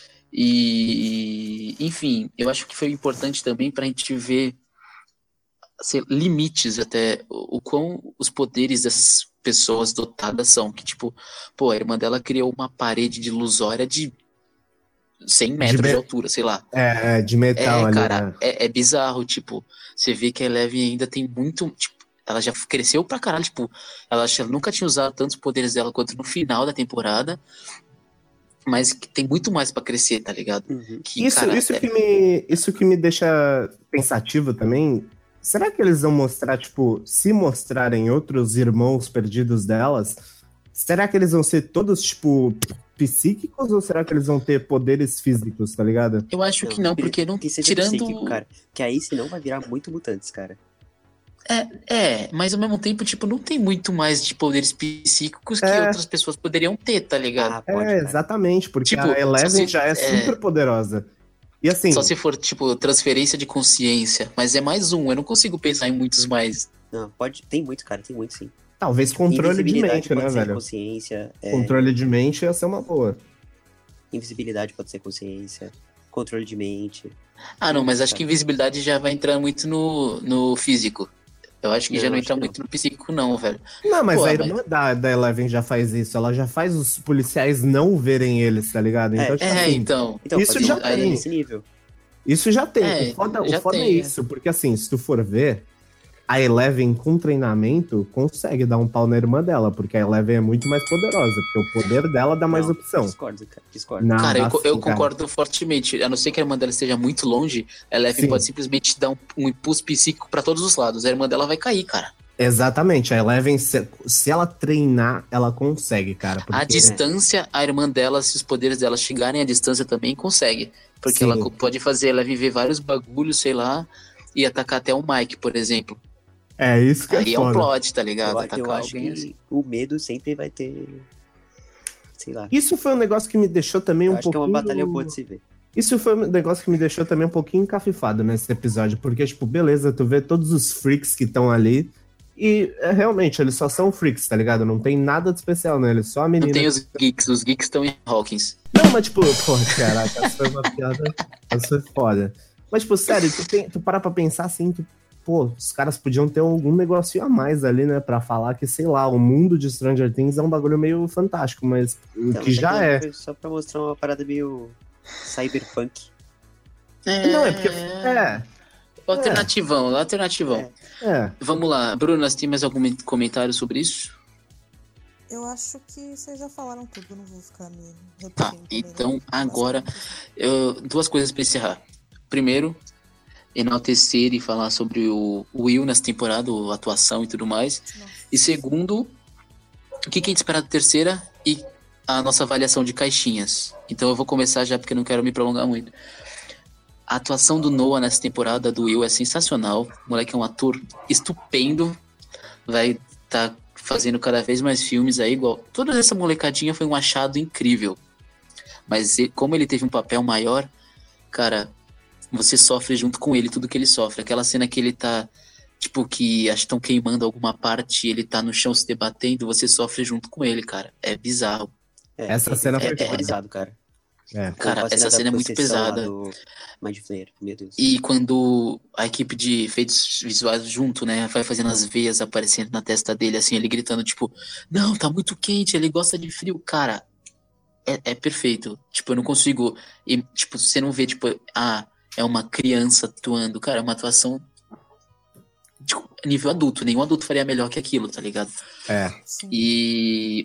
E, enfim, eu acho que foi importante também pra gente ver sei, limites até o, o quão os poderes dessas pessoas dotadas são. Que, tipo, pô, a irmã dela criou uma parede de ilusória de cem metros de, me- altura, sei lá. É, é, de metal É, ali, cara, né? é, é bizarro, tipo, você vê que a Eleven ainda tem muito, tipo, ela já cresceu pra caralho, tipo, ela, acho que ela nunca tinha usado tantos poderes dela quanto no final da temporada, mas que tem muito mais pra crescer, tá ligado? Uhum. Que, Isso, cara, isso, é- que me, isso que me deixa pensativo também. Será que eles vão mostrar, tipo, se mostrarem outros irmãos perdidos delas, será que eles vão ser todos, tipo, psíquicos ou será que eles vão ter poderes físicos, tá ligado? eu acho que não, porque não, Que seja tirando... psíquico, cara. Que aí senão vai virar muito mutantes, cara. É, é, mas ao mesmo tempo, tipo, não tem muito mais de poderes psíquicos que É. outras pessoas poderiam ter, tá ligado? Ah, pode, É, cara. exatamente, porque Tipo, a Eleven só se- já é, é. super poderosa. E assim, Só se for, tipo, transferência de consciência. Mas é mais um, eu não consigo pensar em muitos mais. Não, pode. Tem muito, cara, tem muito sim. talvez controle de Invisibilidade mente, pode né, ser velho? consciência. é, Controle de mente ia ser uma boa. Invisibilidade pode ser consciência. Controle de mente. Ah, não, mas acho que invisibilidade já vai entrar muito no, no físico. Eu acho que Não, já não acho entra que não. muito no psíquico, não, velho. Não, mas Pô, a mas- irmã da, da Eleven já faz isso. Ela já faz os policiais não verem eles, tá ligado? Então, É, tipo É, assim, então. Então, Isso pode já ser tem. nesse nível. isso já tem. É, o foda, já o foda tem, é é. isso, porque assim, se tu for ver, a Eleven com treinamento consegue dar um pau na irmã dela, porque a Eleven é muito mais poderosa, porque o poder dela dá mais Não, opção. Discordo, cara. Discordo. Não, Cara, eu, dá co- sim, eu cara. concordo fortemente. A não ser que a irmã dela esteja muito longe, a Eleven Sim. pode simplesmente dar um, um impulso psíquico pra todos os lados. A irmã dela vai cair, cara. Exatamente, a Eleven, se, se ela treinar, ela consegue, cara. A Porque, distância, a irmã dela, se os poderes dela chegarem à distância também, consegue. Porque Sim. ela co- pode fazer ela viver vários bagulhos, sei lá, e atacar até o Mike, por exemplo. é isso que Aí é é um foda. plot, tá ligado? Eu, Atacar eu acho alguém que assim. o medo sempre vai ter. Sei lá. Isso foi um negócio que me deixou também Eu um acho que é pouquinho... uma batalha boa de se ver. Isso foi um negócio que me deixou também um pouquinho encafifado nesse episódio, porque, tipo, beleza, tu vê todos os freaks que estão ali, e é, realmente, eles só são freaks, tá ligado? Não tem nada de especial neles, só a menina. Não tem os geeks, os geeks estão em Hawkins. Não, mas tipo, pô, caraca, essa foi uma piada, essa foi foda. Mas, tipo, sério, tu, tem, tu para pra pensar assim, que, pô, os caras podiam ter algum negocinho a mais ali, né, pra falar que, sei lá, o mundo de Stranger Things é um bagulho meio fantástico, mas o Então, que mas já aquilo é. Foi só pra mostrar uma parada meio cyberpunk. É, Não, é porque. É, Alternativão, alternativão. É. é. Vamos lá, Bruno, você tem mais algum comentário sobre isso? Eu acho que vocês já falaram tudo, eu não vou ficar me repetindo. Tá, também, então não. agora eu- duas coisas pra encerrar. Primeiro, enaltecer e falar sobre o o Will nessa temporada, a atuação e tudo mais. Nossa. E segundo, o que que a gente espera da terceira e a nossa avaliação de caixinhas. Então eu vou começar já porque eu não quero me prolongar muito. A atuação do Noah nessa temporada do Will é sensacional. O moleque é um ator estupendo. Vai estar fazendo cada vez mais filmes aí, igual. Toda essa molecadinha foi um achado incrível. Mas e- como ele teve um papel maior, cara, você sofre junto com ele tudo que ele sofre. Aquela cena que ele tá, tipo, que acho que estão queimando alguma parte, ele tá no chão se debatendo, você sofre junto com ele, cara. É bizarro. É, Essa é- cena é foi foda. aterrorizado, cara. É. Cara, Ou a essa da cena é muito possessão lá pesada. do Mind Flayer, meu Deus. E quando a equipe de efeitos visuais junto, né, vai fazendo as veias aparecendo na testa dele, assim, ele gritando, tipo, não, tá muito quente, ele gosta de frio. Cara, é, é perfeito. Tipo, eu não consigo... E, tipo, você não vê, tipo, ah, é uma criança atuando. Cara, é uma atuação de nível adulto. Nenhum adulto faria melhor que aquilo, tá ligado? É. Sim. E...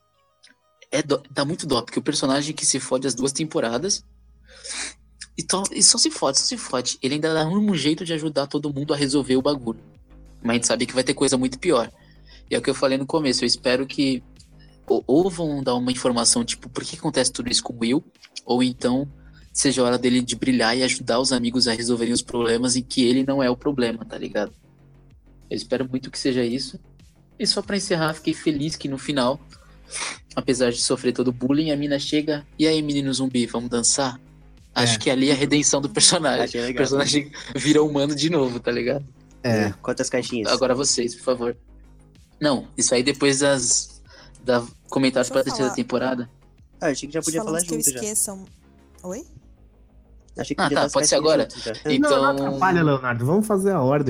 É dó, dá muito dó, porque o personagem que se fode as duas temporadas e, to, e só se fode, só se fode. Ele ainda dá um jeito de ajudar todo mundo a resolver o bagulho. Mas a gente sabe que vai ter coisa muito pior. E é o que eu falei no começo, eu espero que ou, ou vão dar uma informação, tipo, por que acontece tudo isso com o Will, ou então seja a hora dele de brilhar e ajudar os amigos a resolverem os problemas em que ele não é o problema, tá ligado? Eu espero muito que seja isso. E só pra encerrar, fiquei feliz que no final, apesar de sofrer todo o bullying, a mina chega, e aí, menino zumbi, vamos dançar? Acho É. que ali é a redenção do personagem. Achei O legal. personagem vira humano de novo, tá ligado? É. Quantas caixinhas? Agora vocês, por favor. Não, isso aí depois das da comentários Deixa pra eu terceira falar. temporada. Ah, achei que já podia Falando falar que eu junto já. esqueçam... Oi? Achei que Ah, podia tá, dar as pode ser caixinhas agora. juntos já. E- Não, não Então- atrapalha, Leonardo. Vamos fazer a ordem.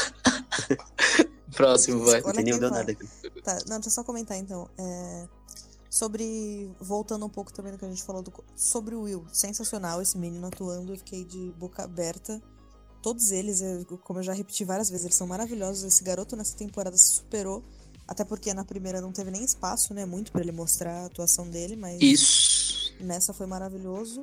Próximo, vai. Não tem nem quem deu fala. nada aqui. Tá, não, deixa eu só comentar então. É, sobre. Voltando um pouco também do que a gente falou do, co- sobre o Will. Sensacional esse menino atuando, eu fiquei de boca aberta. Todos eles, eu- como eu já repeti várias vezes, eles são maravilhosos. Esse garoto nessa temporada se superou. Até porque na primeira não teve nem espaço, né? Muito pra ele mostrar a atuação dele, mas Isso. nessa foi maravilhoso.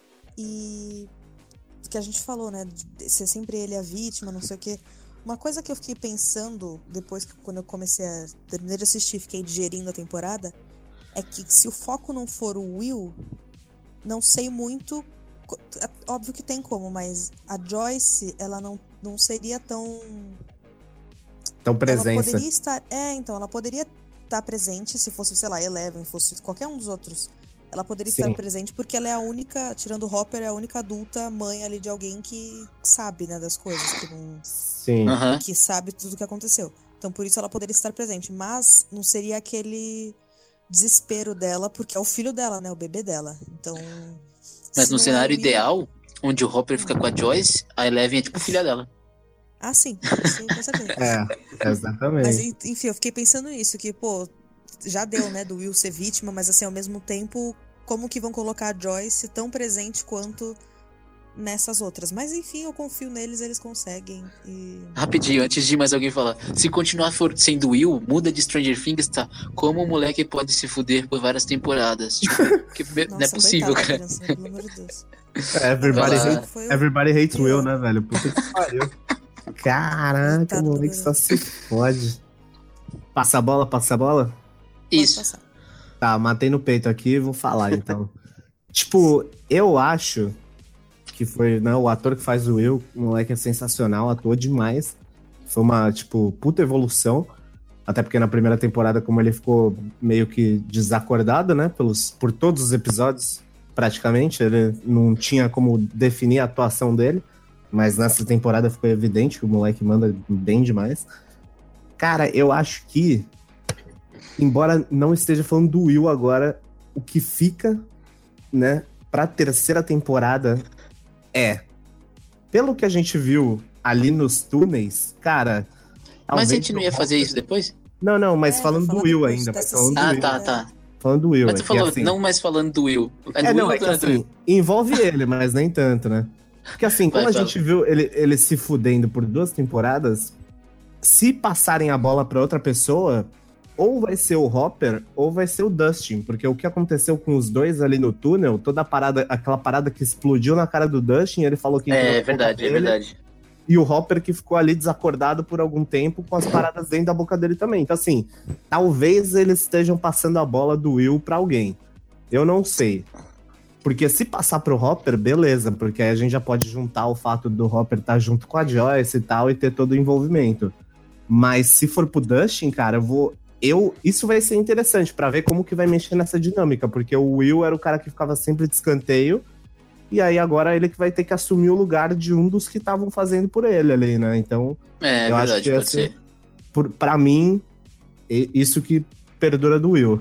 E o que a gente falou, né? De ser sempre ele a vítima, não sei o quê. Uma coisa que eu fiquei pensando depois que quando eu comecei a terminar de assistir, fiquei digerindo a temporada, é que se o foco não for o Will, não sei muito. co- é Óbvio que tem como, mas a Joyce, ela não, não seria tão Então, presença. Ela poderia estar... É, então, ela poderia estar presente se fosse, sei lá, Eleven, fosse qualquer um dos outros. Ela poderia Sim. estar presente porque ela é a única, tirando o Hopper, é a única adulta mãe ali de alguém que sabe, né, das coisas. Que, não, Sim. Uhum. que sabe tudo o que aconteceu. Então, por isso ela poderia estar presente. Mas não seria aquele desespero dela, porque é o filho dela, né, o bebê dela. Então... Mas no cenário é... ideal, onde o Hopper fica com a Joyce, a Eleven é tipo filha dela. Ah, sim. Isso com certeza. É, exatamente. Mas, enfim, eu fiquei pensando nisso, que, pô, já deu, né, do Will ser vítima, mas, assim, ao mesmo tempo, como que vão colocar a Joyce tão presente quanto nessas outras? Mas, enfim, eu confio neles, eles conseguem. E... Rapidinho, antes de mais alguém falar. Se continuar for sendo Will, muda de Stranger Things, tá? Como o moleque pode se fuder por várias temporadas? Tipo, que Nossa, não é possível, cara. Criança, pelo amor de Deus. Everybody, hate, everybody hates Will, né, velho? Puta que pariu. Caraca, o moleque só se fode. Passa a bola, passa a bola? Isso. Tá, matei no peito aqui, vou falar então. Tipo, eu acho que foi, né, o ator que faz o Will, o moleque é sensacional, atuou demais. Foi uma, tipo, puta evolução. Até porque na primeira temporada, como ele ficou meio que desacordado, né, pelos, por todos os episódios, praticamente, ele não tinha como definir a atuação dele. Mas nessa temporada ficou evidente que o moleque manda bem demais. Cara, eu acho que, embora não esteja falando do Will agora, o que fica, né, pra terceira temporada é, pelo que a gente viu ali nos túneis, cara... Mas a gente não ia fazer isso depois? Não, não, mas é, falando do Will ainda. Mas falando ah, do Will. tá, tá. Falando do Will. Mas tu falou, assim, não mais falando do Will. É, é do não, Will é que, assim, envolve ele, mas nem tanto, né? Porque assim, como Vai, a gente viu ele, ele se fudendo por duas temporadas, se passarem a bola pra outra pessoa, ou vai ser o Hopper, ou vai ser o Dustin. Porque o que aconteceu com os dois ali no túnel, toda a parada, aquela parada que explodiu na cara do Dustin, ele falou que... É, é verdade, é verdade. E o Hopper que ficou ali desacordado por algum tempo com as paradas dentro da boca dele também. Então assim, talvez eles estejam passando a bola do Will pra alguém. Eu não sei. Porque se passar pro Hopper, beleza, porque aí a gente já pode juntar o fato do Hopper estar junto com a Joyce e tal, e ter todo o envolvimento. Mas se for pro Dustin, cara, eu vou... Eu, isso vai ser interessante pra ver como que vai mexer nessa dinâmica, porque o Will era o cara que ficava sempre de escanteio, e aí agora ele que vai ter que assumir o lugar de um dos que estavam fazendo por ele ali, né? Então, é, eu verdade, acho que pode esse, ser. Por, pra mim, isso que perdura do Will.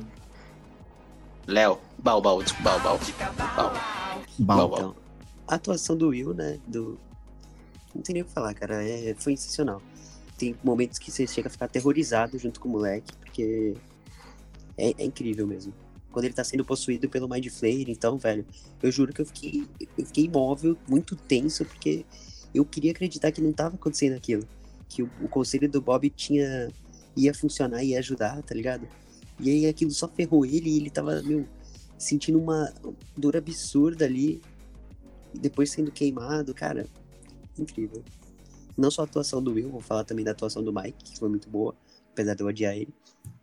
Léo. Bal, bal, desculpa, bal, bal. Bal. Bal, bal. Então, a atuação do Will, né, do... Não tem nem o que falar, cara, é... foi sensacional. Tem momentos que você chega a ficar aterrorizado junto com o moleque, porque é, é incrível mesmo. Quando ele tá sendo possuído pelo Mind Flayer, então, velho, eu juro que eu fiquei, eu fiquei imóvel, muito tenso, porque eu queria acreditar que não tava acontecendo aquilo. Que o, o conselho do Bob tinha... ia funcionar, ia ajudar, tá ligado? E aí aquilo só ferrou ele e ele tava, meu... sentindo uma dor absurda ali, e depois sendo queimado, cara, incrível. Não só a atuação do Will, vou falar também da atuação do Mike, que foi muito boa, apesar de eu odiar ele.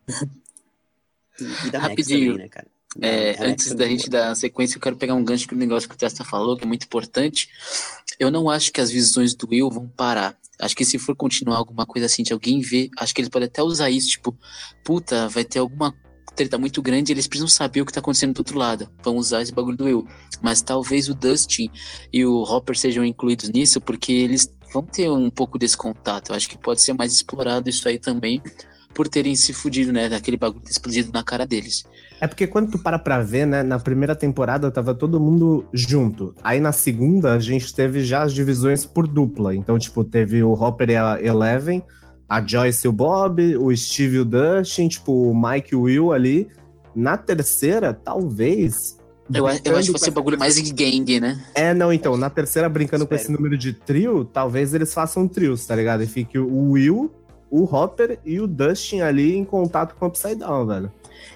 E, e da Max também, né, cara? É, antes da gente boa. dar sequência, eu quero pegar um gancho que o negócio que o Testa falou, que é muito importante. Eu não acho que as visões do Will vão parar. Acho que se for continuar alguma coisa assim, de alguém ver, acho que eles podem até usar isso, tipo, puta, vai ter alguma treta muito grande, eles precisam saber o que tá acontecendo do outro lado. Vão usar esse bagulho do Will. Mas talvez o Dustin e o Hopper sejam incluídos nisso, porque eles vão ter um pouco desse contato. Eu acho que pode ser mais explorado isso aí também, por terem se fudido, né, daquele bagulho ter explodido na cara deles. É porque quando tu para pra ver, né, na primeira temporada tava todo mundo junto. Aí na segunda a gente teve já as divisões por dupla. Então, tipo, teve o Hopper e a Eleven, a Joyce e o Bob, o Steve e o Dustin, tipo, o Mike e o Will ali. Na terceira, talvez... Eu, eu acho que vai ser um bagulho mais gang, né? É, não, então, na terceira, brincando Espero. com esse número de trio, talvez eles façam trios, tá ligado? E fique o Will, o Hopper e o Dustin ali em contato com o Upside Down, velho.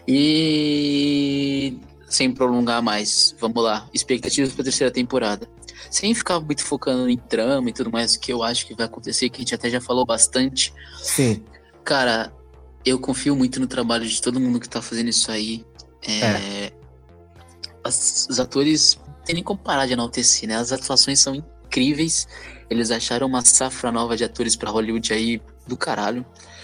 E... sem prolongar mais, vamos lá. Expectativas pra terceira temporada. Sem ficar muito focando em trama e tudo mais, que eu acho que vai acontecer, que a gente até já falou bastante. Sim. Cara, eu confio muito no trabalho de todo mundo que tá fazendo isso aí. É... é. As, os atores não tem nem como parar de enaltecer, né? As atuações são incríveis. Eles acharam uma safra nova de atores pra Hollywood aí do caralho.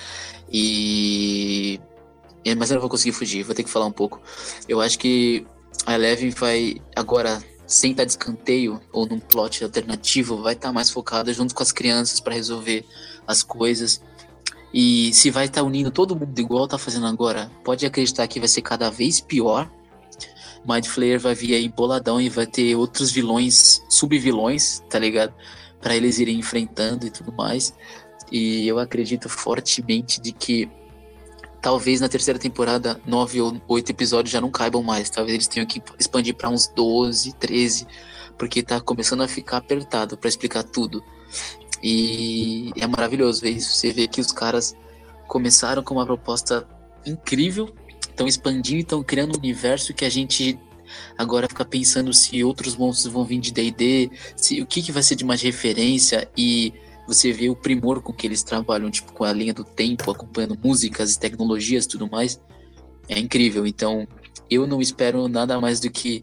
E... Mas eu não vou conseguir fugir, vou ter que falar um pouco. Eu acho que a Eleven vai agora, sem estar de escanteio ou num plot alternativo, vai estar mais focada junto com as crianças para resolver as coisas. E se vai estar unindo todo mundo igual tá fazendo agora, pode acreditar que vai ser cada vez pior. Mind Flayer vai vir aí boladão e vai ter outros vilões, sub-vilões, tá ligado? Pra eles irem enfrentando e tudo mais. E eu acredito fortemente de que talvez na terceira temporada, nove ou oito episódios já não caibam mais. Talvez eles tenham que expandir pra uns doze, treze, porque tá começando a ficar apertado pra explicar tudo. E é maravilhoso ver isso. Você vê que os caras começaram com uma proposta incrível, estão expandindo e estão criando um universo que a gente agora fica pensando se outros monstros vão vir de D e D, se, o que, que vai ser de mais referência. E você vê o primor com que eles trabalham, tipo, com a linha do tempo, acompanhando músicas e tecnologias e tudo mais. É incrível. Então, eu não espero nada mais do que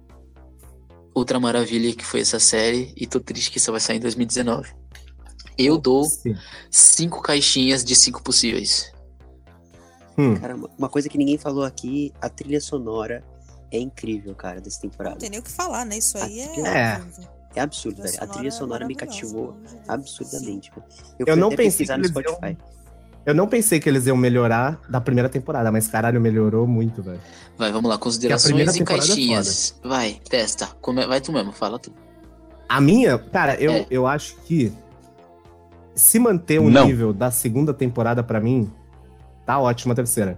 outra maravilha que foi essa série, e tô triste que isso vai sair em dois mil e dezenove. Eu dou Sim. cinco caixinhas de cinco possíveis. Hum. Cara, uma coisa que ninguém falou aqui, a trilha sonora é incrível, cara, dessa temporada. Não tem nem o que falar, né? Isso aí é... É. É absurdo, velho. A trilha sonora me cativou absurdamente. Eu, Eu fui não até pensei pesquisar que no eles Spotify. iam... Eu não pensei que eles iam melhorar da primeira temporada, mas caralho, melhorou muito, velho. Vai, vamos lá, considerações primeira e temporada é caixinhas. Vai, testa. Come... Vai tu mesmo, fala tu. A minha, cara, eu, É. eu acho que se manter o Não. nível da segunda temporada pra mim, tá ótima a terceira.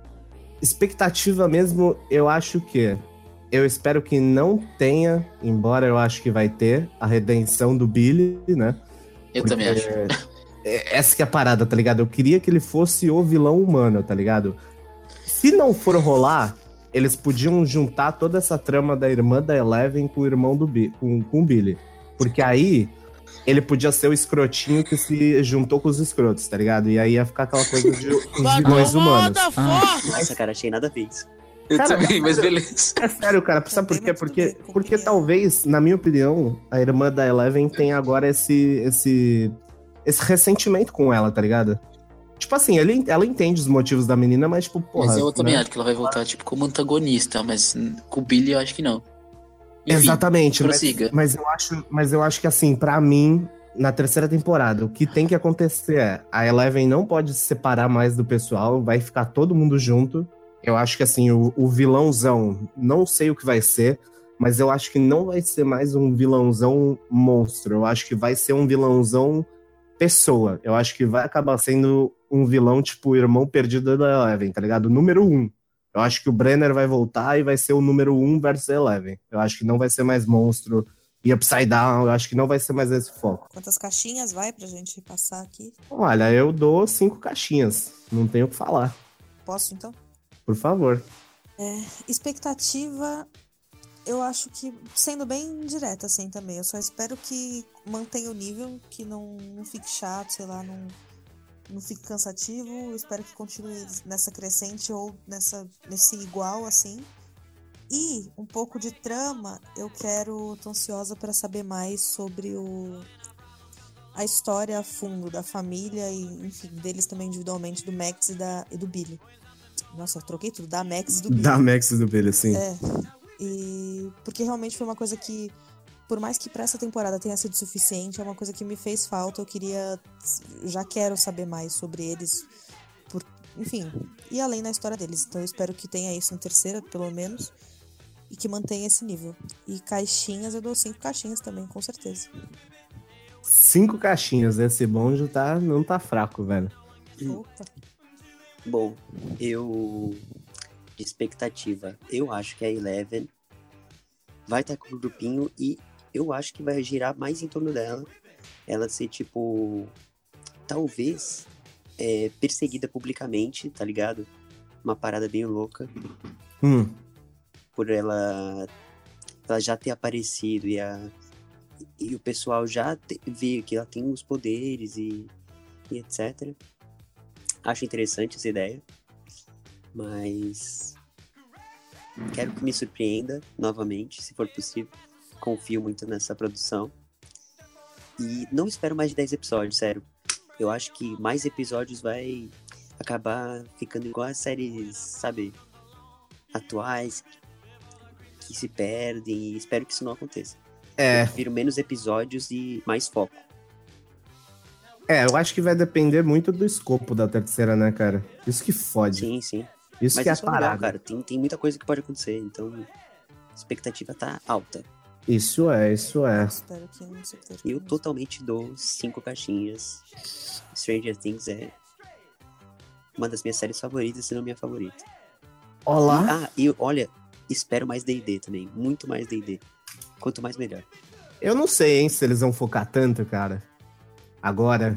Expectativa mesmo, eu acho que... Eu espero que não tenha, embora eu acho que vai ter, a redenção do Billy, né? Eu Porque também acho. é- Essa que é a parada, tá ligado? Eu queria que ele fosse o vilão humano, tá ligado? Se não for rolar, eles podiam juntar toda essa trama da irmã da Eleven com o irmão do Bi- com, com o Billy. Porque aí ele podia ser o escrotinho que se juntou com os escrotos, tá ligado? E aí ia ficar aquela coisa de os vilões humanos. Nossa, cara, achei nada a ver isso. Eu Cara, também, mas beleza. É sério, cara. Sabe por quê? Mas tudo Porque, bem, porque compreendo. talvez, na minha opinião, a irmã da Eleven tem agora esse, esse, esse ressentimento com ela, tá ligado? Tipo assim, ele, ela entende os motivos da menina, mas tipo, porra... Mas eu também né? acho que ela vai voltar, tipo, como antagonista, mas com o Billy eu acho que não. Enfim, Exatamente, mas, prossiga. mas, eu acho, mas eu acho que assim, pra mim, na terceira temporada, o que tem que acontecer é, a Eleven não pode se separar mais do pessoal, vai ficar todo mundo junto. Eu acho que assim, o, o vilãozão, não sei o que vai ser, mas eu acho que não vai ser mais um vilãozão monstro, eu acho que vai ser um vilãozão pessoa. Eu acho que vai acabar sendo um vilão tipo o irmão perdido da Eleven, tá ligado? Número um. Eu acho que o Brenner vai voltar e vai ser o número um versus Eleven. Eu acho que não vai ser mais monstro e Upside Down, eu acho que não vai ser mais esse foco. Quantas caixinhas vai pra gente passar aqui? Olha, eu dou cinco caixinhas, não tenho o que falar. Posso, então? Por favor. É, expectativa, eu acho que, sendo bem direta assim também, eu só espero que mantenha o nível, que não, não fique chato, sei lá, não, não fique cansativo. Eu espero que continue nessa crescente ou nessa, nesse igual, assim. E um pouco de trama, eu quero, tô ansiosa para saber mais sobre o, a história a fundo da família e, enfim, deles também individualmente, do Max e, da, e do Billy. Nossa, eu troquei tudo, da Max e do Billy. Da Max e do Billy, sim. É, e porque realmente foi uma coisa que, por mais que pra essa temporada tenha sido suficiente, é uma coisa que me fez falta. Eu queria, já quero saber mais sobre eles, por, enfim, e além da história deles. Então eu espero que tenha isso na terceira, pelo menos, e que mantenha esse nível. E caixinhas, eu dou cinco caixinhas também, com certeza. Cinco caixinhas, esse bonde tá, não tá fraco, velho. Opa. Bom, eu... de expectativa, eu acho que a Eleven vai estar com o grupinho e eu acho que vai girar mais em torno dela. Ela ser, tipo, talvez é, perseguida publicamente, tá ligado? Uma parada bem louca. Hum. Por ela, ela já ter aparecido e, a, e o pessoal já te, vê que ela tem os poderes e, e etcétera. Acho interessante essa ideia, mas quero que me surpreenda novamente, se for possível. Confio muito nessa produção. E não espero mais de dez episódios, sério. Eu acho que mais episódios vai acabar ficando igual as séries, sabe, atuais, que se perdem, e espero que isso não aconteça. É. Eu prefiro menos episódios e mais foco. É, eu acho que vai depender muito do escopo da terceira, né, cara? Isso que fode. Sim, sim. Isso Mas que é a isso é legal, parada. cara. Tem, tem muita coisa que pode acontecer, então a expectativa tá alta. Isso é, isso é. Espero que não se perca. Eu totalmente dou cinco caixinhas. Stranger Things é uma das minhas séries favoritas, se não minha favorita. Olá. E, ah, e olha, espero mais D e D também. Muito mais D e D. Quanto mais, melhor. Eu não sei, hein, se eles vão focar tanto, cara. Agora.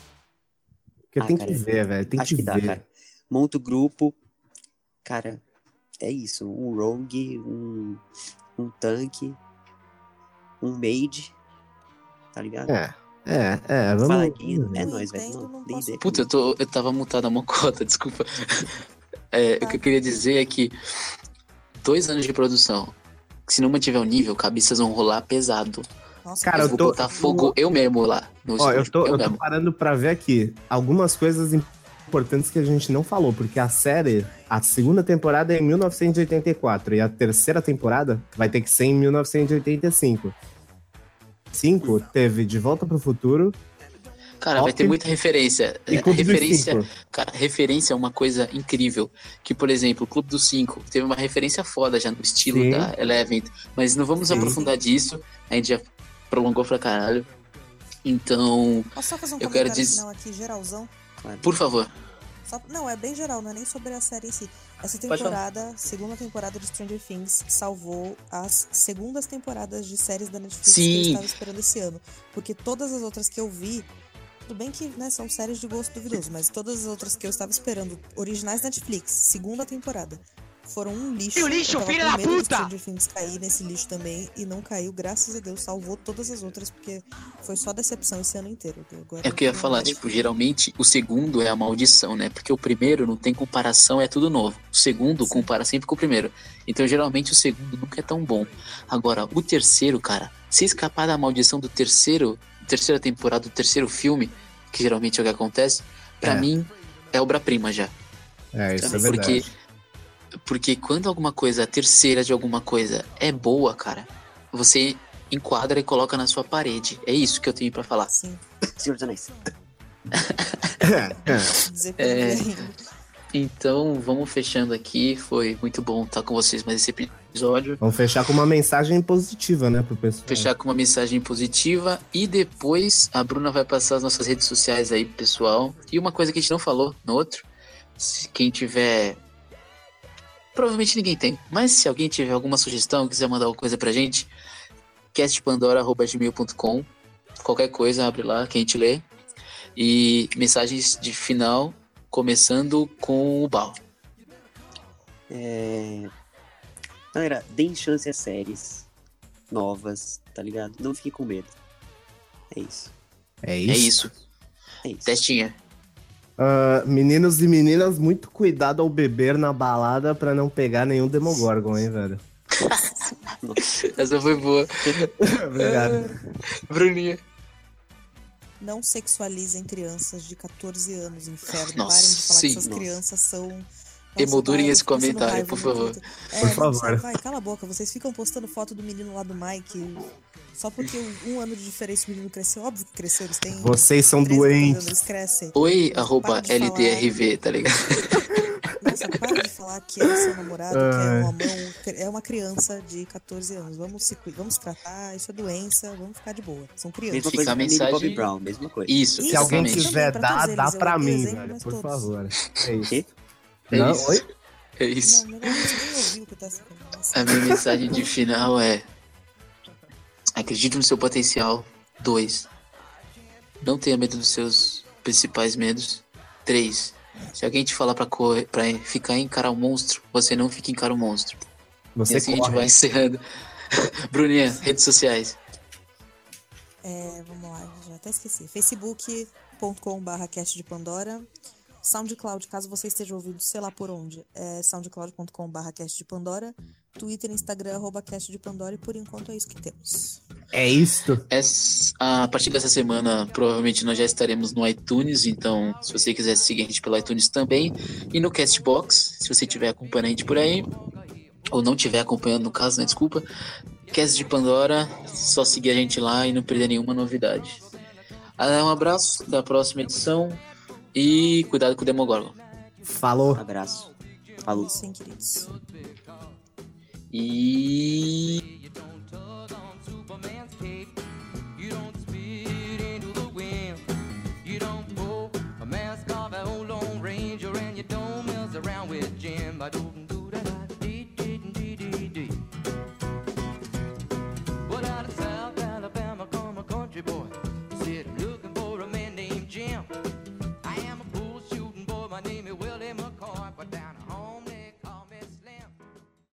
Porque Ah, tem cara, que ver, velho. Tem acho que, que dá, ver. cara. Monta o grupo. Cara, é isso. Um rogue, um, um tanque, um mage. Tá ligado? É, é, é. Vamos. Paladino. É Não nóis, velho. entendo, Não, não D e D. posso- Puta, eu, tô, eu tava mutado a mocota, desculpa. É, o que eu queria dizer é que dois anos de produção, se não mantiver o nível, cabeças vão rolar pesado. Nossa, Cara, eu eu vou tô- botar fogo eu mesmo lá no Ó, eu estúdio, tô, eu eu tô mesmo. parando pra ver aqui algumas coisas importantes que a gente não falou, porque a série, a segunda temporada é em mil novecentos e oitenta e quatro e a terceira temporada vai ter que ser em mil novecentos e oitenta e cinco. Cinco teve De Volta pro Futuro. Cara, vai ter Óbvio. muita referência. E É, Clube dos referência, Cinco. cara, referência é uma coisa incrível. Que, por exemplo, o Clube dos Cinco teve uma referência foda já no estilo Sim. da Eleven. Mas não vamos Sim. aprofundar disso. A gente já prolongou pra caralho. Então, Posso só fazer um eu quero comentário dizer. final aqui, geralzão? Por favor. Só- não, é bem geral, não é nem sobre a série em si. Essa Pode temporada, segunda temporada de Stranger Things, salvou as segundas temporadas de séries da Netflix que eu Sim. estava esperando esse ano. Porque todas as outras que eu vi, tudo bem que né, são séries de gosto duvidoso, mas todas as outras que eu estava esperando, originais Netflix, segunda temporada, foram um lixo. E o lixo, eu tava filha com da medo de puta! Stranger Things cair nesse lixo também, e não caiu, graças a Deus, salvou todas as outras, porque foi só decepção esse ano inteiro. Agora É o que eu ia tô- falar, tipo, geralmente o segundo é a maldição, né? Porque o primeiro não tem comparação, é tudo novo. O segundo Sim. compara sempre com o primeiro. Então, geralmente, o segundo nunca é tão bom. Agora, o terceiro, cara, se escapar da maldição do terceiro, terceira temporada, do terceiro filme, que geralmente é o que acontece, pra É. mim, é obra-prima já. É, isso é Porque, verdade. porque quando alguma coisa, a terceira de alguma coisa é boa, cara, você enquadra e coloca na sua parede. É isso que eu tenho pra falar. Sim, Senhor dos Anéis. É, é. posso dizer que eu É. não vi ainda. Então, vamos fechando aqui. Foi muito bom estar com vocês mais esse episódio. Vamos fechar com uma mensagem positiva, né, pro pessoal. Fechar com uma mensagem positiva. E depois a Bruna vai passar as nossas redes sociais aí, pro pessoal. E uma coisa que a gente não falou no outro. Se quem tiver. Provavelmente ninguém tem. Mas se alguém tiver alguma sugestão, quiser mandar alguma coisa pra gente, castpandora arroba gmail ponto com. Qualquer coisa, abre lá que a gente lê. E mensagens de final, começando com o Bal. É... Galera, deem chance às séries novas, tá ligado? Não fiquem com medo. É isso. É isso. É isso. É isso. Testinha. Ah, meninos e meninas, muito cuidado ao beber na balada pra não pegar nenhum Demogorgon, hein, velho? Essa foi boa. Obrigado. Bruninha. Não sexualizem crianças de catorze anos, inferno. Nossa, Parem de falar sim. que essas Nossa. crianças são... Nossa, Emoldurem vai, eu esse fico passando comentário, raiva por no favor. Twitter. É, Por não, favor. sério, vai, cala a boca. Vocês ficam postando foto do menino lá do Mike. Só porque um ano de diferença o menino cresceu. Óbvio que cresceu, eles têm... Vocês são treze, quatorze anos, doentes. Eles crescem. Oi, Mas arroba para de L D R V, tá ligado? Nossa, para de falar que é seu namorado, que é Ai. um amão, é uma criança de catorze anos. Vamos se cuidar, vamos tratar, isso é doença, vamos ficar de boa. São crianças. Mesma Fica coisa a com o Millie mensagem- Bobby Brown, mesma coisa. Isso, Isso, Se alguém exatamente. quiser Também, pra dar, todos dá eles, eu pra dei mim, exemplo, velho, mas por todos. favor. É isso. Quê? É Não, isso. oi? É isso. Não, não, a gente nem ouviu o que tá se A minha mensagem de final é: acredite no seu potencial. Dois. Não tenha medo dos seus principais medos. Três. Se alguém te falar pra, correr, pra ficar e encarar o monstro, você não fica e encara o monstro. Você e assim a gente corre. vai encerrando. Bruninha, redes sociais. É, vamos lá, já até esqueci. facebook ponto com barra cast de Pandora. SoundCloud, caso você esteja ouvindo, sei lá por onde, é soundcloud ponto com barra cast de Pandora. Twitter e Instagram, arroba cast de Pandora. E por enquanto é isso que temos. É isso. Essa, a partir dessa semana, provavelmente nós já estaremos no iTunes, então se você quiser seguir a gente pelo iTunes também, e no Castbox, se você estiver acompanhando a gente por aí, ou não estiver acompanhando no caso, né, desculpa, Cast de Pandora, só seguir a gente lá e não perder nenhuma novidade. Um abraço, até a próxima edição, e cuidado com o Demogorgon. Falou. Abraço. Falou. Sim, queridos. E... I am a bull shooting boy, my name is